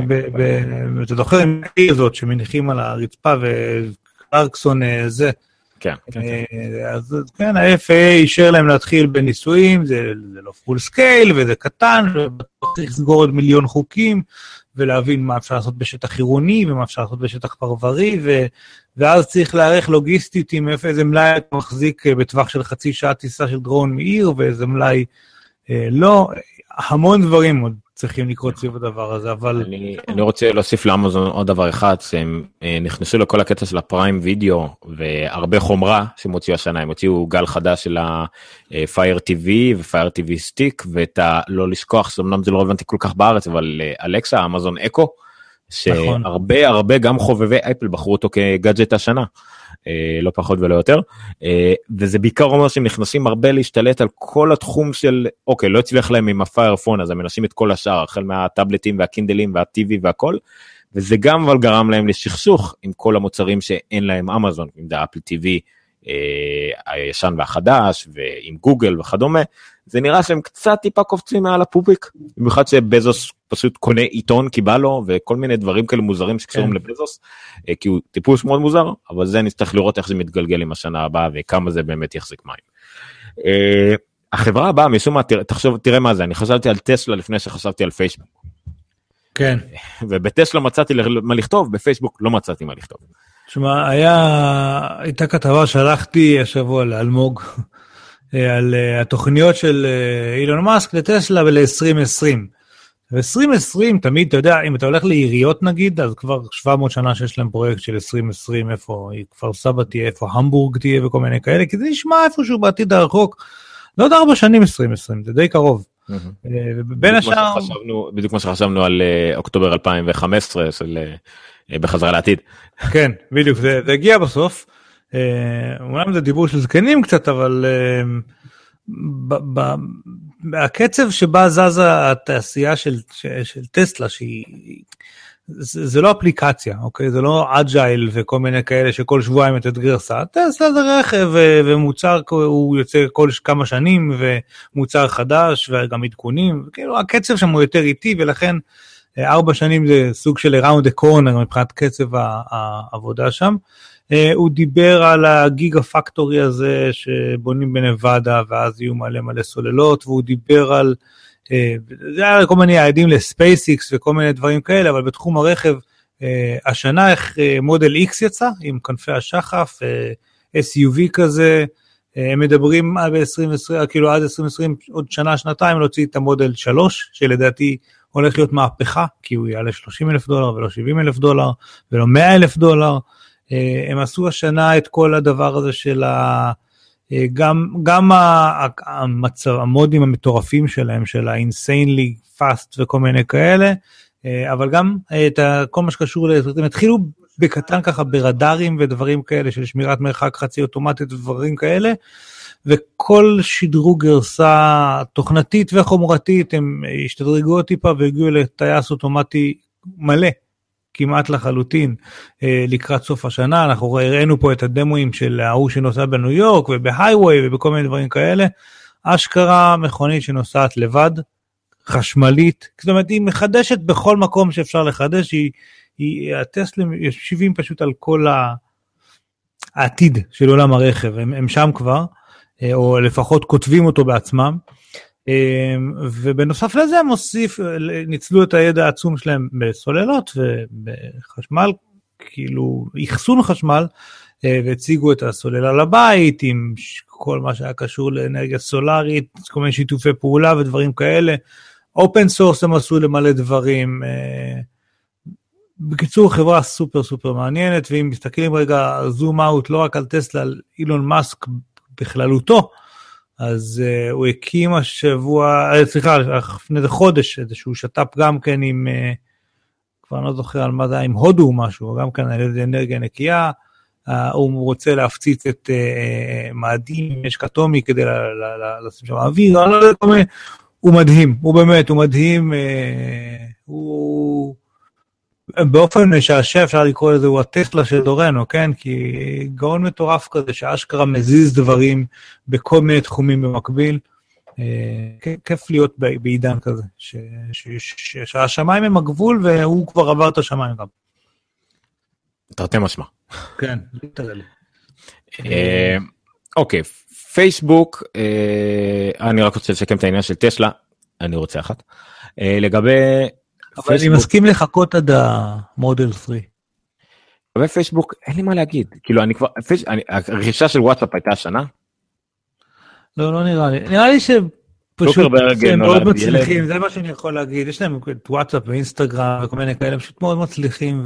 אתה זוכר עם העיר הזאת, שמניחים על הרצפה וקלרקסון זה, כן, אז כן, ה-אף איי איי אישר להם להתחיל בניסויים, זה לא פול סקייל וזה קטן, וצריך לסגור עוד מיליון חוקים, ולהבין מה אפשר לעשות בשטח עירוני, ומה אפשר לעשות בשטח פרברי, ואז צריך להערך לוגיסטית עם איזה מלאי מחזיק בטווח של חצי שעה טיסה של דרון מעיר, ואיזה מלאי לא, המון דברים עוד צריכים לקרות סביב הדבר הזה, אבל... אני, אני רוצה להוסיף לאמזון עוד דבר אחד, שהם נכנסו לכל הקטע של הפריים וידאו, והרבה חומרה שהם הוציאו השנה, הם הוציאו גל חדש של ה-Fire טי וי ו-Fire טי וי Stick, ואת ה... לא לשכוח, שאומנם זה לא רלוונטי כל כך בארץ, אבל אלקסה, אמזון אקו, שהרבה הרבה גם חובבי אפל בחרו אותו כגאדג'ט השנה, לא פחות ולא יותר, וזה בעיקר אומר שהם נכנסים הרבה להשתלט על כל התחום של, אוקיי, לא הצליח להם עם הפיירפון, אז הם מנסים את כל השאר, החל מהטאבלטים והקינדלים והטיווי והכל, וזה גם אבל גרם להם לשכסוך עם כל המוצרים שאין להם אמזון, עם זה אפל טי וי הישן והחדש, ועם גוגל וכדומה, זה נראה שהם קצת טיפה קופצים מעל הפוביק, במיוחד שבזוס פשוט קונה עיתון כי בא לו, וכל מיני דברים כאלה מוזרים שקשורים לבזוס, כי הוא טיפוס מאוד מוזר, אבל זה נצטרך לראות איך זה מתגלגל עם השנה הבאה, וכמה זה באמת יחזיק מים. החברה הבאה, משום מה, תחשוב, תראה מה זה, אני חשבתי על טסלה לפני שחשבתי על פייסבוק. כן. ובטסלה מצאתי מה לכתוב, בפייסבוק לא מצאתי מה לכתוב. תשמע, היה, הייתה כתבה שהלכתי השבוע לאלמוג, על התוכניות של אילון מאסק לטסלה ול-עשרים עשרים. ו-עשרים עשרים, תמיד, אתה יודע, אם אתה הולך לעיריות נגיד, אז כבר שבע מאות שנה שיש להם פרויקט של עשרים עשרים, איפה כפר סבא תהיה, איפה המבורג תהיה וכל מיני כאלה, כי זה נשמע איפשהו בעתיד הרחוק, לא עוד ארבע שנים עשרים עשרים, זה די קרוב. בין השאר... בדיוק מה שחשבנו על אוקטובר אלפיים וחמש עשרה של בחזרה לעתיד. כן, בדיוק, זה, זה הגיע בסוף, אומנם זה דיבור של זקנים קצת, אבל ב, ב, הקצב שבה זזה התעשייה של, של, של טסלה, שהיא, זה, זה לא אפליקציה, אוקיי? זה לא אג'ייל וכל מיני כאלה שכל שבועיים את גרסה, טסלה זה רכב ומוצר, הוא יוצא כל כמה שנים ומוצר חדש וגם עדכונים, כאילו הקצב שם הוא יותר איטי, ולכן ארבע שנים זה סוג של around the corner מבחינת קצב העבודה שם. הוא דיבר על הגיגה פקטורי הזה שבונים בנבדה ואז יהיו מלא מלא סוללות, והוא דיבר על, זה היה כל מיני יעדים לספייסיקס וכל מיני דברים כאלה, אבל בתחום הרכב, השנה איך מודל X יצא עם כנפי השחף, אס יו וי כזה, הם מדברים על עשרים עשרים, כאילו עד עשרים עשרים, עוד שנה, שנתיים, להוציא את המודל שלוש, שלדעתי הולך להיות מהפכה, כי הוא יעלה שלושים אלף דולר ולא שבעים אלף דולר, ולא מאה אלף דולר. הם עשו השנה את כל הדבר הזה של ה... גם, גם המצב, המודים המטורפים שלהם, של ה-insanely fast וכל מיני כאלה, אבל גם את כל מה שקשור, הם התחילו בקטן ככה ברדארים ודברים כאלה של שמירת מרחק חצי אוטומטית ודברים כאלה, וכל שדרוג גרסה תוכנתית וחומרתית הם השתדרגו טיפה והגיעו לטייס אוטומטי מלא, כמעט לחלוטין, לקראת סוף השנה. אנחנו הראינו פה את הדמוים של ההוא שנוסע בניו יורק ובהייווי ובכל מיני דברים כאלה, אשכרה מכונית שנוסעת לבד, חשמלית, זאת אומרת היא מחדשת בכל מקום שאפשר לחדש, היא, היא הטסלים יושבים פשוט על כל העתיד של עולם הרכב, הם, הם שם כבר, או לפחות כותבים אותו בעצמם, ובנוסף לזה הם מוסיף, ניצלו את הידע העצום שלהם בסוללות ובחשמל, כאילו יחסון חשמל, והציגו את הסוללה לבית, עם כל מה שהיה קשור לאנרגיה סולארית, כל מיני שיתופי פעולה ודברים כאלה, אופן סורס הם עשו למלא דברים, בקיצור חברה סופר סופר מעניינת, ואם מסתכלים רגע זום אאוט, לא רק על טסלה, על אילון מאסק בכללותו, אז uh, הוא הקים השבוע, סליחה, לפני זה חודש, איזשהו שטאפ גם כן עם, uh, כבר לא זוכר על מה זה, עם הודו או משהו, גם כן על איזה אנרגיה נקייה, uh, הוא רוצה להפציץ את uh, מאדים, משק אטומי, כדי לשים שם אוויר, לא, לא, לא, הוא מדהים, הוא באמת, הוא מדהים, uh, הוא... באופן משעשע אפשר לקרוא לזה, הוא הטסלה של דורנו, כן? כי גאון מטורף כזה, שאשכרה מזיז דברים בכל מיני תחומים במקביל. כיף להיות בעידן כזה, שהשמיים הם הגבול, והוא כבר עבר את השמיים גם. תרתי משמע. כן, תראה לי. אוקיי, פייסבוק, אני רק רוצה לסכם את העניין של טסלה, אני רוצה אחת. לגבי... אבל אני מסכים לחכות עד המודל שלוש. בפייסבוק אין לי מה להגיד, כאילו אני כבר, הרכישה של וואטסאפ הייתה השנה? לא, לא נראה לי, נראה לי שפשוט הם מאוד מצליחים, זה מה שאני יכול להגיד, יש להם את וואטסאפ ואינסטגרם וכל מיני כאלה, הם פשוט מאוד מצליחים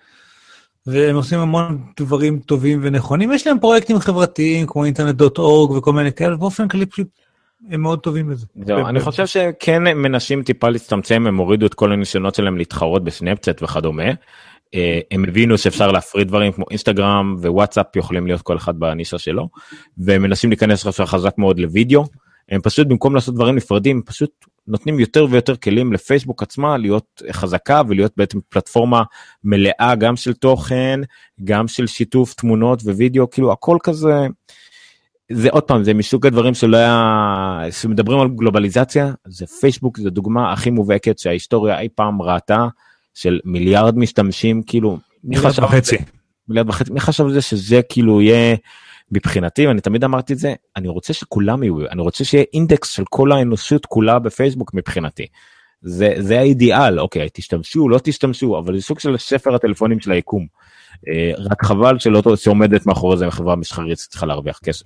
והם עושים המון דברים טובים ונכונים, יש להם פרויקטים חברתיים כמו אינטרנט דוט אורג וכל מיני כאלה, ובאופן כללי פשוט הם מאוד טובים בזה. זהו, אני חושב שכן מנסים טיפה להצטמצם, הם הורידו את כל הניסיונות שלהם להתחרות בסנאפצ'אט וכדומה, הם הבינו שאפשר להפריד דברים כמו אינסטגרם ווואטסאפ יכולים להיות כל אחד בנישה שלו, והם מנסים להיכנס חזק מאוד לוידאו, הם פשוט במקום לעשות דברים נפרדים, פשוט נותנים יותר ויותר כלים לפייסבוק עצמה, להיות חזקה ולהיות בעצם פלטפורמה מלאה גם של תוכן, גם של שיתוף תמונות ווידאו, כאילו הכל כזה... זה עוד פעם, זה מסוג הדברים שלא היה, שמדברים על גלובליזציה, זה פייסבוק, זה דוגמה הכי מובהקת שההיסטוריה אי פעם ראתה, של מיליארד משתמשים, כאילו, מיליארד וחצי. מיליארד וחצי, מי חשב על זה שזה כאילו יהיה מבחינתי, ואני תמיד אמרתי את זה, אני רוצה שכולם יהיו, אני רוצה שיהיה אינדקס של כל האנושות כולה בפייסבוק מבחינתי. זה, זה האידיאל, אוקיי, תשתמשו, לא תשתמשו, אבל זה סוג של ספר הטלפונים של היקום. רק חבל שלא שעומדת מאחורי זה חברה מסחרית שצריכה להרוויח כסף.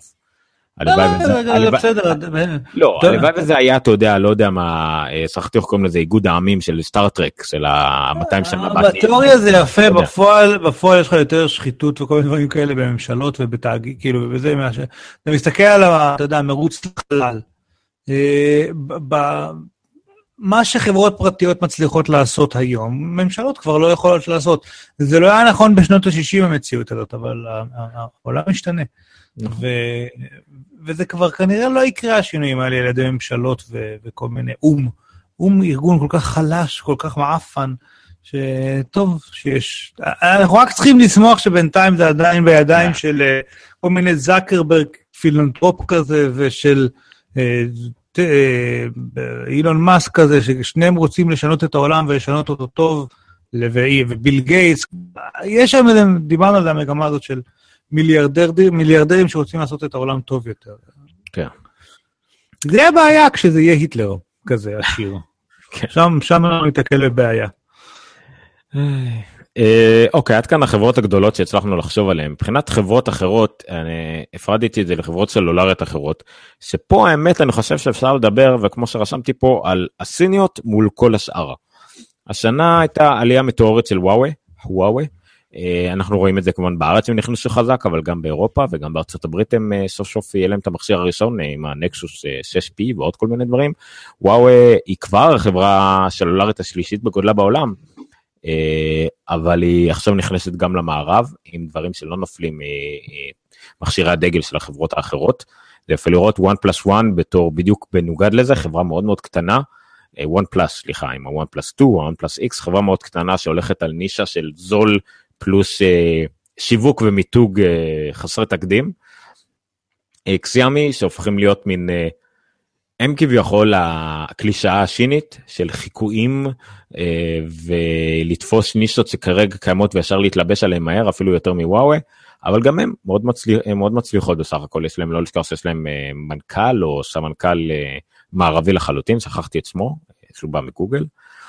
לא, הלוואי וזה היה, אתה יודע, לא יודע מה, שכחתי איך קוראים לזה, איגוד העמים של סטארטרק, של ה-מאתיים שנה. בתיאוריה זה יפה, בפועל יש לך יותר שחיתות וכל מיני דברים כאלה בממשלות ובתאגיד, כאילו, וזה מה ש... אתה מסתכל על, אתה יודע, מרוץ לחלל. מה שחברות פרטיות מצליחות לעשות היום, ממשלות כבר לא יכולות לעשות. זה לא היה נכון בשנות ה-שישים המציאות הזאת, אבל העולם משתנה. ו... וזה כבר כנראה לא יקרה השינויים האלה על ידי ממשלות ו... וכל מיני אום. אום ארגון כל כך חלש, כל כך מעפן, שטוב שיש... אנחנו רק צריכים לשמוח שבינתיים זה עדיין בידיים של כל מיני זקרברג פילנטרופ כזה, ושל אילון מאסק כזה, ששניהם רוצים לשנות את העולם ולשנות אותו טוב, וביל גייטס. יש שם, דיברנו על המגמה הזאת של מיליארדרים, מיליארדרים שרוצים לעשות את העולם טוב יותר. כן. זה הבעיה כשזה יהיה היטלר כזה, השיר. שם, שם אנחנו נתקל בבעיה. אוקיי, עד כאן החברות הגדולות שהצלחנו לחשוב עליהן. מבחינת חברות אחרות, אני הפרדתי את זה לחברות סלולריות אחרות, שפה האמת אני חושב שאפשר לדבר, וכמו שרשמתי פה, על הסיניות מול כל השאר. השנה הייתה עלייה מטאורית של וואוי, וואוי, אנחנו רואים את זה כמובן בארץ הם נכנסו חזק, אבל גם באירופה וגם בארצות הברית הם סוף סוף יהיה להם את המכשיר הראשון עם הנקסוס שש פי ועוד כל מיני דברים. וואוי היא כבר החברה הסלולרית השלישית בגודלה בעולם, אבל היא עכשיו נכנסת גם למערב עם דברים שלא נופלים ממכשירי הדגל של החברות האחרות. זה יפה לראות וואן פלוס וואן בתור בדיוק בנוגד לזה, חברה מאוד מאוד קטנה, וואן פלוס, סליחה, עם ה-וואן פלוס שתיים, וואן פלוס איקס, חברה מאוד קטנה שהולכת על נישה של זול פלוס אה, שיווק ומיתוג אה, חסרי תקדים. xiaomi שהופכים להיות מין, אה, הם כביכול הקלישאה השינית של חיקויים אה, ולתפוס נישות שכרגע קיימות וישר להתלבש עליהם מהר, אפילו יותר מוואוי, אבל גם הם מאוד, מצליח, הם מאוד מצליחות בסך הכל, יש להם לא לשכח שיש להם אה, מנכ"ל או סמנכ"ל אה, מערבי לחלוטין, שכחתי את שמו, שהוא בא מגוגל,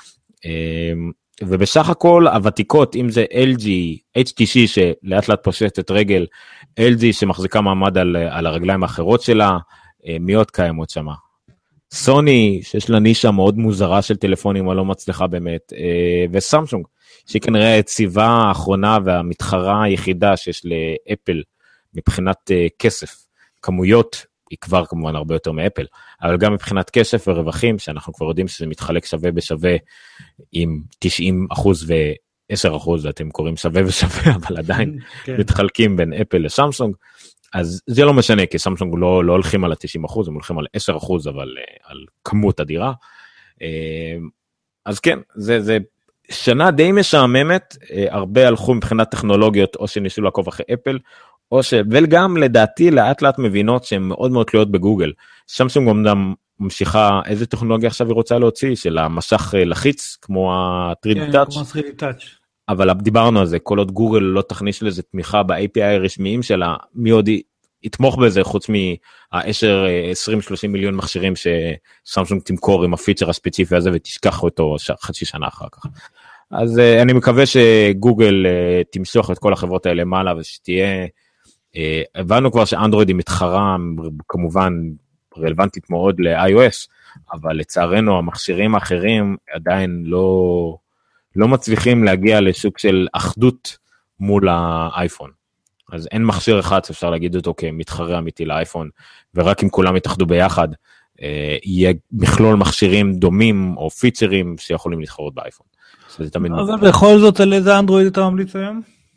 ובסך הכל הוותיקות, אם זה אל ג'י, אייץ' טי סי שלאט לאט פושטת את רגל, אל ג'י שמחזיקה מעמד על, על הרגליים האחרות שלה, מי עוד קיימות שמה? סוני, שיש לה נישה מאוד מוזרה של טלפונים, אבל לא מצליחה באמת, וסמסונג, שהיא כנראה הציבה האחרונה והמתחרה היחידה שיש לאפל, מבחינת כסף, כמויות, היא כבר כמובן הרבה יותר מאפל, אבל גם מבחינת כסף ורווחים, שאנחנו כבר יודעים שזה מתחלק שווה בשווה, עם תשעים אחוז ו-עשרה אחוז, אתם קוראים שווה ושווה, אבל עדיין מתחלקים בין אפל לסמסונג, אז זה לא משנה, כי סמסונג לא, לא הולכים על ה-תשעים אחוז, הם הולכים על עשרה אחוז, אבל על כמות אדירה. אז כן, זה, זה שנה די משעממת, הרבה הלכו מבחינת טכנולוגיות, או שניסו לעקוב אחרי אפל, או ש... וגם לדעתי לאט לאט מבינות שהן מאוד מאוד תלויות בגוגל. סמסונג גם ממשיכה, איזה טכנולוגיה עכשיו היא רוצה להוציא, של המשך לחיץ, כמו ה-תרי די Touch. כמו ה-תרי די Touch. אבל דיברנו על זה, כל עוד גוגל לא תכניס לזה תמיכה ב-איי פי איי הרשמיים שלה, מי עוד יתמוך בזה, חוץ מה-עשר, עשרים, שלושים מיליון מכשירים שסמסונג תמכור עם הפיצ'ר הספציפי הזה, ותשכח אותו חצי שנה אחר כך. אז אני מקווה שגוגל תמשוך את כל החברות האלה מעלה, ושתהיה, הבנו כבר שאנדרואיד היא מתחרה, כמובן רלוונטית מאוד ל-iOS, אבל לצערנו המכשירים האחרים עדיין לא, לא מצליחים להגיע לשוק של אחדות מול האייפון. אז אין מכשיר אחד שאפשר להגיד אותו כמתחרה אמיתי לאייפון, ורק אם כולם יתאחדו ביחד, יהיה מכלול מכשירים דומים או פיצ'רים שיכולים להתחרות באייפון. אבל בכל זאת על איזה אנדרואיד אתה ממליץ היום?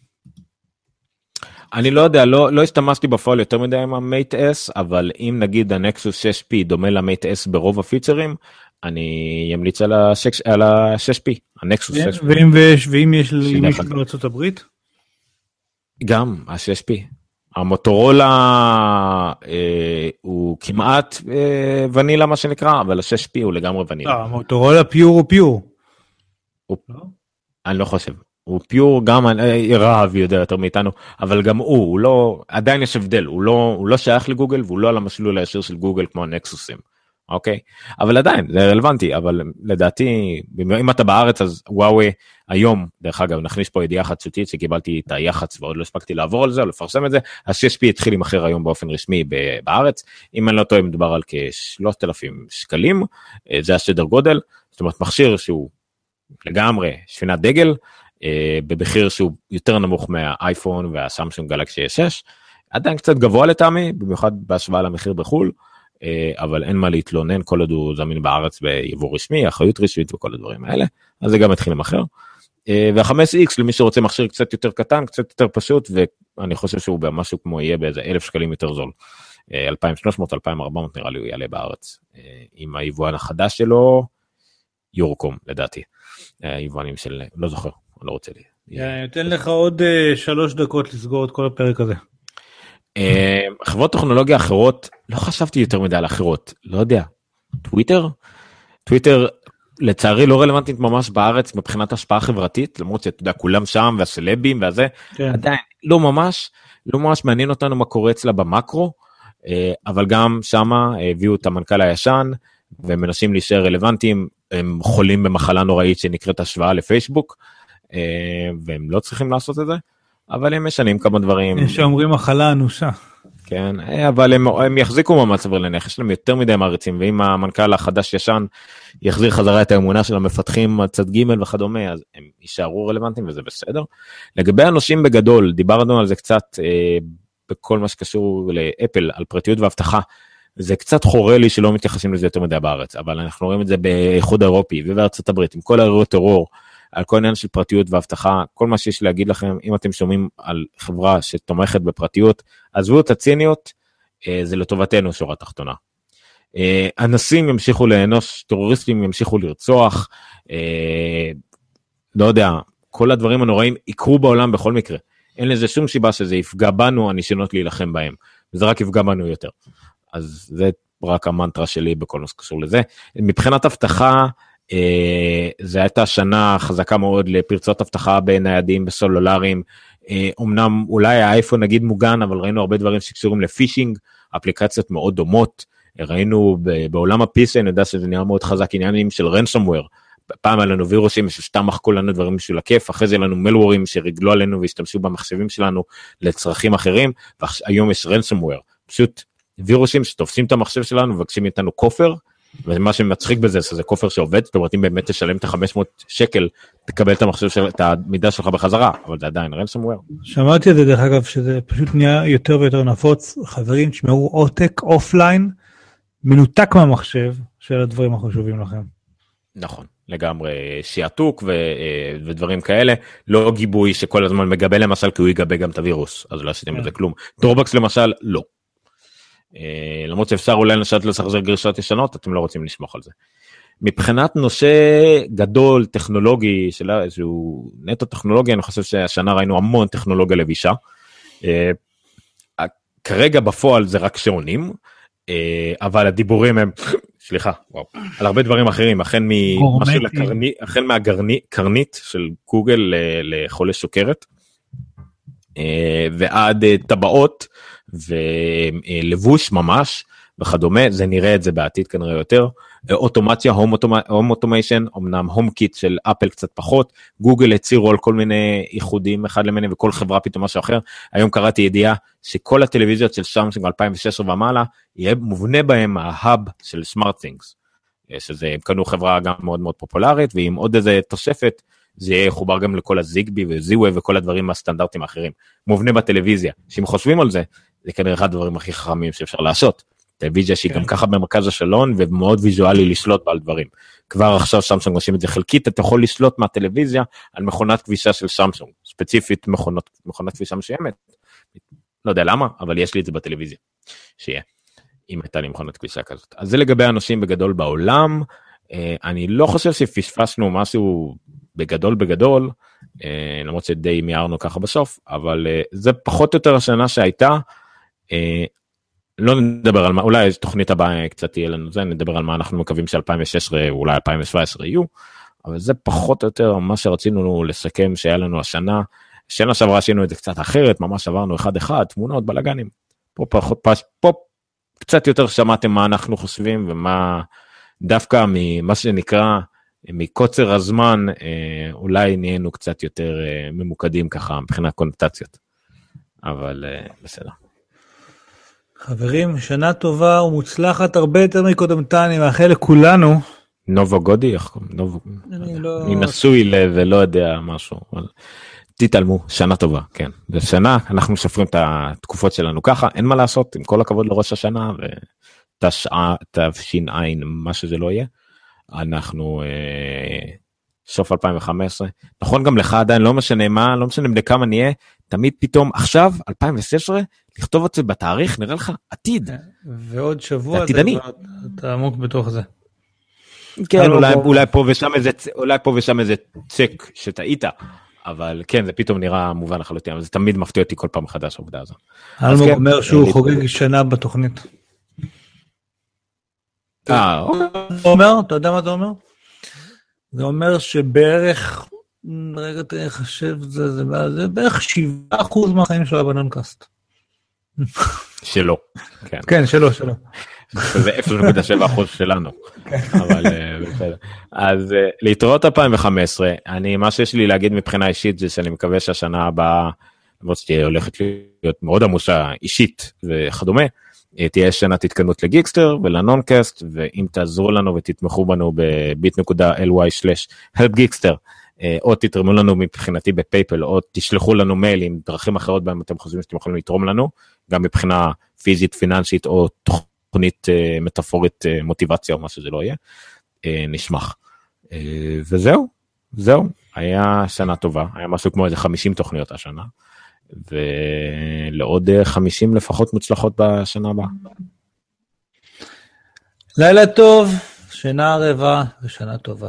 אני לא יודע, לא, לא השתמשתי בפועל יותר מדי עם המייט אס, אבל אם נגיד הנקסוס שש פי דומה למייט אס ברוב הפיצ'רים, אני אמליץ על ה-שש פי, הנקסוס שש פי. ואם, ואם יש למישהו בארצות הברית? גם, ה-שש פי. המוטורולה אה, הוא כמעט אה, ונילה מה שנקרא, אבל ה-שש פי הוא לגמרי ונילה. לא, המוטורולה פיור הוא פיור. הוא, לא? אני לא חושב. הוא פיור גם רהב יודע יותר מאיתנו, אבל גם הוא, הוא לא, עדיין יש הבדל, הוא לא, הוא לא שייך לגוגל, והוא לא על המסלול הישיר של גוגל כמו הנקסוסים, אוקיי? אבל עדיין, זה רלוונטי, אבל לדעתי, אם אתה בארץ, אז וואוי, היום, דרך אגב, נכניס פה ידיעה חדשותית, שקיבלתי את היחץ, ועוד לא הספקתי לעבור על זה, או לפרסם את זה, ה-שש פי התחיל למחר היום באופן רשמי בארץ, אם אני לא טועה, מדובר על כ-שלושת אלפים שקלים, זה הסדר גודל, זאת אומרת, מכשיר שהוא לגמרי שפינת דגל, במחיר שהוא יותר נמוך מהאייפון והסמסונג גלקסי אס שש, עדיין קצת גבוה לטעמי, במיוחד בהשוואה למחיר בחול, אבל אין מה להתלונן כל עוד הוא זמין בארץ ביבוא רשמי, אחריות רשמית וכל הדברים האלה, אז זה גם מתחיל למחר. וה-חמש אקס למי שרוצה מכשיר קצת יותר קטן, קצת יותר פשוט, ואני חושב שהוא במשהו כמו יהיה באיזה אלף שקלים יותר זול. אלפיים ושלוש מאות, אלפיים וארבע מאות נראה לי הוא יעלה בארץ. עם היבואן החדש שלו, יורקום לדעתי. היבואנים של, לא זוכר, אני לא רוצה לי. אתן לך עוד שלוש דקות לסגור את כל הפרק הזה. חברות טכנולוגיה אחרות, לא חשבתי יותר מדי על אחרות, לא יודע. טוויטר? טוויטר לצערי לא רלוונטית ממש בארץ מבחינת השפעה חברתית, למרות שאתה יודע, כולם שם והסלבים והזה, כן. עדיין לא ממש, לא ממש מעניין אותנו מה קורה אצלה במקרו, אבל גם שמה הביאו את המנכ"ל הישן, ומנסים להישאר רלוונטיים, הם חולים במחלה נוראית שנקראת השוואה לפייסבוק, והם לא צריכים לעשות את זה, אבל הם משנים כמה דברים. יש שאומרים מחלה אנושה. כן, אבל הם, הם יחזיקו מאמץ סביר להניח, יש להם יותר מדי מעריצים, ואם המנכ"ל החדש ישן יחזיר חזרה את האמונה של המפתחים צד ג' וכדומה, אז הם יישארו רלוונטיים וזה בסדר. לגבי אנשים בגדול, דיברנו על זה קצת אה, בכל מה שקשור לאפל, על פרטיות והבטחה, זה קצת חורה לי שלא מתייחסים לזה יותר מדי בארץ, אבל אנחנו רואים את זה באיחוד האירופי ובארצות הברית, עם כל האירועי טרור, על כל עניין של פרטיות והבטחה, כל מה שיש להגיד לכם, אם אתם שומעים על חברה שתומכת בפרטיות, עזבו את הציניות, זה לטובתנו שורה תחתונה. אנסים ימשיכו לאנוש, טרוריסטים ימשיכו לרצוח, לא יודע, כל הדברים הנוראים יקרו בעולם בכל מקרה. אין לזה שום סיבה שזה יפגע בנו, הניסיונות להילחם בהם, וזה רק יפגע בנו יותר. אז זה רק המנטרה שלי בכל מה שקשור לזה. מבחינת הבטחה, זה הייתה שנה חזקה מאוד לפרצות הבטחה בניידים, בסולולרים, אמנם אולי האייפון נגיד מוגן, אבל ראינו הרבה דברים שקשורים לפישינג, אפליקציות מאוד דומות, ראינו בעולם ה-פי סי, אני יודע שזה נראה מאוד חזק, עניינים של ransomware, פעם היה לנו וירוסים שסתם מחקו לנו דברים בשביל הכיף, אחרי זה לנו מלוורים שרגלו עלינו והשתמשו במחשבים שלנו לצרכים אחרים, והיום יש ransomware, פשוט וירוסים שתופסים את המחשב שלנו, מבקשים איתנו כופר, ומה שמצחיק בזה, זה כופר שעובד, זאת אומרת, אם באמת תשלם את ה-חמש מאות שקל, תקבל את המחשב של, את המידע שלך בחזרה, אבל זה עדיין ransomware. שמעתי את זה דרך אגב, שזה פשוט נהיה יותר ויותר נפוץ, חברים, תשמעו עותק אופליין, מנותק מהמחשב, של הדברים החשובים לכם. נכון, לגמרי, שיעתוק ו, ודברים כאלה, לא גיבוי שכל הזמן מגבה למשל, כי הוא יגבה גם את הווירוס, אז לא עשיתם בזה כלום. דרובוקס למשל, לא. למרות שאפשר אולי לשאת לסחזר גרשות ישנות, אתם לא רוצים לשמוך על זה. מבחינת נושא גדול, טכנולוגי, של איזשהו נטו טכנולוגי, אני חושב שהשנה ראינו המון טכנולוגיה לבישה. כרגע בפועל זה רק שעונים, אבל הדיבורים הם, סליחה, וואו, על הרבה דברים אחרים, החל מהקרנית של גוגל לחולי סוכרת, ועד טבעות, ולבוש ממש וכדומה, זה נראה את זה בעתיד כנראה יותר, אוטומציה, הום אוטומיישן, אמנם הום קיט של אפל קצת פחות, גוגל הצירו על כל מיני איחודים אחד למני, וכל חברה פתאום משהו אחר, היום קראתי ידיעה שכל הטלוויזיות של סמסונג אלפיים ושש עשרה ומעלה, יהיה מובנה בהם ההאב של סמארט תינגס, שזה הם קנו חברה גם מאוד מאוד פופולרית, ועם עוד איזה תוספת, זה יהיה חובר גם לכל הזיגבי וזיווי וכל הדברים הסטנדרטיים האחרים, מובנה בטלוויזיה, שאם חושבים על זה, זה כנראה אחד הדברים הכי חכמים שאפשר לעשות, טלוויזיה שהיא גם ככה במרכז השלון, ומאוד ויזואלי לשלוט בה על דברים, כבר עכשיו סמסונג עושים את זה חלקית, אתה יכול לשלוט מהטלוויזיה, על מכונת כבישה של סמסונג, ספציפית מכונות, מכונת כבישה משיימת, לא יודע למה, אבל יש לי את זה בטלוויזיה, שיהיה, אם הייתה לי מכונת כבישה כזאת, אז זה לגבי אנשים בגדול בעולם, אני לא חושב שפספסנו משהו בגדול בגדול, למרות שדי מיירנו ככה בסוף, אבל זה פחות או יותר השנה שהייתה, לא נדבר על מה, אולי תוכנית הבאה קצת תהיה לנו זה, נדבר על מה אנחנו מקווים ש-אלפיים ושש עשרה, אולי אלפיים שבע עשרה יהיו, אבל זה פחות או יותר מה שרצינו לסכם שהיה לנו השנה, שנה שעברה עשינו את זה קצת אחרת, ממש עברנו אחד אחד, תמונות, בלגנים, פה פחות, פה קצת יותר שמעתם מה אנחנו חושבים, ומה דווקא ממה שנקרא, מקוצר הזמן, אולי נהיינו קצת יותר ממוקדים ככה, מבחינת קונוטציות, אבל בסדר. חברים, שנה טובה ומוצלחת הרבה יותר מקודמתה, אני מאחל לכולנו. נובו גודי, אני נשוי ולא יודע משהו, תתעלמו, שנה טובה, כן. זה שנה, אנחנו שופרים את התקופות שלנו ככה, אין מה לעשות, עם כל הכבוד לראש השנה, תש"ע, מה שזה לא יהיה, אנחנו אה, סוף אלפיים וחמש עשרה, נכון גם לך עדיין, לא משנה מה, לא משנה בכמה נהיה, תמיד פתאום עכשיו, אלפיים ושש עשרה, לכתוב את זה בתאריך, נראה לך עתיד. ועוד שבוע עתידני. אתה עמוק בתוך זה. כן, אולי, אולי פה ושם איזה, אולי פה ושם איזה צק שטעית, אבל כן, זה פתאום נראה מובן לחלוטין, אבל זה תמיד מפתיע אותי כל פעם מחדש העובדה הזו. אלמוג אומר שהוא חוגג שנה בתוכנית. אה, זה אומר, אתה יודע מה זה אומר? זה אומר שבערך, רגע תחשב, זה, זה, זה בערך שבעה אחוז מהחיים שלו בנונקאסט. שלו. כן, כן, שלו, שלו. זה אפס נקודה שבע אחוז שלנו. אבל בסדר. אז להתראות אלפיים וחמש עשרה, אני, מה שיש לי להגיד מבחינה אישית זה שאני מקווה שהשנה הבאה, למרות שתהיה הולכת להיות מאוד עמוסה אישית וכדומה, תהיה שנת התקדמות לגיקסטר ולנונקאסט, ואם תעזרו לנו ותתמכו בנו בביט נקודה אל וואי סלש help גיקסטר, או תתרמו לנו מבחינתי בפייפל, או תשלחו לנו מייל עם דרכים אחרות בהם אתם חושבים שאתם יכולים לתרום לנו, גם מבחינה פיזית, פיננסית, או תוכנית מטאפורית, מוטיבציה או מה שזה לא יהיה, נשמח. וזהו, זהו, היה שנה טובה, היה משהו כמו איזה חמישים תוכניות השנה, ולעוד חמישים לפחות מוצלחות בשנה הבאה. לילה טוב, שינה ערבה ושנה טובה.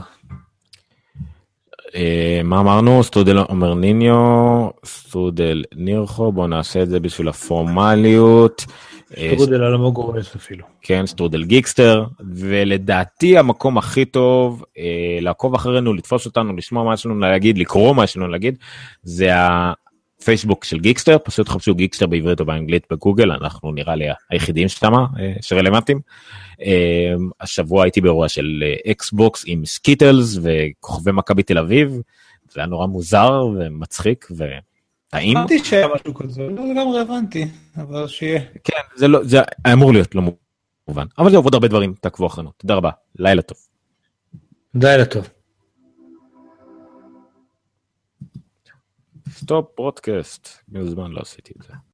מה אמרנו? סטרודל אומר ניניו, סטרודל נירחו, בואו נעשה את זה בשביל הפורמליות. סטרודל על המוגורס אפילו. כן, סטרודל גיקסטר, ולדעתי המקום הכי טוב לעקוב אחרינו, לתפוס אותנו, לשמוע מה יש לנו להגיד, לקרוא מה יש לנו להגיד, זה הפייסבוק של גיקסטר, פשוט חפשו גיקסטר בעברית או באנגלית בגוגל, אנחנו נראה לי היחידים שמה שרלוונטיים. השבוע הייתי באירוע של אקסבוקס עם סקיטלס וכוכבי מכבי תל אביב, זה היה נורא מוזר ומצחיק וטעים. הבנתי שהיה משהו כזה, לא לגמרי הבנתי, אבל שיהיה. כן, זה לא, זה אמור להיות לא מובן, אבל זה עובד הרבה דברים, תעקבו אחרינו, תודה רבה, לילה טוב. לילה טוב. סטופ ברודקאסט, מזמן לא עשיתי את זה.